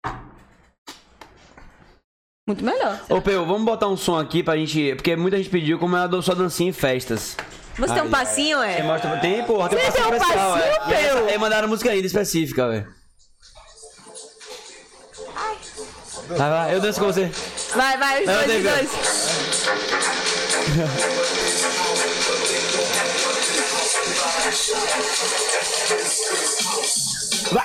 Muito melhor. Ô, Peu, vamos botar um som aqui pra gente... Porque muita gente pediu como é a sua dancinha em festas. Você tem um passinho, Você é? mostra... Tem, porra, tem um Você tem passinho um especial, passinho, é. E essa- Peu? Aí mandaram música ainda específica, velho. Vai, vai, eu danço com você. Vai, vai, os Não, dois, tem os que- dois. Vai!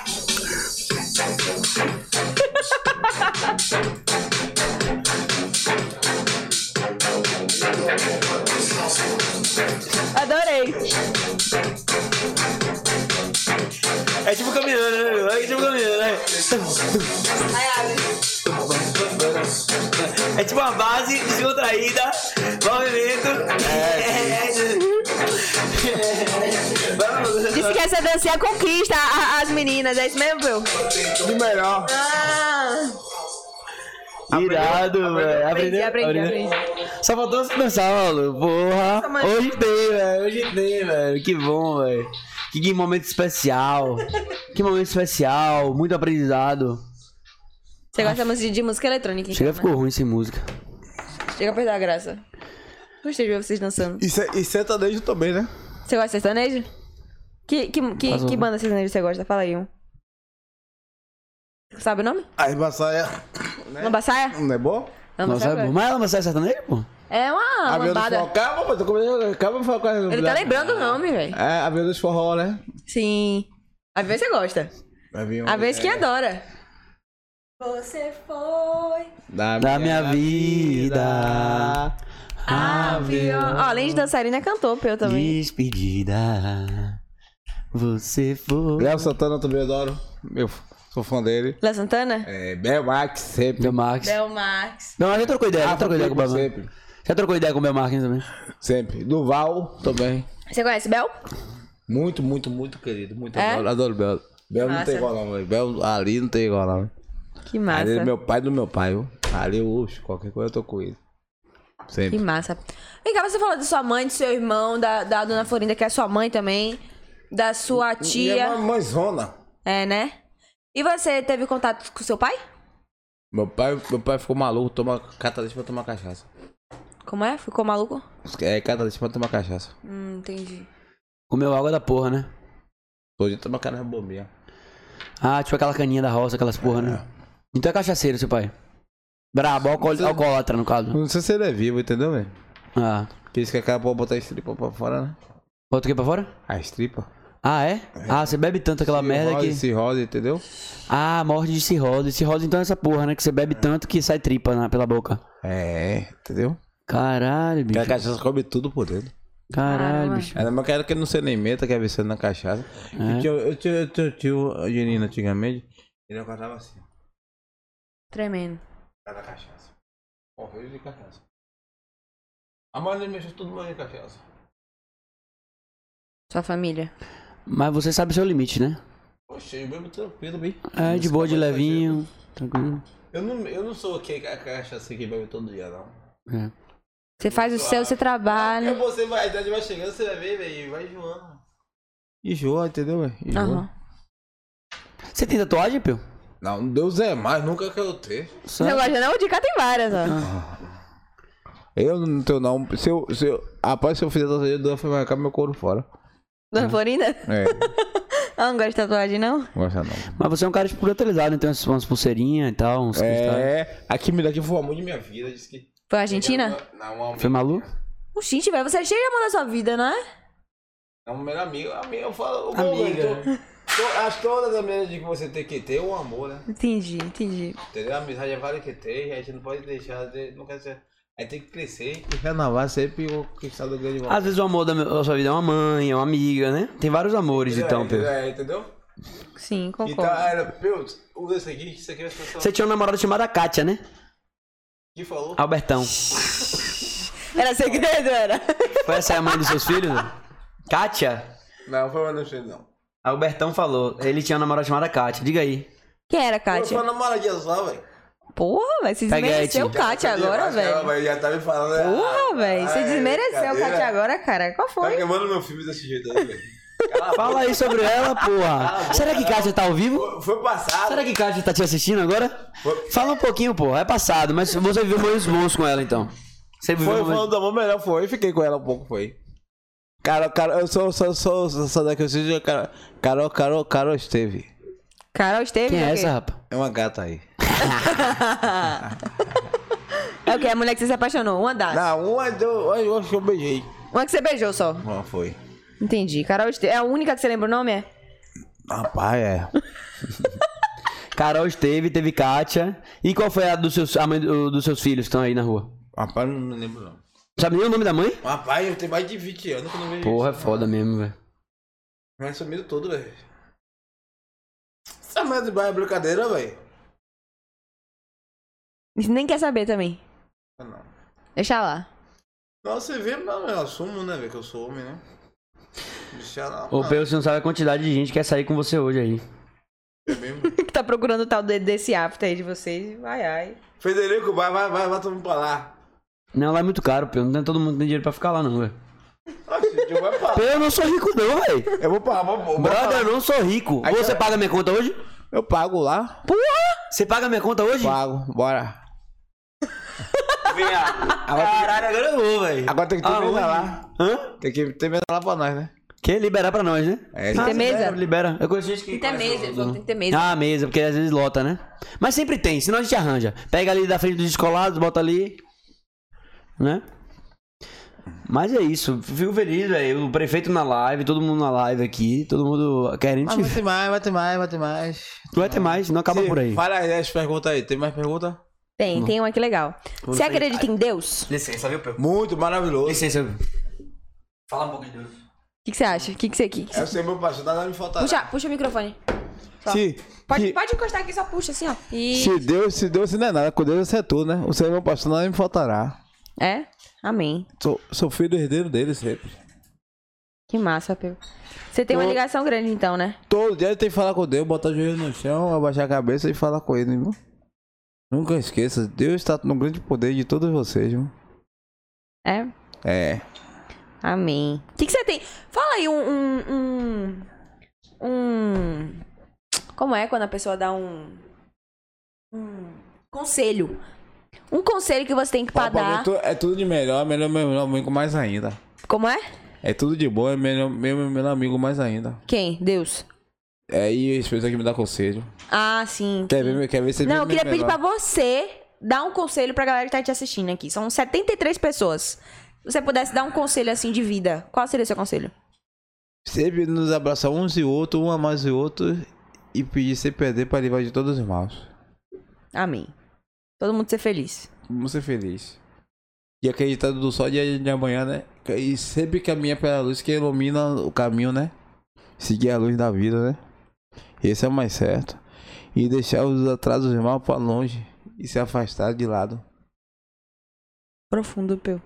Adorei. É tipo caminhando, né? É tipo caminhando, né? É tipo uma base descontraída, movimento. É. Disse que essa dancinha conquista a- as meninas, é isso mesmo, Peu? De melhor. Ah, Irado, velho. aprendi, aprendi, Aprendeu? aprendi. Só faltou você dançar, Malu. Porra. Nossa, mas- Hoje tem, velho. Hoje tem, velho. Que bom, velho. Que, que momento especial. Que momento especial. Muito aprendizado. Você gosta muito de, de música eletrônica, então, Chega, né? ficou ruim sem música. Chega a perder a graça. Gostei de ver vocês dançando. E, se, e sertanejo também, né? Você gosta de sertanejo? Que, que, que, Faz um- que banda sertanejo você gosta? Fala aí um. Sabe o nome? Aí Bassaia. Lambaçaia? Não é bom? Nossa, é bom. Mas ela não sai sertanejo, pô? É uma Avião dos lambada. Forró. Calma, pô, tô comendo. Calma, foi com Ele tá lembrando o nome, velho. É, Avião dos Forró, né? Sim. A ver você gosta. Avião, A vez que é, adora. Você foi. Da, Da minha vida. Avião. Ó, além de dançarina, é cantor, Peu também. Despedida. Você foi. Léo Santana também adoro. Eu sou fã dele. Léo Santana? É, Bel Max sempre. Bel Marques. Bel Marques. Não, já trocou ideia, já Rafa trocou ideia com o Bel Marques. sempre. Já trocou ideia com o Bel Marques também. Sempre. Duval também. Você conhece Bel? Muito, muito, muito querido. Muito É? adoro, adoro Bel. Bel não Massa. tem igual não, velho. Bel ali não tem igual não. Que massa. Ali é meu pai do meu pai, viu? Ali, uxo, qualquer coisa eu tô com ele. Que Sempre. massa. Vem cá, você falou da sua mãe, do seu irmão, da, da dona Florinda, que é sua mãe também, da sua Minha tia. mãe- mãezona. É, né? E você teve contato com seu pai? Meu pai, meu pai ficou maluco, toma catalite pra tomar cachaça. Como é? Ficou maluco? É, catalite pra tomar cachaça. Hum, entendi. Comeu água da porra, né? Hoje toma cana bombinha. Ah, tipo aquela caninha da roça, aquelas porra, né? Então é cachaceiro, seu pai. Brabo, alcool, alcoólatra, no caso. Não sei se ele é vivo, entendeu, velho? Ah. Que isso que acaba botar a estripa pra fora, né? Bota o que pra fora? A estripa. Ah, é? Ah, você bebe tanto aquela merda Cirrose, que... cirrose, entendeu? Ah, morte de cirrose. Cirrose então é essa porra, né? Que você bebe tanto que sai tripa na, pela boca. É, entendeu? Caralho, Porque a bicho. cachaça come tudo por dentro. Caralho, Caramba. bicho. Ainda mais que era que não se alimenta, que é viciado na cachaça. É. Eu tinha, eu tinha, eu tinha, eu tinha o Genino antigamente, ele acordava assim, Tremendo. cada cachaça. Morreu de cachaça. A mãe dele mexeu tudo morreu de cachaça. Sua família. Mas você sabe o seu limite, né? Poxa, eu bebo tranquilo, bem. É, de boa, de levinho. Tranquilo. Eu não, eu não sou aquele ca- cachaça que bebe todo dia, não. É. Você faz o seu, você Porque trabalha. você vai, a idade vai chegando, você vai ver, velho, vai enjoando. Enjoa, entendeu, velho? Enjoa. Aham. Você tem tatuagem, Pio? Não, Deus é mais, nunca quero ter. Só... Você gosta não? De cá tem várias, ó. Eu não tenho não. Se eu, se eu, rapaz, se eu fizer tatuagem, eu vou marcar meu couro fora. Dona Florinda? É, Ela não gosta de tatuagem, não? não gosta não. Mas você é um cara tipo utilizado, então umas, umas pulseirinhas e tal, uns cristais. É, aqui me daqui foi o amor de minha vida, disse que. Foi a Argentina? Não, uma Foi maluco? Oxente, velho, você é cheio de amor da sua vida, não é? É uma melhor amiga. Amiga, eu falo. o Amiga. meu, velho, to- to- As todas as maneiras de que você tem que ter o amor, né? Entendi, entendi. Entendeu? A amizade é vale que ter, a gente não pode deixar de. Não quer ser. Aí tem que crescer e renovar sempre o conquistado do grande valor. Às vezes o amor da, meu- da sua vida é uma mãe, é uma amiga, né? Tem vários amores, então, Pio. É, entendeu? Sim, Então concordo. era, Pio, usa isso aqui, isso aqui vai ser só. Você tinha uma namorada chamada Kátia, né? que falou? Albertão. Era segredo, era? Foi essa a mãe dos seus filhos? Kátia? Não, foi uma não, não. Albertão falou. Ele tinha uma namorada chamada Kátia. Diga aí. Quem era, Foi Kátia? uma namoradinha só, velho. Porra, velho, você Peguete. desmereceu Kátia agora, velho. Já tá me falando. né? Porra, velho, você Ai, desmereceu cadê, Kátia velho? agora, cara. Qual Tá foi? queimando meu filme desse jeito aí, velho. Fala aí sobre ela, porra. Será que Kátia tá ao vivo? Foi- Foi passado. Será que Kátia tá te assistindo agora? Fala um pouquinho, porra. É passado, mas você viveu momentos bons com ela, então. Você viveu Foi, momentos... foi um do amor melhor, foi. Fiquei com ela um pouco, foi. Cara, cara, eu sou, sou, sou, sou, sou daqui, eu sou Carol, Carol, Carol, Carol Esteve. Carol Esteves? Quem é o quê? essa, rapaz? É uma gata aí. É o que? A mulher que você se apaixonou? Uma das. Não, uma eu, eu acho que eu beijei. Uma que você beijou só. Uma foi. Entendi. Carol Esteves. É a única que você lembra o nome, é? Rapaz, é. Carol esteve, teve Kátia. E qual foi a, dos seus, a mãe do- dos seus filhos que estão aí na rua? Rapaz, não me lembro não. Sabe nem o nome da mãe? Rapaz, eu tenho mais de vinte anos que eu não vejo Porra, é isso. foda mesmo, velho. Mas sumiram tudo, velho. Ah, mas de bairro é brincadeira, velho. Nem quer saber também. Ah, não. Deixa lá. Não, você vê, não, eu assumo, né, velho, que eu sou homem, né? Deixa lá. Ô, Pedro, você não sabe a quantidade de gente que quer sair com você hoje aí. É mesmo? Que tá procurando o tal de- desse after aí de vocês. Ai, ai. Federico, vai, vai, vai, vai todo mundo pra lá. Não, lá é muito caro, Pedro. Não tem todo mundo que tem dinheiro pra ficar lá, não, velho. Oxe, eu vou pra lá. Pedro, eu não sou rico, não, velho. Eu vou pra lá, vou, vou Brother, pra eu lá. não sou rico. Aí Você eu- paga minha conta hoje? Eu pago lá. Você paga minha conta hoje? Pago, bora. Venha. Caralho, agora eu vou, velho. Agora tem que ter Ah, mesa hoje? lá. Hã? Tem que ter mesa lá pra nós, né? Quer liberar pra nós, né? É, Tem que ter mesa? Libera, libera. Eu conheço gente que... Tem que ter conhece mesa, o- ele falou que tem que ter mesa. Ah, mesa, porque às vezes lota, né? Mas sempre tem, senão a gente arranja. Pega ali da frente dos descolados, bota ali. Né? Mas é isso. Fico feliz, velho. O prefeito na live, todo mundo na live aqui, todo mundo querendo Mas te vai ter mais, vai ter mais, vai ter mais. Vai ter mais, não acaba Sim, por aí. Fala aí as perguntas aí. Tem mais perguntas? Tem, tem um aqui legal. Você sei. acredita em Deus? O Licença, viu, Pedro? Muito maravilhoso. Licença. Fala um pouco de Deus. que, que você acha? O que, que você que, É o seu meu pastor, nada me faltará. Puxa, puxa o microfone. Só. Se, Pode, se, pode encostar aqui, só puxa assim, ó. E... se Deus, se Deus não é nada, com Deus você é tudo, né? O Senhor meu pastor, nada me faltará. É? Amém. Sou, sou filho herdeiro dele sempre. Que massa, Pedro. Você tem uma Tô- ligação grande então, né? Todo dia ele tem que falar com Deus, botar o joelho no chão, abaixar a cabeça e falar com ele, viu? Nunca esqueça, Deus está no grande poder de todos vocês, viu? É? É. Amém. O que, que você tem? Fala aí um, um, um. um- Como é quando a pessoa dá um. Um conselho. Um conselho que você tem que Ó, pra mim dar. é tu- é tudo de melhor, melhor meu amigo mais ainda. Como é? É tudo de bom, é melhor, meu, meu amigo mais ainda. Quem? Deus. É, e as pessoas que me dão conselho. Ah, sim. Quer ver, quer ver você Não, eu ver queria pedir melhor. pra você dar um conselho pra galera que tá te assistindo aqui. São setenta e três pessoas. Se você pudesse dar um conselho assim de vida, qual seria o seu conselho? Sempre nos abraçar uns e outros, um a mais o outro, e pedir sem perder para livrar de todos os maus. Amém. Todo mundo ser feliz. Vamos ser felizes. E acreditar no sol dia de amanhã, né? E sempre caminhar pela luz que ilumina o caminho, né? Seguir a luz da vida, né? Esse é o mais certo. E deixar os atrasos mal para longe e se afastar de lado. Profundo, Peu.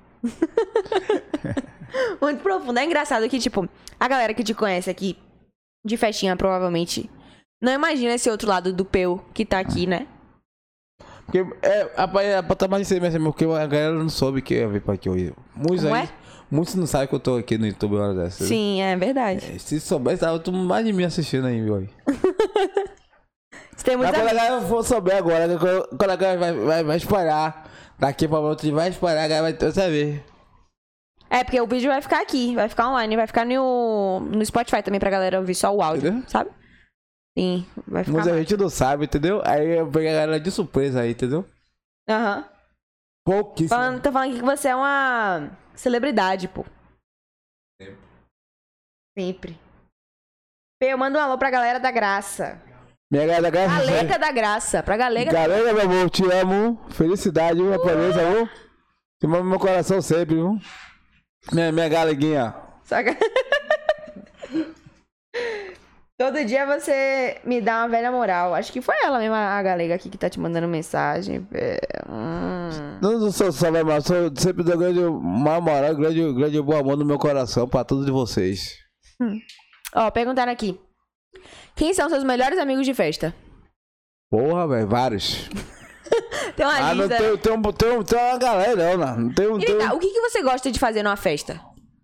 Muito profundo. É engraçado que, tipo, a galera que te conhece aqui, de festinha, provavelmente, não imagina esse outro lado do Peu que tá aqui, né? Porque é, rapaz, é pra estar mais de seis porque a galera não soube que ia vir pra aqui hoje. Muitos Como aí, é? muitos não sabem que eu tô aqui no YouTube uma hora dessa. Sim, é verdade. É, se soubesse, tava todo mundo mais de mim assistindo aí, viu? Aí. Você tem Mas muita... quando a galera for souber agora, quando- quando a galera vai, vai, vai espalhar, daqui pra outro vai espalhar, a galera vai saber. É, porque o vídeo vai ficar aqui, vai ficar online, vai ficar no, no Spotify também pra galera ouvir só o áudio, Entendeu? sabe? Sim, vai ficar. Muita massa. gente não sabe, entendeu? Aí eu peguei a galera de surpresa aí, entendeu? Aham. Pouquíssimo. Falando, tô falando aqui que você é uma celebridade, pô. Sempre. Sempre. Peu, manda um alô pra galera da Graça. Minha galera, galera. Galega da Graça. Pra galega. Galera, meu amor, te amo. Felicidade, viu, japonesa, viu? Te amo no meu coração sempre, viu? Minha, minha galeguinha. Saca? Todo dia você me dá uma velha moral. Acho que foi ela mesma, a galega aqui, que tá te mandando mensagem. É, hum. Não, não sou só vai mal, sou sempre dou grande má moral, grande, grande bom amor no meu coração pra todos de vocês. Ó, perguntaram aqui. Quem são seus melhores amigos de festa? Porra, velho, vários. Tem uma Ah, não lista. tem, tem, um, tem, um, tem uma galera, não, não. Não tem um. E Tem vem cá, um... o que, que você gosta de fazer numa festa?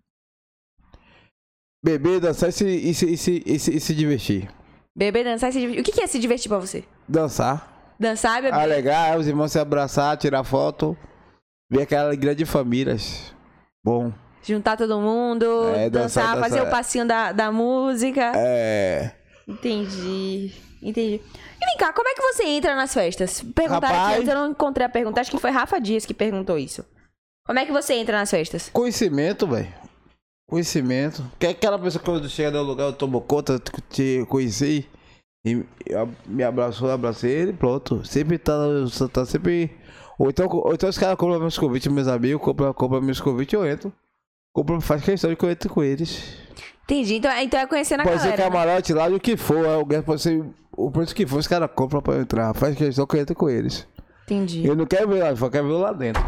Beber, dançar e se, e, se, e, se, e, se, e se divertir. Beber, dançar e se divertir. O que, que é se divertir pra você? Dançar. Dançar e beber? Alegar, os irmãos se abraçar, tirar foto. Ver aquela alegria de famílias. Bom. Juntar todo mundo, É, dançar, dançar, fazer dançar. o passinho da, da música. É. Entendi. Entendi. E vem cá, como é que você entra nas festas? Perguntaram Rapaz. aqui antes, eu não encontrei a pergunta. Acho que foi Rafa Dias que perguntou isso. Como é que você entra nas festas? Conhecimento, velho. Conhecimento. Que é aquela pessoa que quando chega no lugar, eu tomo conta, te conheci. E eu- me abraçou, abracei ele, pronto. Sempre tá, tá sempre. Ou então, ou então os caras compram meus convites, meus amigos, compram, compram meus convites, eu entro. Compram, faz questão de que eu entre com eles. Entendi. Então, então é conhecendo a Pode galera. ser camarote lá, o que for. é, Alguém pode ser o preço que for, os caras compram pra entrar. Faz questão que eu entre com eles. Né? Entendi. Eu não quero ver lá, só quero ver lá dentro.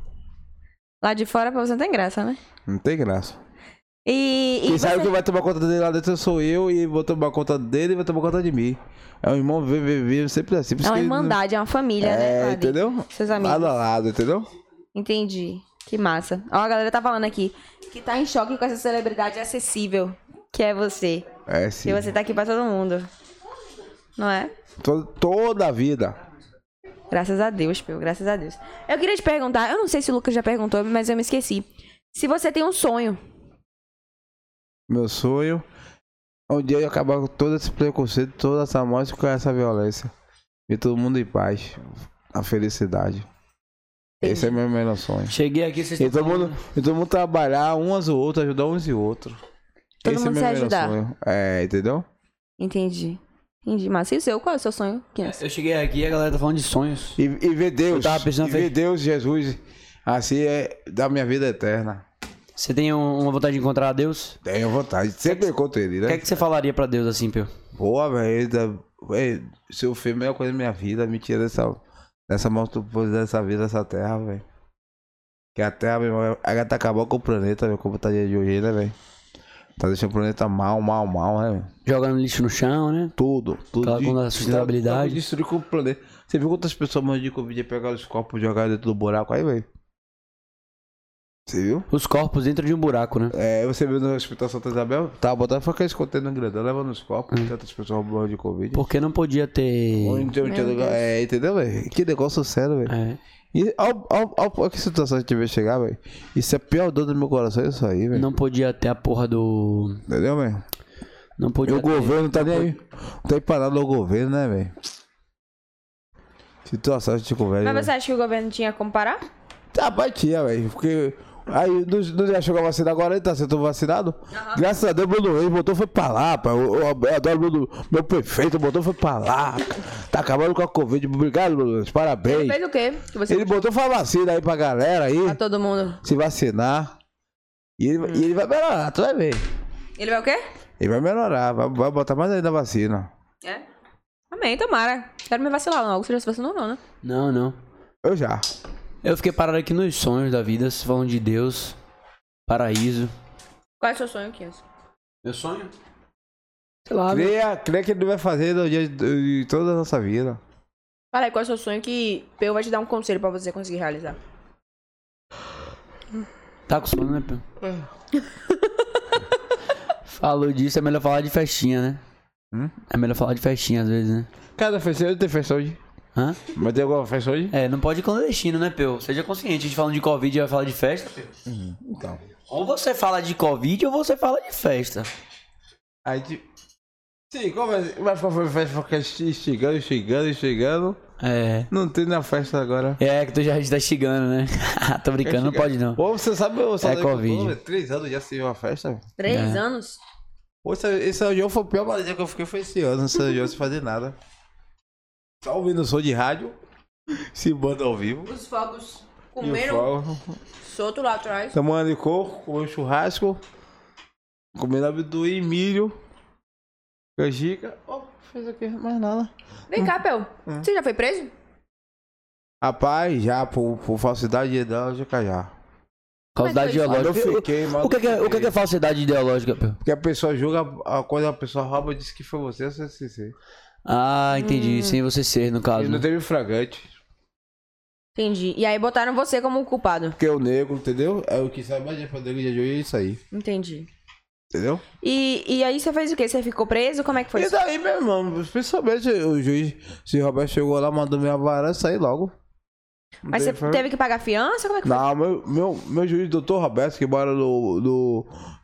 Lá de fora pra você não tem graça, né? Não tem graça. E, e Quem você... sabe que vai tomar conta dele lá dentro sou eu e vou tomar conta dele e vai tomar conta de mim. É um irmão vive, vive sempre assim. por É isso uma que- irmandade, é uma família, né? É, Ali. entendeu? Seus amigos. Lado a lado, entendeu? Entendi. Que massa. Ó, a galera tá falando aqui que tá em choque com essa celebridade acessível, que é você. É sim. Que você tá aqui pra todo mundo. Não é? To- Toda a vida. Graças a Deus, Pio. Graças a Deus. Eu queria te perguntar, eu não sei se o Lucas já perguntou, mas eu me esqueci. Se você tem um sonho. Meu sonho é um dia eu acabar com todo esse preconceito, toda essa morte, com essa violência. E todo mundo em paz. A felicidade. Esse é meu melhor sonho. Cheguei aqui, vocês E estão todo, mundo, e todo mundo trabalhar umas ou outras, ajudar uns e outros. Todo Esse mundo é se meu melhor ajudar. sonho. É, entendeu? Entendi. Entendi. Mas e o seu? Qual é o seu sonho, criança? Eu cheguei aqui e a galera tá falando de sonhos. E, e ver Deus. Eu tava pensando, e falei- ver Deus, Jesus, assim é da minha vida eterna. Você tem um- uma vontade de encontrar a Deus? Tenho vontade. Sempre encontro ele, O né? que é que você falaria pra Deus assim, Pio? Boa, velho. Seu filho é a melhor coisa da minha vida. Me tira dessa, dessa monstruosidade dessa vida, dessa terra, velho. Que a terra, meu irmão, ela tá acabando com o planeta, velho. Como tá de hoje, né, velho? Tá deixando o planeta mal, mal, mal, né, velho? Jogando lixo no chão, né? Tudo, tudo. Aquela coisa da sustentabilidade. Tá destruir com o planeta. Você viu quantas pessoas morrem de Covid e pegaram os corpos e jogaram dentro do buraco aí, velho? Você viu? Os corpos dentro de um buraco, né? É, você viu no Hospital Santa Isabel? Tava botando foi aqueles containers grandão, levando os corpos, tantas pessoas morrem de Covid. Porque não podia ter... Onde não tinha Meu lugar. Deus. É, entendeu, velho? Que negócio sério, velho. É. E ao, ao, ao, ao que situação a gente vê chegar, velho. Isso é a pior dor do meu coração, isso aí, velho. Não podia ter a porra do... Entendeu, velho? Não E podia o ter... governo não tá nem aí. Não tá aí parado no governo, né, velho? Situação a gente conversa. Mas você acha que o governo tinha como parar? Tá, batia, velho. Porque. Aí, não, não já chegou a vacina agora, ele tá sendo vacinado? Graças a Deus, Bruno Reis botou, foi pra lá, pai. Eu, eu, eu adoro meu, meu prefeito, botou, foi pra lá. Tá acabando com a Covid. Obrigado, Bruno Reis. Parabéns. Ele fez o quê? Que você Ele botou foi vacina aí pra galera aí, pra todo mundo. se vacinar. E ele, e ele vai melhorar, tu vai ver. Ele vai o quê? Ele vai melhorar, vai, vai botar mais ainda a vacina. É? Amém, tomara. Quero me vacilar logo. Você já se vacinou, não, né? Não, não. Eu já. Eu fiquei parado aqui nos sonhos da vida, falando de Deus, paraíso. Qual é o seu sonho, Kias? Meu sonho? Sei lá, meu... Creia, creia que ele vai fazer no dia de, de toda a nossa vida. Fala aí, qual é o seu sonho que Peu vai te dar um conselho pra você conseguir realizar? Tá com sono, né, Pio? Falou disso, é melhor falar de festinha, né? Hum? É melhor falar de festinha às vezes, né? Cada festa hoje tem festa hoje. Hã? Mas tem alguma festa hoje? É, não pode ir clandestino, né, Peu? Seja consciente, a gente falando de Covid e vai falar de festa, Peu. Então. Ou você fala de Covid ou você fala de festa. Aí tipo. Sim, como vai, vai ficar foi festa ficar instigando, instigando, instigando. É. Não tem na festa agora. É, que tu já está chegando, né? Tô brincando, não pode não. Pô, você sabe o salário que eu tô, Covid. velho? Três anos já sem uma festa, velho. Três É. anos? Pô, esse, esse São João foi o pior maneira que eu fiquei foi esse ano, São João sem fazer nada. Só ouvindo som de rádio, se banda ao vivo. Os fogos E o comeram fogo. solto lá atrás. Tomando licor, comendo churrasco, comendo amendoim, milho, canjica. Ó, fez aqui, mais nada. Vem cá, Peu. Você já foi preso? Rapaz, já por, por falsidade ideológica já. Falsidade Como é que foi ideológica. Eu fiquei, mas O que, que é, eu o que, que é falsidade ideológica, Peu? Porque a pessoa julga, a- quando a pessoa rouba, diz que foi você, você, você, você. Ah, entendi. Sem você ser, no E caso. não né? teve fragante. Entendi. E aí botaram você como culpado. Porque o negro, entendeu? É o que sabe mais de poder de hoje é isso aí. Entendi. Entendeu? E, e aí você fez o quê? Você ficou preso? Como é que foi E isso? daí, meu irmão, principalmente o juiz, se o Roberto chegou lá, mandou minha vara, saí logo. Não Mas você teve fra- teve que pagar fiança? Como é que foi? Não, meu, meu, meu juiz, doutor Roberto, que mora no, no,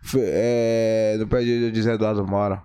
é, no prédio de Zé Eduardo Mora.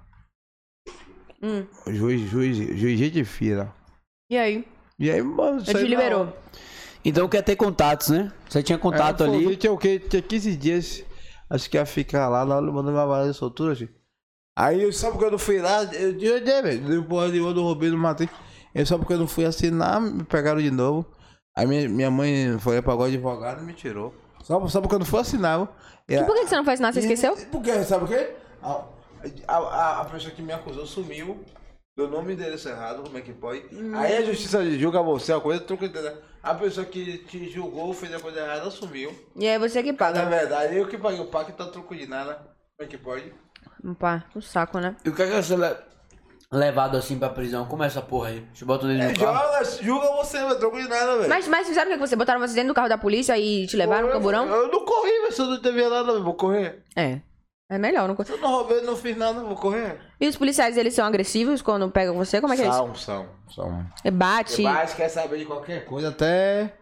Hum. Juiz, juiz, juiz, gente fina. E aí? E aí, mano, Ele te liberou. Então quer ter contatos, né? Você tinha contato é, ali. Foi, tinha o quê? Tinha quinze dias. Acho que ia ficar lá, na hora ele mandou minha vara de soltura, assim. Aí, eu sabe porque eu não fui lá? Eu disse, velho, deu porra de eu não roubei, não matei. Eu só porque eu não fui assinar, me pegaram de novo. Aí minha, minha mãe foi pra agora advogado e me tirou. Só, só porque eu não fui assinar. E por que que você não foi assinar? Você esqueceu? Porque, sabe o quê? A, a, a pessoa que me acusou sumiu. O nome dele é errado, como é que pode? Hum. Aí a justiça julga você, a coisa troca entendendo. A pessoa que te julgou, fez a coisa errada, sumiu. E aí você que paga. Na verdade, eu que paguei o pack, tá troco de nada. Como é que pode? Pá, um saco, né? E o que é que você le... levado assim pra prisão? Como é essa porra aí? Deixa eu botar ele no É, carro. joga, julga você, velho, troco de nada, velho. Mas, mas fizeram o que você? Botaram você dentro do carro da polícia e te levaram no camburão? Eu, eu não corri, velho, se eu não teve nada, eu vou correr. É. É melhor, não Se eu não roubei, não fiz nada, eu vou correr. E os policiais, eles são agressivos quando pegam você? Como é que é isso? São, são, são. É bate. Mas quer saber de qualquer coisa, até...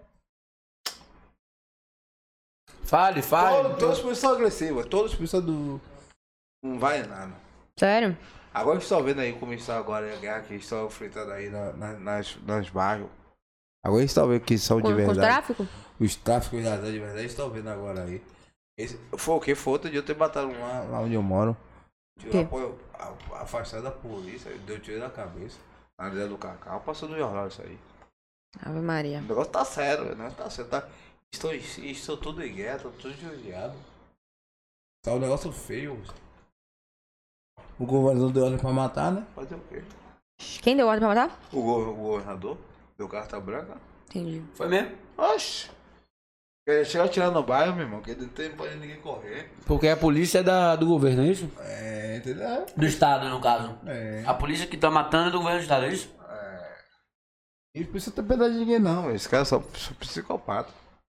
Fale, fale. Todos, todos os policiais são agressivos, todos os policiais do... Não vai nada. Sério? Agora estou vendo aí como está agora a guerra que estão enfrentando aí na, na, nas, nas bairros. Agora estão vendo que são de Com, com verdade. os tráfico? Os tráficos de de verdade estão vendo agora aí. Esse, foi o que? Foi outro dia eu ter matado um lá, lá onde eu moro. Que? Apoio, a, afastado da polícia, deu tiro na cabeça. Na área do Cacau, passou no jornal isso aí. Ave Maria. O negócio tá sério, o negócio tá sério. Tá, estou, estou tudo em guerra, estou tudo judiado. Tá um negócio feio. O governador deu ordem pra matar, né? Fazer o quê? Quem deu ordem pra matar? O, go o governador deu carta branca. Entendi. Foi mesmo? Oxi. Ele chega atirando no bairro, meu irmão, que não tem pode ninguém correr. Porque a polícia é da, do governo, é isso? É, entendeu? Do estado, no caso. É. A polícia que tá matando é do governo do estado, é isso? É. E não precisa ter piedade de ninguém, não. Esse cara é só, só psicopata.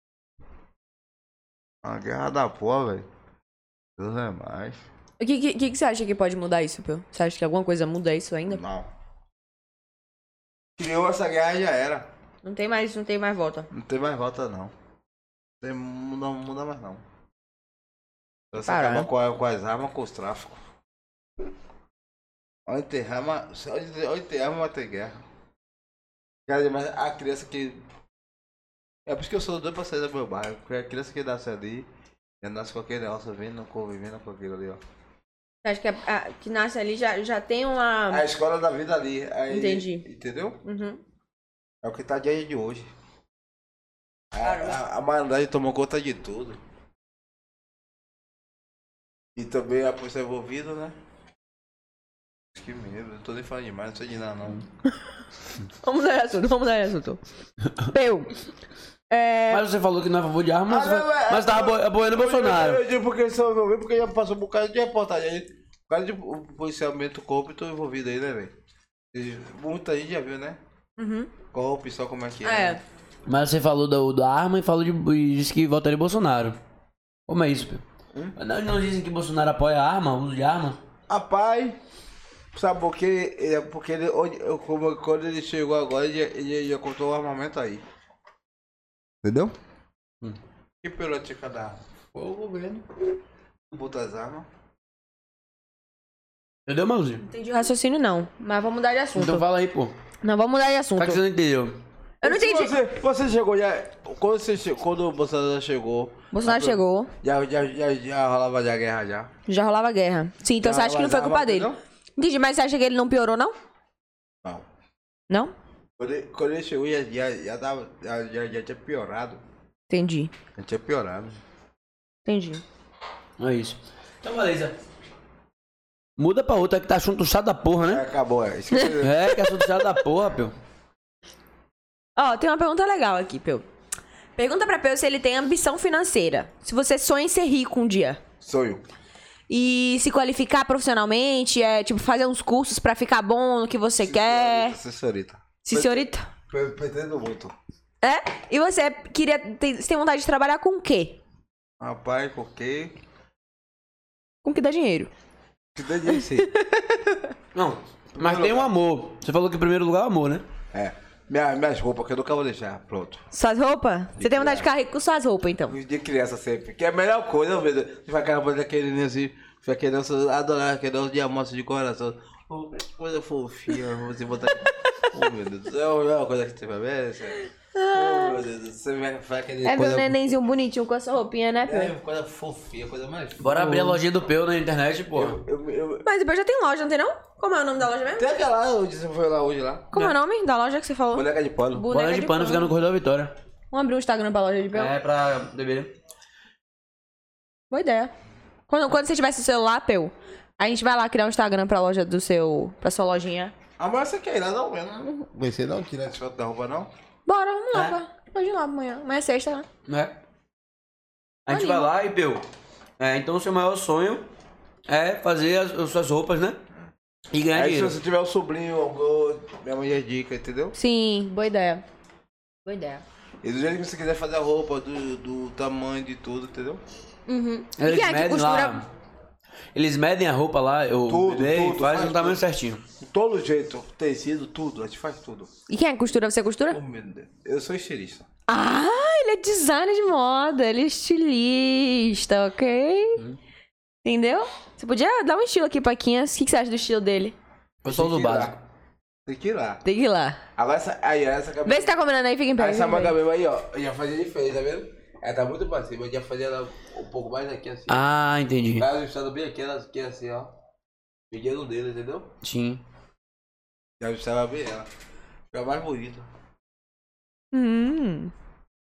Uma guerra da porra, velho. Deus é mais. O que, que, que você acha que pode mudar isso, Pio? Você acha que alguma coisa muda isso ainda? Não. Criou essa guerra já era. Não tem mais, não tem mais volta. Não tem mais volta, não. Tem, não muda mais, não. Você Caralho. acaba com, a- com as armas, com os tráficos. Onde tem arma, onde, onde tem arma, vai ter guerra. Cara, mas a criança que... É por isso que eu sou doido pra sair do meu bairro. Porque a criança que nasce ali, já nasce com aquele negócio vindo, convivendo com aquilo ali, ó. Você acha que a, a- que nasce ali já, já tem uma... A escola da vida ali. Aí, Entendi. Entendeu? Uhum. É o que tá dia de hoje. A, Caramba. a, a malandragem tomou conta de tudo. E também a polícia envolvida, né? Que medo, não tô nem falando demais, não sei de nada não. Vamos mudar de assunto, vamos mudar de assunto. Peu. É... Mas você falou que não é a favor de arma, mas, Ah, não, é- mas tava apo- apoiando o Bolsonaro. Eu digo porque eles são envolvidos, porque já passou um bocado de reportagem aí. Por causa de um policiamento corrupto envolvido aí, né, velho? E muita gente já viu, né? Uhum. Corrupção, como é que é. É. né? Mas você falou do, da arma e falou de, e disse que votaria em Bolsonaro. Como é isso, Pio? Hum? Não, não dizem que Bolsonaro apoia a arma, o uso de arma? Rapaz, sabe por quê? É porque ele, onde- eu- como- quando ele chegou agora, ele, já- ele já contou o armamento aí. Entendeu? Hum. Que pirotica da arma? Foi o governo. Botou as armas. Entendeu, Mauzinho? Não entendi o raciocínio, não. Mas vamos mudar de assunto. Então fala aí, pô. Não, vamos mudar de assunto. Como é que você não entendeu? Eu não entendi. Você, você chegou já. Quando, você, che- quando o Bolsonaro chegou. Bolsonaro a- chegou, Já, já, já, já rolava já a guerra já. já rolava guerra. Sim, então Já você acha que não foi rolava culpa arma, dele? entendeu? Entendi, mas você acha que ele não piorou, não? Não. Não? Quando ele, quando ele chegou já, já, já, tava, já, já, já tinha piorado. Entendi. Já tinha piorado. Entendi. É isso. Então, beleza. Muda pra outra que tá assunto chato da porra, É, né? acabou, é. Isso que eu- É, que é assunto chato da porra, Pio. Ó, tem uma pergunta legal aqui, Peu. Pergunta pra Peu se ele tem ambição financeira. Se você sonha em ser rico um dia. Sonho. E se qualificar profissionalmente, é tipo fazer uns cursos pra ficar bom no que você quer. Senhorita. Sim, senhorita. Pre- Pretendo muito. É? E você queria. Tem, você tem vontade de trabalhar com o quê? Rapaz, porque. Com o que dá dinheiro. Que dá dinheiro sim. Não, mas tem um amor. Você falou que em primeiro lugar é o amor, né? É. Minha, minhas roupas que eu nunca vou deixar. Pronto. Suas roupas? Você tem vontade de ficar rico com suas roupas, então. De criança sempre. Que é a melhor coisa, meu Deus. Você vai acabar daquele assim. Vai querer adorar, querer os diamantes de coração. Oh, coisa fofinha, você botar. Oh, meu Deus do céu, é uma coisa que você vai ver. Você... Oh, meu Deus do céu, você vai, vai querer. É coisa... meu nenenzinho bonitinho com essa roupinha, né, Peu? É, coisa fofinha, coisa mais. Bora abrir a lojinha do Peu na internet, porra. Eu, eu, eu... Mas depois já tem loja, não tem não? Como é o nome da loja mesmo? Tem aquela onde você foi lá hoje lá. Como é o nome da loja que você falou? Boneca de pano. Boneca Bola de pano fica no corredor da Vitória. Vamos abrir um Instagram pra loja de Peu? É pra beber. Boa ideia. Quando, quando você tivesse o celular, Peu, A gente vai lá criar um Instagram pra loja do seu... Pra sua lojinha. Amanhã você quer ir lá não, mesmo? Você não tirar esse foto da roupa, não? Bora, vamos lá. É. Pra... Pode ir lá amanhã. Amanhã é sexta, né? Né? A gente Anima. vai lá e, Peu, é, então o seu maior sonho é fazer as, as suas roupas, né? E ganhar Aí se dinheiro. você tiver o sobrinho, eu, minha mãe é dica, entendeu? Sim, boa ideia. Boa ideia. E do jeito que você quiser fazer a roupa, do, do tamanho de tudo, entendeu? Uhum. E Eles quem é que medem costura... lá. Eles medem a roupa lá, eu Tudo, bebê, tudo, faz faz no tamanho tudo. certinho. De todo jeito, tecido, tudo, a gente faz tudo. E quem é que costura? Você costura? Oh, meu Deus. Eu sou estilista. Ah, ele é designer de moda, ele é estilista, ok? Entendeu? Você podia dar um estilo aqui pra Quinhas. O que, que você acha do estilo dele? Eu sou Tem do que ir lá. básico. Tem que ir lá. Tem que ir lá. Agora essa, aí, essa cabelo. Vê se tá combinando aí, fica em pé. Essa fica em pé. manga mesmo aí, ó. Eu já fazia diferente, tá vendo? Ela tá muito pra cima, eu já fazia ela um pouco mais aqui assim. Ah, entendi. Ela ajustando bem aqui, ela aqui assim, ó. Pedindo dele, entendeu? Sim. Já ajustava bem ela. Fica mais bonito. Hum.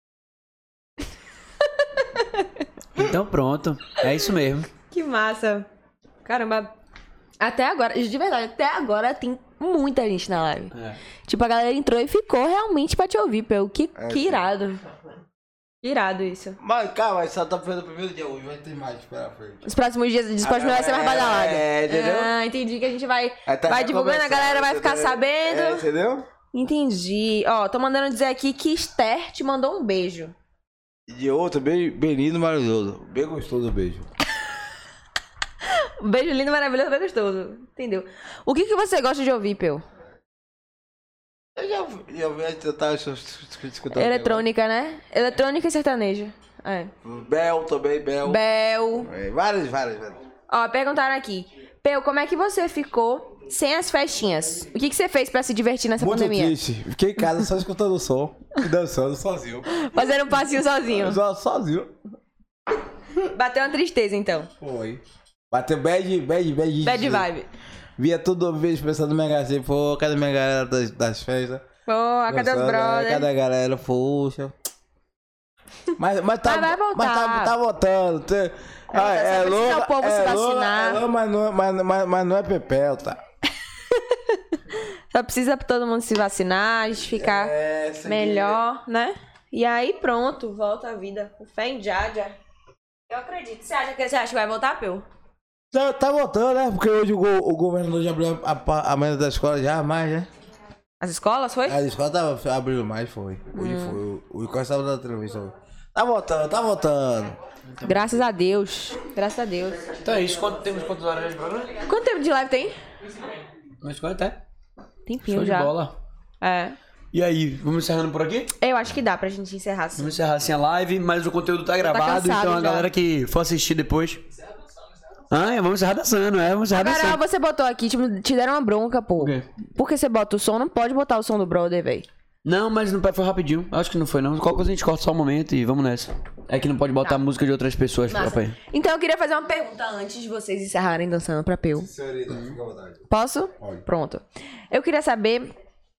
Então pronto. É isso mesmo. Que massa. Caramba. Até agora, de verdade, até agora tem muita gente na live. É. Tipo, a galera entrou e ficou realmente pra te ouvir, pelo que, É, que sim. irado. Que irado isso. Mas calma, só tá fazendo o primeiro dia hoje, vai ter mais pra frente. Os próximos dias, os próximos vai ser mais badalado. É, entendeu? Ah, entendi que a gente vai, Aí tá vai já divulgando, a começando, galera vai ficar entendeu? sabendo. É, entendeu? Entendi. Ó, tô mandando dizer aqui que Esther te mandou um beijo. E de outro, bem, bem lindo, maravilhoso. Bem gostoso o beijo. Um beijo lindo, maravilhoso, bem gostoso. Entendeu? O que, que você gosta de ouvir, Peu? Eu já, já vi tentar escutar. Eletrônica, né? Eletrônica e sertanejo. É. Bel também, Bel. Bel. É, várias, várias, várias. Ó, perguntaram aqui. Peu, como é que você ficou sem as festinhas? O que, que você fez pra se divertir nessa Muito pandemia? triste. Fiquei em casa só escutando o som e dançando sozinho. Fazendo um passinho sozinho. Só sozinho. Bateu uma tristeza, então. Foi. Bateu bad, bad, bad. Bad vibe. Via tudo vez pensando no Mega assim, pô, cadê minha galera das, das festas? Pô, cadê os Dançando, brothers? Cadê a galera? Poxa. Mas, mas tá, Mas vai voltar. Mas tá, tá voltando. Tem- voltar, Ah, só é precisa louca, o povo é se louca, vacinar. é louca, mas, não, é- mas, mas, mas não é Pepel, tá? Só precisa todo mundo se vacinar, a gente ficar É, essa aqui- melhor, né? E aí pronto, volta a vida. Com fé em Jaja. Eu acredito. Você acha que você acha que vai voltar, Peu? Tá, tá voltando, né? Porque hoje o, go- o governador já abriu a, a, a mesa da escola já mais, né? As escolas, foi? A escola tava abrindo mais, foi. Hoje Hum. foi. O, o Icosta tava dando entrevista hoje. Tá voltando, tá voltando. Graças a Deus. Graças a Deus. Então é isso. Quanto, temos quantas horas de programa? Quanto tempo de live tem? Mas quanto é? Tempinho Show de já. bola. É. E aí, vamos encerrando por aqui? Eu acho que dá pra gente encerrar assim. Vamos encerrar assim a live, mas o conteúdo tá gravado, cansado então a já. galera que for assistir depois. Ah, é, vamos encerrar dançando, é, vamos encerrar Agora dançando. você botou aqui, tipo, te deram uma bronca, pô. Por quê? Por que você bota o som? Não pode botar o som do brother, velho. Não, mas não foi rapidinho. Acho que não foi, não. Qualquer coisa a gente corta só um momento e vamos nessa. É que não pode botar Tá. música de outras pessoas, Massa. papai. Então eu queria fazer uma pergunta antes de vocês encerrarem dançando pra Peu. Senhorita, fica à vontade. Posso? Pode. Pronto. Eu queria saber.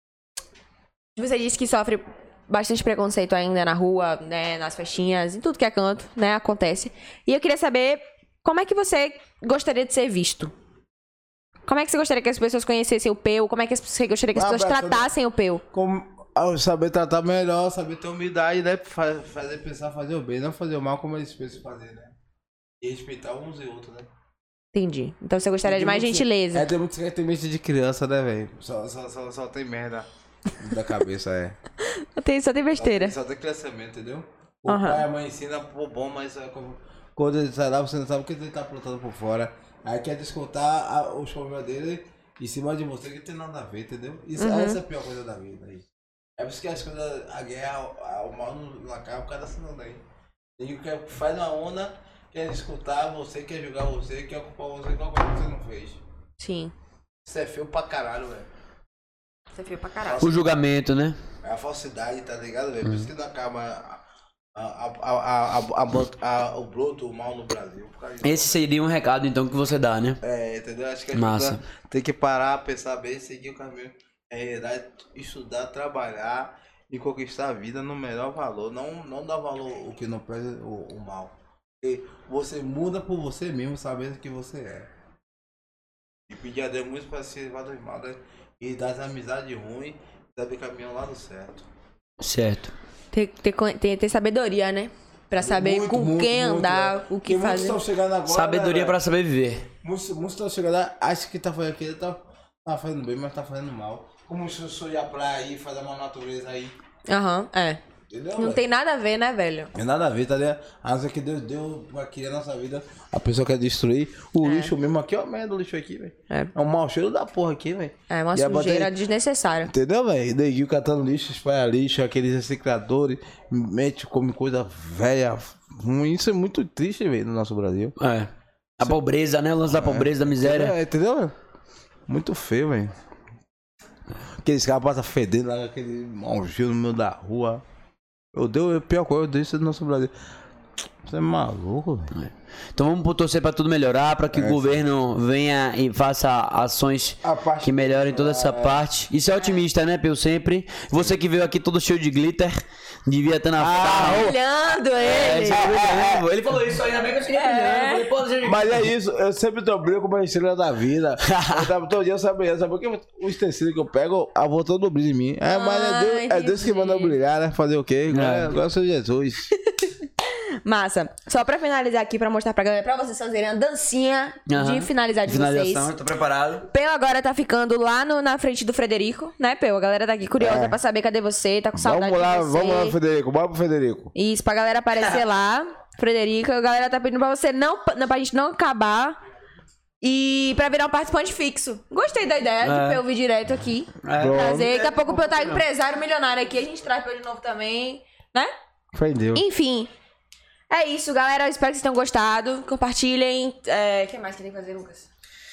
Você disse que sofre bastante preconceito ainda na rua, né? Nas festinhas, em tudo que é canto, né? Acontece. E eu queria saber como é que você gostaria de ser visto? Como é que você gostaria que as pessoas conhecessem o Peu? Como é que você gostaria que as Um pessoas abraço, tratassem o Peu? Como, ah, saber tratar melhor, saber ter humildade, né? Fa- Fazer pensar, fazer o bem, não fazer o mal como eles pensam fazer, né? E respeitar uns e outros, né? Entendi. Então você gostaria de Tem mais muito- gentileza. É, tem muito que tem mente de criança, né, velho? Só, só, só, só tem merda da cabeça, é. Eu tenho, só tem besteira. Só tem crescimento, entendeu? O Aham. pai e a mãe ensina por bom, mas é como- quando ele sai lá, você não sabe o que ele tá aprontando por fora. Aí quer descontar a- os problemas dele em cima de você que tem nada a ver, entendeu? Isso, Uhum. Essa é a pior coisa da vida aí. É por isso que as coisas, a guerra, a- o mal não acaba por causa dessa onda aí. Tem que faz uma onda, quer escutar você, quer julgar você, quer ocupar você com uma coisa que você não fez. Sim. Isso é feio pra caralho, velho. Você feio pra caralho. O julgamento, né? É a falsidade, tá ligado, velho? Por isso que não acaba a, a, a, a, a, a- a- o broto, o mal no Brasil. Por causa disso. Esse seria um recado, então, que você dá, né? É, entendeu? Acho que a Massa. gente tem que parar, pensar bem, seguir o caminho. É realidade, estudar, trabalhar e conquistar a vida no melhor valor. Não, não dar valor o que não preza, o, o mal. Porque você muda por você mesmo, sabendo que você é. E pedir a Deus muito pra se levar dos mal, né? E das amizades ruins, saber caminhar lá do certo. Certo. Ter, ter, ter, ter sabedoria, né? Pra saber Muito, com muito, quem muito, andar, né? o que Porque muitos fazer. estão chegando agora, Sabedoria né, pra saber viver. Muitos muitos estão chegando lá, acham que tá fazendo aquilo, tá, tá fazendo bem, mas tá fazendo mal. Como se eu sou ir à praia aí, fazer uma natureza aí. Aham, é. Entendeu? Não velho? tem nada a ver, né, velho? Tem nada a ver, tá ligado? A não ser que Deus deu pra criar nossa vida. A pessoa quer destruir o lixo mesmo aqui, ó, merda do lixo aqui, velho. É. É um mau cheiro da porra aqui, velho. É uma E a sujeira bateria- desnecessária. Entendeu, velho? Neguinho catando lixo, espalha lixo, aqueles recicladores, mete, come coisa velha, ruim. Isso é muito triste, velho, no nosso Brasil. É. A pobreza, né? O lance da pobreza, da miséria. É, entendeu, velho? Muito feio, velho. Aqueles caras passam fedendo lá, aquele mau cheiro no meio da rua. Meu Deus, é a pior coisa disso do nosso Brasil. Você é maluco, velho. Então vamos torcer pra tudo melhorar, pra que o governo venha e faça ações A parte- que melhorem toda essa parte. Isso é otimista, né, Peu? Sempre. Você que veio aqui todo cheio de glitter, devia estar na farra. Olhando É, ele. você veio brilhando. Ele falou isso, ainda bem que eu cheguei brilhando. Eu falei, pô, você... Mas é isso, eu sempre trabalho com uma estrela da vida. Eu tava todo dia eu sabia, sabe por quê? O utensílio que eu pego, a volta do brilho em mim. É, mas é Deus, é Deus que manda eu brilhar, né? Fazer o quê? Agora, agora eu sou Jesus. Massa. Só pra finalizar aqui, pra mostrar pra galera, pra vocês fazerem a dancinha Aham. de finalizar de Finalização, vocês. eu tô preparado. Peu agora tá ficando lá no- na frente do Frederico, né, Peu? A galera tá aqui curiosa É. pra saber cadê você, tá com saudade Vamos lá, de você. vamos lá, Federico. Bora pro Federico. Isso, pra galera aparecer lá. Frederico, a galera tá pedindo pra você não, não pra gente não acabar e pra virar um participante fixo. Gostei da ideia É. de Peu vir direto aqui. É. Trazer. Daqui a pouco o Peu tá empresário milionário aqui, a gente traz Peu de novo também, né? Prendeu. Enfim. É isso, galera. Eu espero que vocês tenham gostado. Compartilhem. É... O que mais que tem que fazer, Lucas?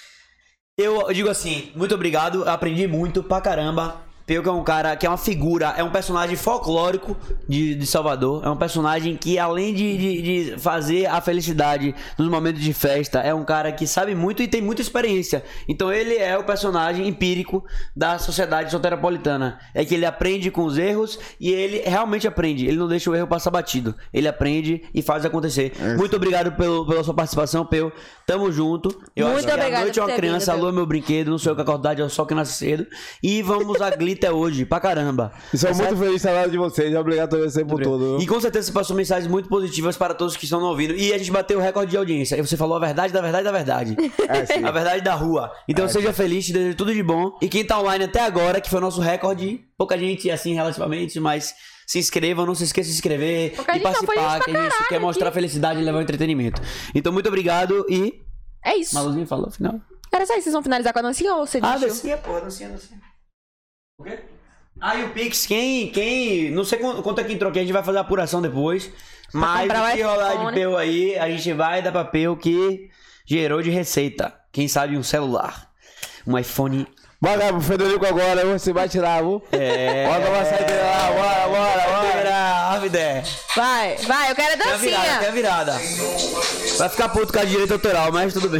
Eu digo assim, muito obrigado, eu aprendi muito pra caramba. Peu que é um cara que é uma figura, é um personagem folclórico de, de Salvador. É um personagem que, além de, de, de fazer a felicidade nos momentos de festa, é um cara que sabe muito e tem muita experiência. Então ele é o personagem empírico da sociedade soteropolitana. É que ele aprende com os erros e ele realmente aprende. Ele não deixa o erro passar batido. Ele aprende e faz acontecer. Muito obrigado pelo, pela sua participação, Peu. Tamo junto. Eu Muito acho que a obrigada noite é por uma ter criança, a vindo, lua é meu brinquedo, não sei o que acordar, é o sol que nasce cedo. E vamos a glitter hoje, pra caramba. E sou muito feliz de falar de vocês. Obrigado a você por tudo. E com certeza você passou mensagens muito positivas para todos que estão nos ouvindo. E a gente bateu o recorde de audiência. E você falou a verdade da verdade da verdade. É, sim. A verdade da rua. Então seja feliz, te desejo tudo de bom. E quem tá online até agora, que foi o nosso recorde, pouca gente assim relativamente, mas se inscrevam, não se esqueça de se inscrever Pouca e gente não, foi participar, gente que pra a gente caralho quer mostrar aqui. felicidade e levar o entretenimento. Então muito obrigado e... É isso. Maluzinho falou, final. Era só isso. Vocês vão finalizar com a dancinha ou você Ah, desistiu? dancinha, pô, dancinha, dancinha. O quê? Ah, e o Pix, quem, quem, não sei quanto, quanto é que entrou aqui, a gente vai fazer a apuração depois, mas comprar o o que rolar de iPhone. Peu aí, a gente vai dar pra Peu que gerou de receita, quem sabe um celular, um iPhone, Bora pro Federico agora, você vai tirar, viu? é... Bora uma saída lá, bora, bora, bora. Bora, a ideia. Vai, vai. Eu quero a Quer a virada, dancinha. quer a virada. Vai ficar puto com a direita autoral, mas tudo bem.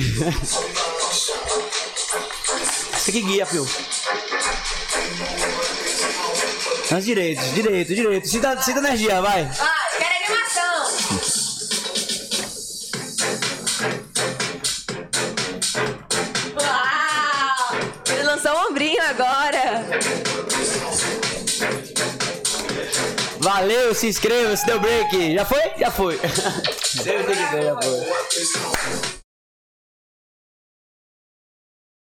Você que guia, Peu. Nas direitos, direito, direito. Sinta, sinta energia, vai. Vai, quero animação. Uau! Ele lançou um ombrinho agora. Valeu, se inscreva, se deu break. Já foi? Já foi. Deve ter que ter, já foi.